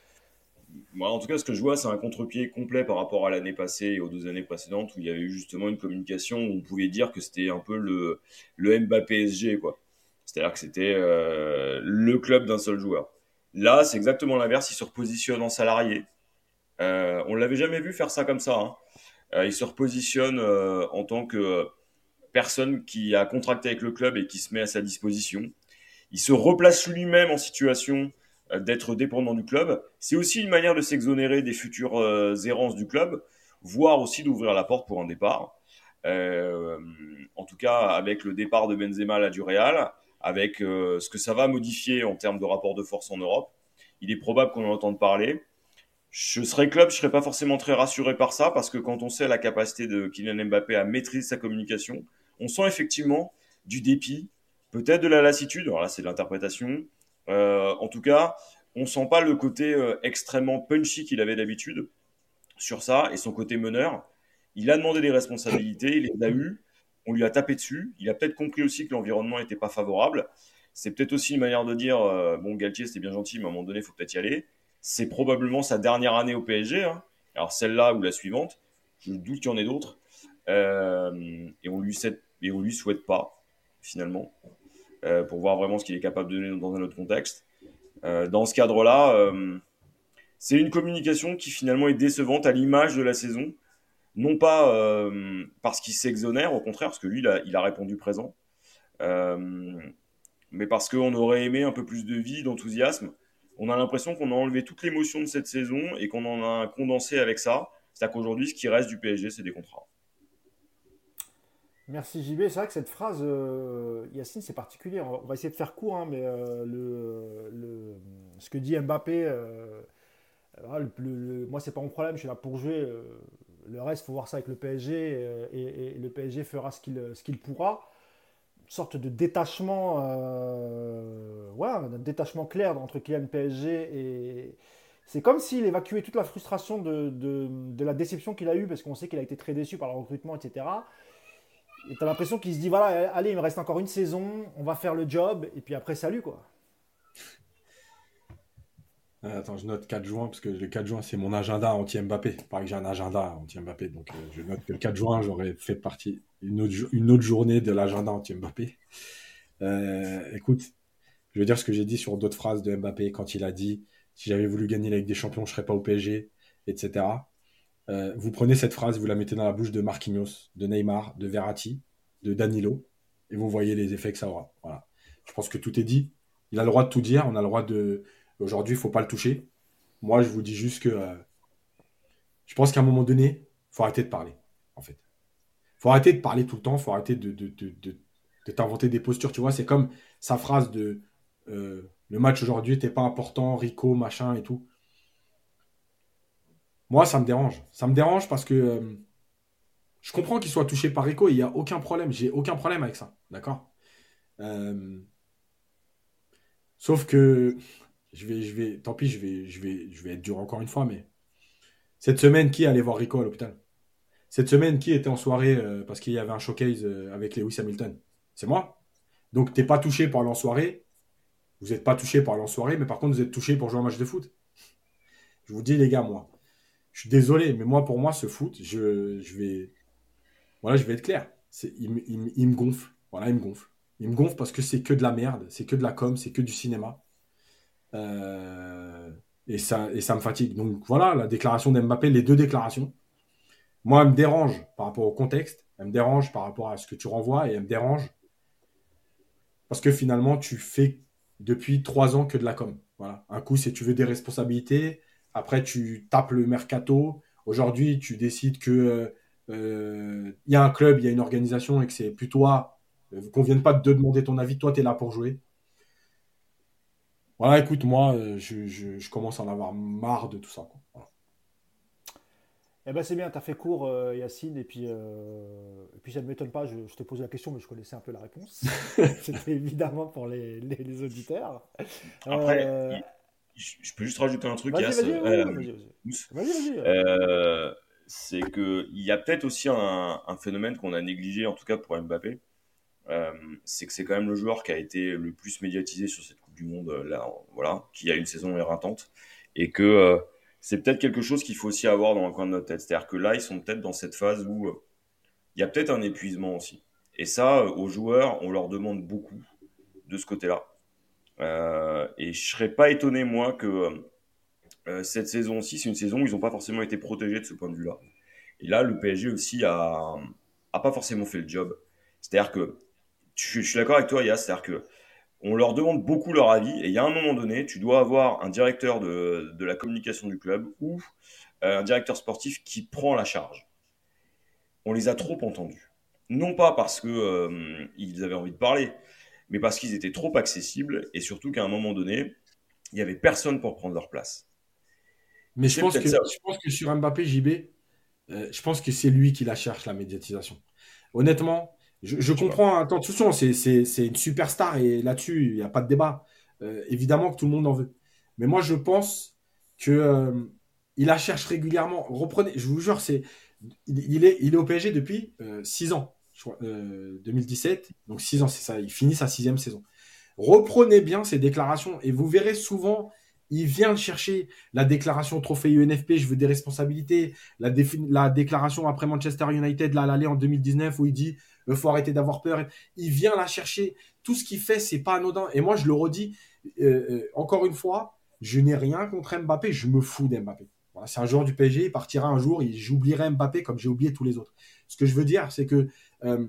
Moi, en tout cas, ce que je vois, c'est un contre-pied complet par rapport à l'année passée et aux deux années précédentes où il y avait eu justement une communication où on pouvait dire que c'était un peu le, le Mbappé S G, quoi. C'est-à-dire que c'était euh, le club d'un seul joueur. Là, c'est exactement l'inverse. Il se repositionne en salarié. Euh, on l'avait jamais vu faire ça comme ça. Hein. Euh, il se repositionne euh, en tant que personne qui a contracté avec le club et qui se met à sa disposition. Il se replace lui-même en situation euh, d'être dépendant du club. C'est aussi une manière de s'exonérer des futures euh, errances du club, voire aussi d'ouvrir la porte pour un départ. Euh, en tout cas, avec le départ de Benzema là, du Real, avec euh, ce que ça va modifier en termes de rapport de force en Europe, il est probable qu'on en entende parler. Je serais club, je serais pas forcément très rassuré par ça, parce que quand on sait la capacité de Kylian Mbappé à maîtriser sa communication, on sent effectivement du dépit, peut-être de la lassitude, alors là c'est de l'interprétation, euh, en tout cas, on sent pas le côté euh, extrêmement punchy qu'il avait d'habitude sur ça, et son côté meneur. Il a demandé des responsabilités, il les a eues, on lui a tapé dessus, il a peut-être compris aussi que l'environnement n'était pas favorable, c'est peut-être aussi une manière de dire, euh, bon Galtier c'était bien gentil, mais à un moment donné il faut peut-être y aller. C'est probablement sa dernière année au P S G, hein. Alors celle-là ou la suivante, je doute qu'il y en ait d'autres, euh, et on lui souhaite, et on lui souhaite pas finalement, euh, pour voir vraiment ce qu'il est capable de donner dans un autre contexte. Euh, dans ce cadre-là, euh, c'est une communication qui finalement est décevante à l'image de la saison, non pas euh, parce qu'il s'exonère, au contraire, parce que lui il a, il a répondu présent, euh, mais parce qu'on aurait aimé un peu plus de vie, d'enthousiasme. On a l'impression qu'on a enlevé toute l'émotion de cette saison et qu'on en a condensé avec ça. C'est-à-dire qu'aujourd'hui, ce qui reste du P S G, c'est des contrats. Merci J B, c'est vrai que cette phrase, euh, Yacine, c'est particulier. On va essayer de faire court, hein, mais euh, le, le, ce que dit Mbappé, euh, le, le, moi c'est pas mon problème, je suis là pour jouer. Euh, le reste, il faut voir ça avec le P S G euh, et, et, le P S G fera ce qu'il ce qu'il pourra. Une sorte de détachement, euh, ouais, un détachement clair entre Kylian P S G et. C'est comme s'il évacuait toute la frustration de, de, de la déception qu'il a eue, parce qu'on sait qu'il a été très déçu par le recrutement, et cetera. Et tu as l'impression qu'il se dit voilà, allez, il me reste encore une saison, on va faire le job, et puis après, salut, quoi. Euh, attends, je note quatre juin, parce que le quatre juin, c'est mon agenda anti-Mbappé. Pareil que j'ai un agenda anti-Mbappé, donc euh, je note que le quatre juin, j'aurais fait partie une autre, une autre journée de l'agenda anti-Mbappé. Euh, écoute, je vais dire ce que j'ai dit sur d'autres phrases de Mbappé quand il a dit si j'avais voulu gagner la Ligue des Champions, je serais pas au P S G, et cetera. Euh, vous prenez cette phrase, vous la mettez dans la bouche de Marquinhos, de Neymar, de Verratti, de Danilo, et vous voyez les effets que ça aura. Voilà. Je pense que tout est dit. Il a le droit de tout dire, on a le droit de Aujourd'hui, il ne faut pas le toucher. Moi, je vous dis juste que euh, je pense qu'à un moment donné, il faut arrêter de parler, en fait. Il faut arrêter de parler tout le temps, il faut arrêter de, de, de, de, de t'inventer des postures. Tu vois, c'est comme sa phrase de euh, le match aujourd'hui n'était pas important, Rico, machin et tout. Moi, ça me dérange. Ça me dérange parce que euh, je comprends qu'il soit touché par Rico, il n'y a aucun problème. J'ai aucun problème avec ça. D'accord. Euh, Sauf que je vais, je vais, tant pis, je vais, je vais, je vais être dur encore une fois, mais cette semaine, qui allait voir Rico à l'hôpital? Cette semaine, qui était en soirée euh, parce qu'il y avait un showcase euh, avec Lewis Hamilton? C'est moi. Donc, t'es pas touché pour aller en soirée. Vous n'êtes pas touché pour aller en soirée, mais par contre, vous êtes touché pour jouer un match de foot. Je vous dis, les gars, moi, je suis désolé, mais moi, pour moi, ce foot, je, je vais, voilà, je vais être clair. C'est, il, me- il me il me gonfle. Voilà, il me gonfle. Il me gonfle parce que c'est que de la merde, c'est que de la com, c'est que du cinéma. Euh, et ça, et ça me fatigue. Donc voilà, la déclaration d'Mbappé, les deux déclarations. Moi, elle me dérange par rapport au contexte, elle me dérange par rapport à ce que tu renvoies, et elle me dérange parce que finalement, tu fais depuis trois ans que de la com. Voilà. Un coup, c'est tu veux des responsabilités, après, tu tapes le mercato. Aujourd'hui, tu décides que euh, euh, il y a un club, il y a une organisation et que c'est plus toi, euh, qu'on ne vienne pas te demander ton avis, toi, tu es là pour jouer. Voilà, écoute, moi, euh, je, je- je commence à en avoir marre de tout ça, quoi. Voilà. Eh ben c'est bien, tu as fait court, euh, Yacine, et puis, euh, et puis ça ne m'étonne pas, je, je te pose la question, mais je connaissais un peu la réponse. C'était évidemment pour les, les- les auditeurs. Après, Euh, il- je je peux juste rajouter un truc, vas-y, Yass. vas-y, Euh, vas-y, vas-y, vas-y. Mousse. Vas-y, vas-y. euh. Euh, c'est que il y a peut-être aussi un, un phénomène qu'on a négligé, en tout cas pour Mbappé. Euh, c'est que c'est quand même le joueur qui a été le plus médiatisé sur cette Coupe du Monde, euh, là, en- voilà, qui a une saison éreintante, et que euh, c'est peut-être quelque chose qu'il faut aussi avoir dans un coin de notre tête. C'est-à-dire que là, ils sont peut-être dans cette phase où euh, il y a peut-être un épuisement aussi. Et ça, euh, aux joueurs, on leur demande beaucoup de ce côté-là. Euh, et je serais pas étonné, moi, que euh, cette saison-ci, c'est une saison où ils n'ont pas forcément été protégés de ce point de vue-là. Et là, le P S G aussi a, a pas forcément fait le job. C'est-à-dire que je, je suis d'accord avec toi, Yas, c'est-à-dire que on leur demande beaucoup leur avis, et il y a un moment donné, tu dois avoir un directeur de, de la communication du club ou euh, un directeur sportif qui prend la charge. On les a trop entendus. Non pas parce que euh, ils avaient envie de parler, mais parce qu'ils étaient trop accessibles, et surtout qu'à un moment donné, il n'y avait personne pour prendre leur place. Mais je C'est pense peut-être que, ça. je pense que sur Mbappé, J B, euh, je pense que c'est lui qui la cherche, la médiatisation. Honnêtement, je, je Je sais pas. comprends, hein, attention, c'est, c'est, c'est une superstar et là-dessus, il n'y a pas de débat. Euh, évidemment que tout le monde en veut. Mais moi, je pense que euh, il la cherche régulièrement. Reprenez, je vous jure, c'est, il, il est, il est au P S G depuis six ans, je crois, euh, deux mille dix-sept. Donc six ans, c'est ça. Il finit sa sixième saison. Reprenez bien ces déclarations et vous verrez souvent, il vient chercher la déclaration trophée U N F P, je veux des responsabilités, la, défi- la déclaration après Manchester United, là, à l'aller en deux mille dix-neuf, où il dit il faut arrêter d'avoir peur. Il vient la chercher. Tout ce qu'il fait, c'est pas anodin. Et moi, je le redis, euh, euh, encore une fois, je n'ai rien contre Mbappé, je me fous d'Mbappé. Voilà, c'est un joueur du P S G, il partira un jour et j'oublierai Mbappé comme j'ai oublié tous les autres. Ce que je veux dire, c'est que euh,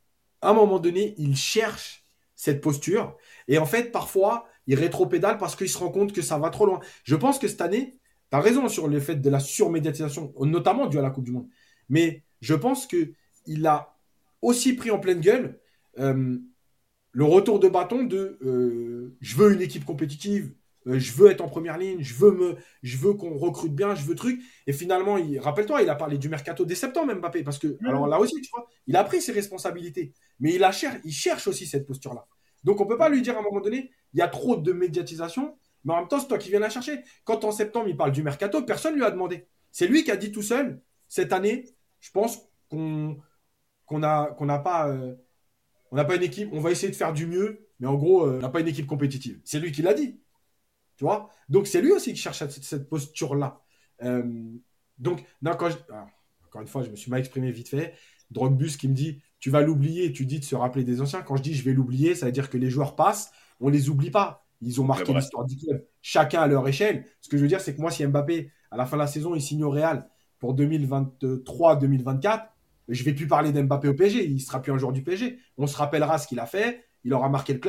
à un moment donné, il cherche cette posture. Et en fait, parfois, il rétropédale parce qu'il se rend compte que ça va trop loin. Je pense que cette année, tu as raison sur le fait de la surmédiatisation, notamment dû à la Coupe du Monde. Mais je pense qu'il a aussi pris en pleine gueule euh, le retour de bâton de euh, je veux une équipe compétitive, euh, je veux être en première ligne, je veux, me, je veux qu'on recrute bien, je veux truc. Et finalement, il, rappelle-toi, il a parlé du mercato dès septembre, même Mbappé, parce que, alors là aussi, tu vois, il a pris ses responsabilités, mais il, a cher, il cherche aussi cette posture-là. Donc on ne peut pas lui dire à un moment donné, il y a trop de médiatisation, mais en même temps, c'est toi qui viens la chercher. Quand en septembre, il parle du mercato, personne ne lui a demandé. C'est lui qui a dit tout seul, cette année, je pense qu'on qu'on a, qu'on n'a pas. Euh, on n'a pas une équipe, on va essayer de faire du mieux, mais en gros, euh, on n'a pas une équipe compétitive. C'est lui qui l'a dit. Tu vois. Donc, c'est lui aussi qui cherche cette, cette posture-là. Euh, donc, non, quand je- alors, encore une fois, je me suis mal exprimé vite fait. Drogbus qui me dit tu vas l'oublier, tu dis de se rappeler des anciens. Quand je dis je vais l'oublier, ça veut dire que les joueurs passent, on ne les oublie pas. Ils ont marqué Club reste. l'histoire du club, chacun à leur échelle. Ce que je veux dire, c'est que moi, si Mbappé, à la fin de la saison, il signe au Real pour deux mille vingt-trois deux mille vingt-quatre, je ne vais plus parler d'Mbappé au P S G. Il ne sera plus un joueur du P S G. On se rappellera ce qu'il a fait. Il aura marqué le club.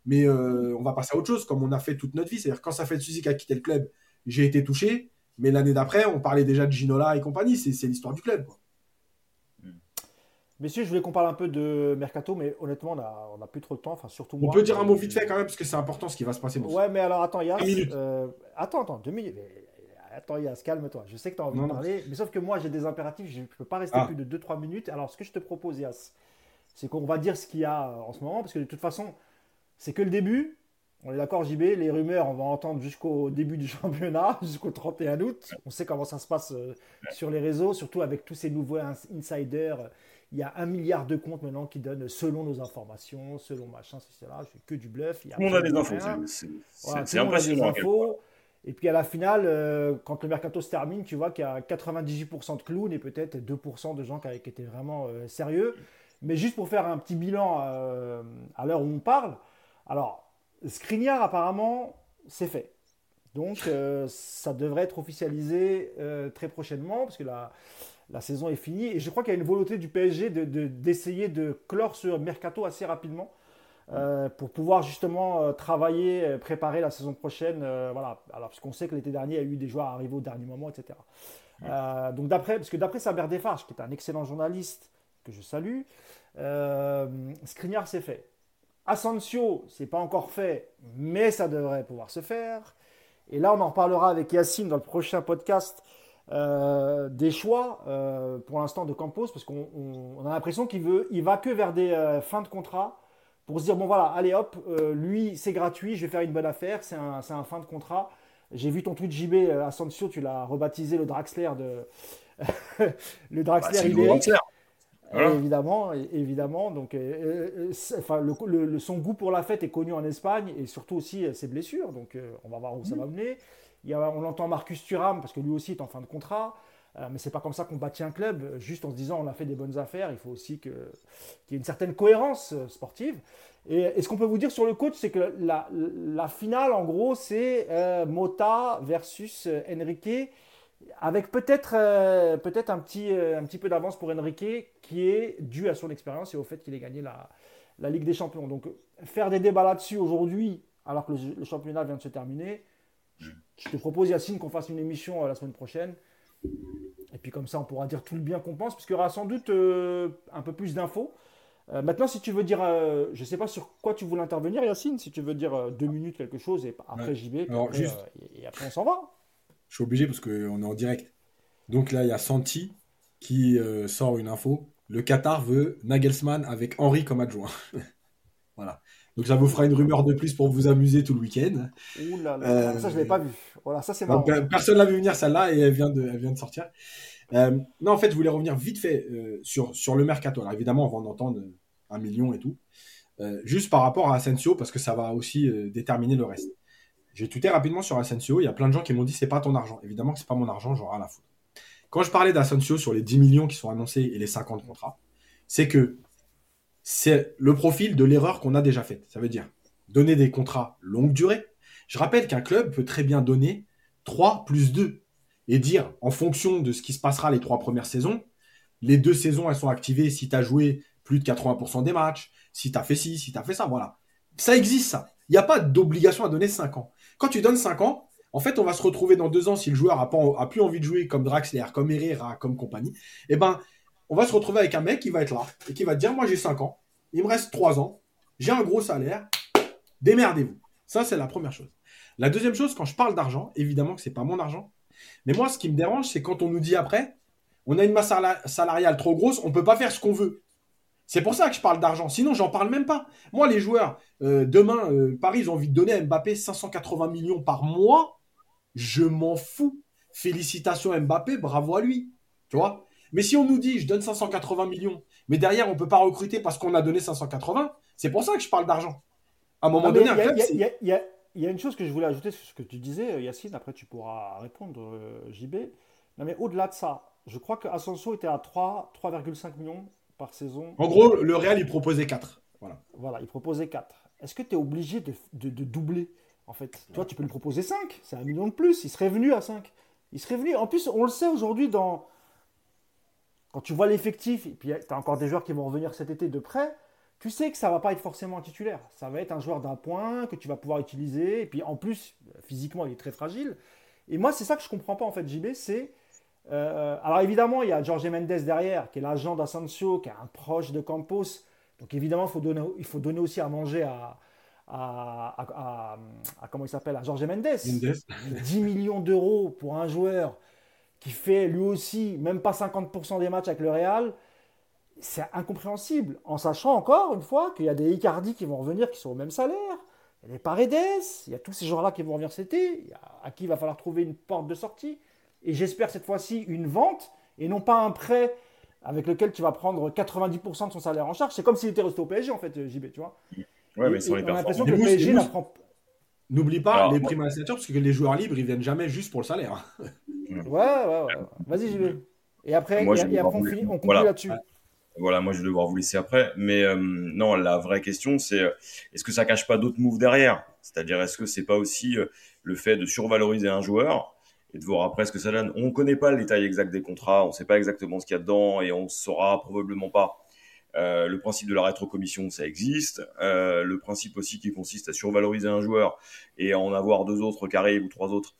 mais euh, on va passer à autre chose, comme on a fait toute notre vie. C'est-à-dire, quand Safet Suzik a quitté le club, j'ai été touché, mais l'année d'après, on parlait déjà de Ginola et compagnie. C'est, c'est l'histoire du club, quoi. Messieurs, je voulais qu'on parle un peu de Mercato, mais honnêtement, on n'a on a plus trop de temps, enfin surtout On moi. peut dire un mot Euh, vite fait quand même, parce que c'est important ce qui va se passer. Mousse. Ouais, mais alors attends, Yas. Deux minutes. euh, attends, attends, deux minutes. Mais, attends, Yas, calme-toi. Je sais que tu as envie Non, de non. parler, mais sauf que moi, j'ai des impératifs, je ne peux pas rester Ah. plus de deux trois minutes. Alors, ce que je te propose, Yas, c'est qu'on va dire ce qu'il y a euh, en ce moment, parce que de toute façon, c'est que le début. On est d'accord, J B, les rumeurs, on va entendre jusqu'au début du championnat, jusqu'au trente et un août. On sait comment ça se passe euh, sur les réseaux, surtout avec tous ces nouveaux ins- insiders. Il y a un milliard de comptes maintenant qui donnent selon nos informations, selon machin, c'est cela. C'est que du bluff. Il y a Tout le monde a des absolument infos. rien. C'est, c'est, Voilà, c'est tout le monde a des impressionnant. à quel point. infos. Et puis à la finale, euh, quand le mercato se termine, tu vois qu'il y a quatre-vingt-dix-huit pour cent de clowns et peut-être deux pour cent de gens qui, qui étaient vraiment euh, sérieux. Mais juste pour faire un petit bilan euh, à l'heure où on parle, alors, Skriniar, apparemment, c'est fait. Donc, euh, ça devrait être officialisé euh, très prochainement, parce que la, la saison est finie. Et je crois qu'il y a une volonté du P S G de, de- d'essayer de clore ce mercato assez rapidement, euh, pour pouvoir justement euh, travailler, euh, préparer la saison prochaine. Euh, voilà. Alors, parce qu'on sait que l'été dernier, il y a eu des joueurs arrivés au dernier moment, et cetera. Euh, donc, d'après, parce que d'après Saber Defarge, qui est un excellent journaliste, que je salue, euh, Skriniar, c'est fait. Asensio, c'est pas encore fait, mais ça devrait pouvoir se faire. Et là, on en reparlera avec Yacine dans le prochain podcast euh, des choix euh, pour l'instant de Campos, parce qu'on on- on a l'impression qu'il veut, il va que vers des euh, fins de contrat pour se dire bon voilà, allez hop, euh, lui c'est gratuit, je vais faire une bonne affaire, c'est un, c'est un fin de contrat. J'ai vu ton tweet J B, euh, Asensio, tu l'as rebaptisé le Draxler de le Bah, Draxler c'est le nouveau ibérique. Draxler. Voilà. Évidemment, é- évidemment. Donc, euh, euh, c'est- enfin, le, le- le- son goût pour la fête est connu en Espagne et surtout aussi euh, ses blessures. Donc, euh, on va voir où ça va mener. Il y a, on entend Marcus Thuram parce que lui aussi est en fin de contrat. Euh, mais c'est pas comme ça qu'on bâtit un club. euh, Juste en se disant on a fait des bonnes affaires. Il faut aussi que, qu'il y ait une certaine cohérence euh, sportive. Et, et ce qu'on peut vous dire sur le coach, c'est que la, la finale, en gros, c'est euh, Mota versus euh, Enrique avec peut-être euh, peut-être un petit, euh, un petit peu d'avance pour Enrique, qui est dû à son expérience et au fait qu'il ait gagné la, la Ligue des Champions. Donc faire des débats là-dessus aujourd'hui, alors que le, le championnat vient de se terminer, je, je te propose, Yacine, qu'on fasse une émission euh, la semaine prochaine. Et puis comme ça, on pourra dire tout le bien qu'on pense, parce qu'il y aura sans doute euh, un peu plus d'infos. Euh, maintenant, si tu veux dire, euh, je ne sais pas sur quoi tu voulais intervenir, Yacine, si tu veux dire euh, deux minutes quelque chose, et après Ouais. J B, puis Alors, après, juste- euh, et, et après on s'en va. Je suis obligé parce qu'on est en direct. Donc là, il y a Santi qui euh, sort une info. Le Qatar veut Nagelsmann avec Henry comme adjoint. Voilà. Donc ça vous fera une rumeur de plus pour vous amuser tout le week-end. Ouh là là, Euh, ça je l'avais pas vu. Voilà, ça c'est Donc, marrant. euh, personne l'a vu venir celle-là et elle vient de, elle vient de sortir. Euh, non, en fait, je voulais revenir vite fait euh, sur, sur le mercato. Alors évidemment, on va en entendre un million et tout. Euh, juste par rapport à Asensio, parce que ça va aussi euh, déterminer le reste. J'ai tweeté rapidement sur Asensio. Il y a plein de gens qui m'ont dit c'est pas ton argent. Évidemment que c'est pas mon argent, j'aurai à la foutre. Quand je parlais d'Asensio sur les dix millions qui sont annoncés et les cinquante contrats, c'est que c'est le profil de l'erreur qu'on a déjà faite. Ça veut dire donner des contrats longue durée. Je rappelle qu'un club peut très bien donner trois plus deux et dire, en fonction de ce qui se passera les trois premières saisons, les deux saisons, elles sont activées si tu as joué plus de quatre-vingts pour cent des matchs, si tu as fait ci, si tu as fait ça, voilà. Ça existe, ça. Il n'y a pas d'obligation à donner cinq ans. Quand tu donnes cinq ans, en fait, on va se retrouver dans deux ans si le joueur a, pas, a plus envie de jouer comme Draxler, comme Herrera, comme compagnie. Eh ben, on va se retrouver avec un mec qui va être là et qui va te dire, moi j'ai cinq ans, il me reste trois ans, j'ai un gros salaire, démerdez-vous. Ça, c'est la première chose. La deuxième chose, quand je parle d'argent, évidemment que c'est pas mon argent, mais moi, ce qui me dérange, c'est quand on nous dit après, on a une masse salariale trop grosse, on peut pas faire ce qu'on veut. C'est pour ça que je parle d'argent. Sinon, j'en parle même pas. Moi, les joueurs, euh, demain, euh, Paris, ils ont envie de donner à Mbappé cinq cent quatre-vingts millions par mois. Je m'en fous. Félicitations Mbappé, bravo à lui. Tu vois ? Mais si on nous dit, je donne cinq cent quatre-vingts millions, mais derrière, on peut pas recruter parce qu'on a donné cinq cent quatre-vingts, c'est pour ça que je parle d'argent. À un moment Non, mais donné, il un y a- club, il y a- c'est... il y a- il y a- il y a une chose que je voulais ajouter sur ce que tu disais, euh, Yacine, après tu pourras répondre, euh, J B. Non, mais au-delà de ça, je crois que Asensio était à trois, trois virgule cinq millions par saison. En gros, le Real, il proposait quatre. Voilà. Voilà, il proposait quatre. Est-ce que tu es obligé de, de- de doubler, en fait? Toi, tu peux lui proposer cinq, c'est un million de plus, il serait venu à cinq. Il serait venu. En plus, on le sait aujourd'hui, dans... quand tu vois l'effectif, et puis tu as encore des joueurs qui vont revenir cet été de près, tu sais que ça ne va pas être forcément un titulaire. Ça va être un joueur d'un point que tu vas pouvoir utiliser. Et puis en plus, physiquement, il est très fragile. Et moi, c'est ça que je ne comprends pas en fait, J B. C'est. Euh, alors évidemment, il y a Jorge Mendes derrière, qui est l'agent d'Asensio, qui est un proche de Campos. Donc évidemment, il faut donner, il faut donner aussi à manger à. À, à, à, à comment il s'appelle, à Jorge Mendes. Mendes. dix millions d'euros pour un joueur qui fait lui aussi même pas cinquante pour cent des matchs avec le Real, c'est incompréhensible. En sachant encore une fois qu'il y a des Icardi qui vont revenir qui sont au même salaire, il y a des Paredes, il y a tous ces joueurs-là qui vont revenir cet été, à qui il va falloir trouver une porte de sortie. Et j'espère cette fois-ci une vente et non pas un prêt avec lequel tu vas prendre quatre-vingt-dix pour cent de son salaire en charge. C'est comme s'il était resté au P S G en fait, J B, tu vois. Ouais, Et, mais sans et les on a l'impression performances. que le Et P S G Mousse- n'apprend. N'oublie pas Alors, les moi- primes à la signature, parce que les joueurs libres, ils viennent jamais juste pour le salaire. Ouais, ouais, ouais. Vas-y, J B. Et après, Moi, et, je vais et après devoir on, vous- finit, on conclut voilà. là-dessus. Ouais. Voilà, moi je vais devoir vous laisser après. Mais euh, non, la vraie question, c'est euh, est-ce que ça cache pas d'autres moves derrière? C'est-à-dire, est-ce que c'est pas aussi euh, le fait de survaloriser un joueur et de voir après ce que ça donne? On ne connaît pas le détail exact des contrats, on ne sait pas exactement ce qu'il y a dedans et on ne saura probablement pas. Euh, le principe de la rétrocommission, ça existe. Euh, le principe aussi qui consiste à survaloriser un joueur et à en avoir deux autres qui arrivent ou trois autres,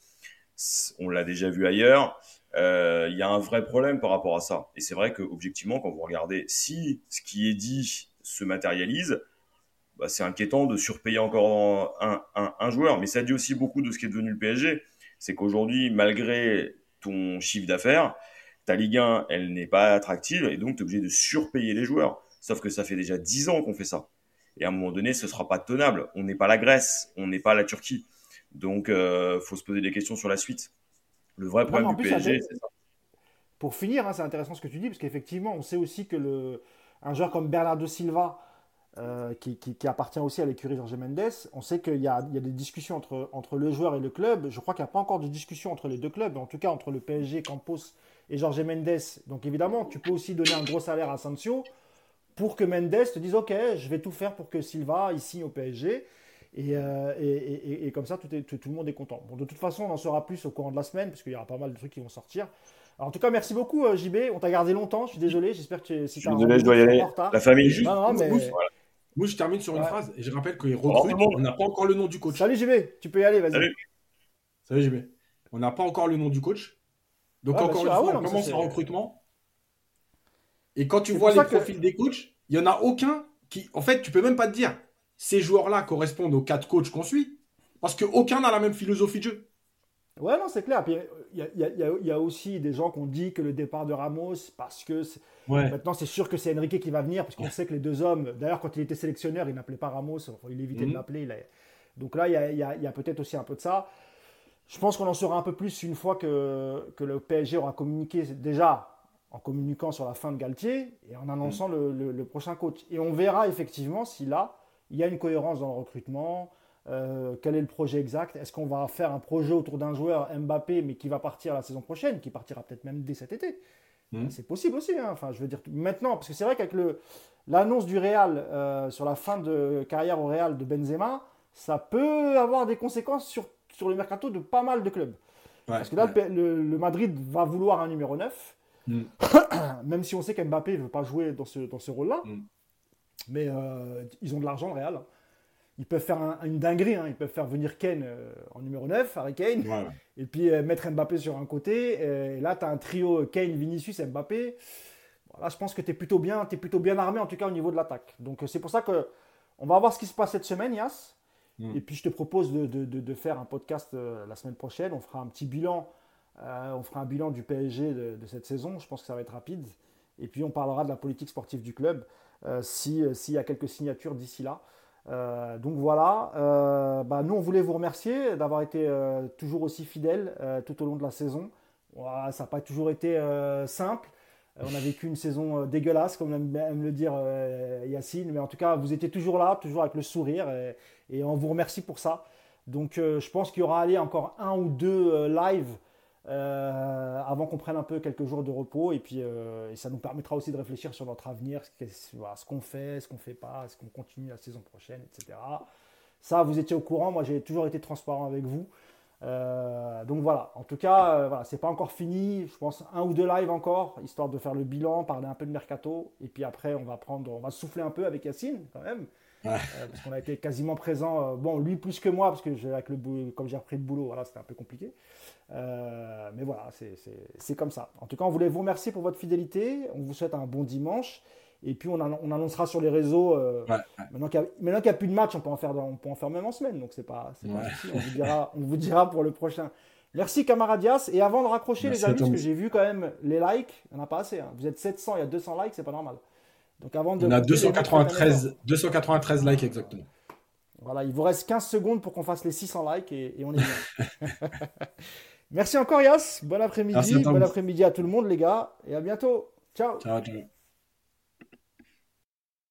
on l'a déjà vu ailleurs. Il euh, y a un vrai problème par rapport à ça. Et c'est vrai que objectivement, quand vous regardez, si ce qui est dit se matérialise, bah, c'est inquiétant de surpayer encore un, un, un joueur. Mais ça dit aussi beaucoup de ce qui est devenu le P S G. C'est qu'aujourd'hui, malgré ton chiffre d'affaires, ta Ligue un, elle n'est pas attractive et donc tu es obligé de surpayer les joueurs. Sauf que ça fait déjà dix ans qu'on fait ça. Et à un moment donné, ce ne sera pas tenable. On n'est pas la Grèce, on n'est pas la Turquie. Donc, il euh, faut se poser des questions sur la suite. Le vrai Non, mais problème en du plus, P S G, ça- c'est ça. pour finir, hein, c'est intéressant ce que tu dis, parce qu'effectivement, on sait aussi que le, un joueur comme Bernardo Silva, euh, qui, qui- qui appartient aussi à l'écurie Jorge Mendes, on sait qu'il y a, il y a des discussions entre, entre le joueur et le club. Je crois qu'il n'y a pas encore de discussion entre les deux clubs, mais en tout cas entre le P S G, Campos et Jorge Mendes. Donc évidemment, tu peux aussi donner un gros salaire à Sancho pour que Mendes te dise ok, je vais tout faire pour que Silva il signe au P S G. Et, euh, et, et- et comme ça, tout, est- tout, tout le monde est content. Bon, de toute façon, on en saura plus au courant de la semaine, parce qu'il y aura pas mal de trucs qui vont sortir. Alors, en tout cas, merci beaucoup, euh, J B. On t'a gardé longtemps, je suis désolé. J'espère que tu- Je si suis tu as un désolé, je dois y rendez-vous, tu es aller. en retard. La famille. Et juste, Non, non, mais. Mousse, Voilà. Moi, je termine sur une Ouais. phrase et je rappelle qu'ils Au revoir tout recrutent. le monde. On n'a pas encore le nom du coach. Salut J B, tu peux y aller, vas-y. Salut. Salut, J B. On n'a pas encore le nom du coach. Donc, Ouais, bien encore sûr. une Ah fois, ouais, on non, mais ça, commence c'est- un recrutement. Et quand tu C'est vois pour les ça que- profils des coachs, il n'y en a aucun qui. En fait, tu peux même pas te dire ces joueurs-là correspondent aux quatre coachs qu'on suit. Parce qu'aucun n'a la même philosophie de jeu. Ouais, non, c'est clair. Puis, il y a, il y a- il y a- il y a aussi des gens qui ont dit que le départ de Ramos, parce que c'est- Ouais. maintenant c'est sûr que c'est Enrique qui va venir, parce qu'on sait que les deux hommes, d'ailleurs, quand il était sélectionneur, il n'appelait pas Ramos, enfin, il évitait Mhm. de l'appeler. il a- Donc là, il y a, il y a- il y a peut-être aussi un peu de ça. Je pense qu'on en saura un peu plus une fois que, que le P S G aura communiqué, déjà en communiquant sur la fin de Galtier et en annonçant le, le- le prochain coach. Et on verra effectivement si là, il y a une cohérence dans le recrutement. Euh, quel est le projet exact? Est-ce qu'on va faire un projet autour d'un joueur Mbappé, mais qui va partir la saison prochaine, qui partira peut-être même dès cet été? Mhm. C'est possible aussi, hein. Enfin, je veux dire maintenant, parce que c'est vrai qu'avec le- l'annonce du Real euh, sur la fin de carrière au Real de Benzema, ça peut avoir des conséquences sur, sur le mercato de pas mal de clubs. Ouais, Parce que là, ouais. le P- le, le Madrid va vouloir un numéro neuf, Mm. même si on sait qu'Mbappé ne veut pas jouer dans ce, dans ce rôle-là. Mm. Mais euh, ils ont de l'argent, le Real. Ils peuvent faire un- une dinguerie, hein. Ils peuvent faire venir Kane euh, en numéro neuf, Harry Kane, Ouais, ouais. et puis euh, mettre Mbappé sur un côté. Et là, tu as un trio Kane, Vinicius, Mbappé. Voilà, je pense que tu es plutôt bien, t'es plutôt bien armé, en tout cas au niveau de l'attaque. Donc euh, c'est pour ça que on va voir ce qui se passe cette semaine, Yas. Mm. Et puis je te propose de, de- de- de faire un podcast euh, la semaine prochaine. On fera un petit bilan. euh, on fera un bilan du P S G de, de cette saison. Je pense que ça va être rapide. Et puis on parlera de la politique sportive du club euh, si, euh, s'il y a quelques signatures d'ici là. Euh, donc voilà, Euh, bah, nous on voulait vous remercier d'avoir été euh, toujours aussi fidèles euh, tout au long de la saison. Voilà, ça n'a pas toujours été euh, simple. Euh, on a vécu une saison euh, dégueulasse, comme aime, aime le dire euh, Yacine, mais en tout cas vous étiez toujours là, toujours avec le sourire, et, et on vous remercie pour ça. Donc euh, je pense qu'il y aura allé encore un ou deux euh, lives euh, avant qu'on prenne un peu quelques jours de repos, et puis euh, et ça nous permettra aussi de réfléchir sur notre avenir, ce, qu'est- voilà, ce qu'on fait, ce qu'on fait pas, est-ce qu'on continue la saison prochaine, et cetera. Ça, vous étiez au courant, moi j'ai toujours été transparent avec vous. Euh, donc voilà, en tout cas, euh, voilà, c'est pas encore fini. Je pense un ou deux lives encore, histoire de faire le bilan, parler un peu de mercato. Et puis après, on va prendre, on va souffler un peu avec Yacine quand même. Ouais. Euh, parce qu'on a été quasiment présent. Euh, bon, lui plus que moi, parce que j'ai, avec le boulot, comme j'ai repris le boulot, voilà, c'était un peu compliqué. Euh, mais voilà, c'est, c'est, c'est comme ça. En tout cas, on voulait vous remercier pour votre fidélité. On vous souhaite un bon dimanche. Et puis, on, an- on annoncera sur les réseaux. Euh, Ouais, ouais. maintenant qu'il n'y a, a, plus de match, on peut en faire, on peut en faire même en semaine. Donc, c'est pas, c'est Ouais. pas un souci. On vous dira, on vous dira pour le prochain. Merci, camaradias. Et avant de raccrocher, Merci les à amis, toi, parce que monsieur. j'ai vu quand même les likes, il n'y en a pas assez. Hein. Vous êtes sept cents, il y a deux cents likes, c'est pas normal. Donc, avant de On a couper, les mecs, faites un effort. deux cent quatre-vingt-treize, deux cent quatre-vingt-treize likes exactement. Voilà, il vous reste quinze secondes pour qu'on fasse les six cents likes et, et on est bien. Merci encore, Yas. Bon Merci à après-midi. toi. Bon après-midi à tout le monde, les gars. Et à bientôt. Ciao. Ciao, ciao.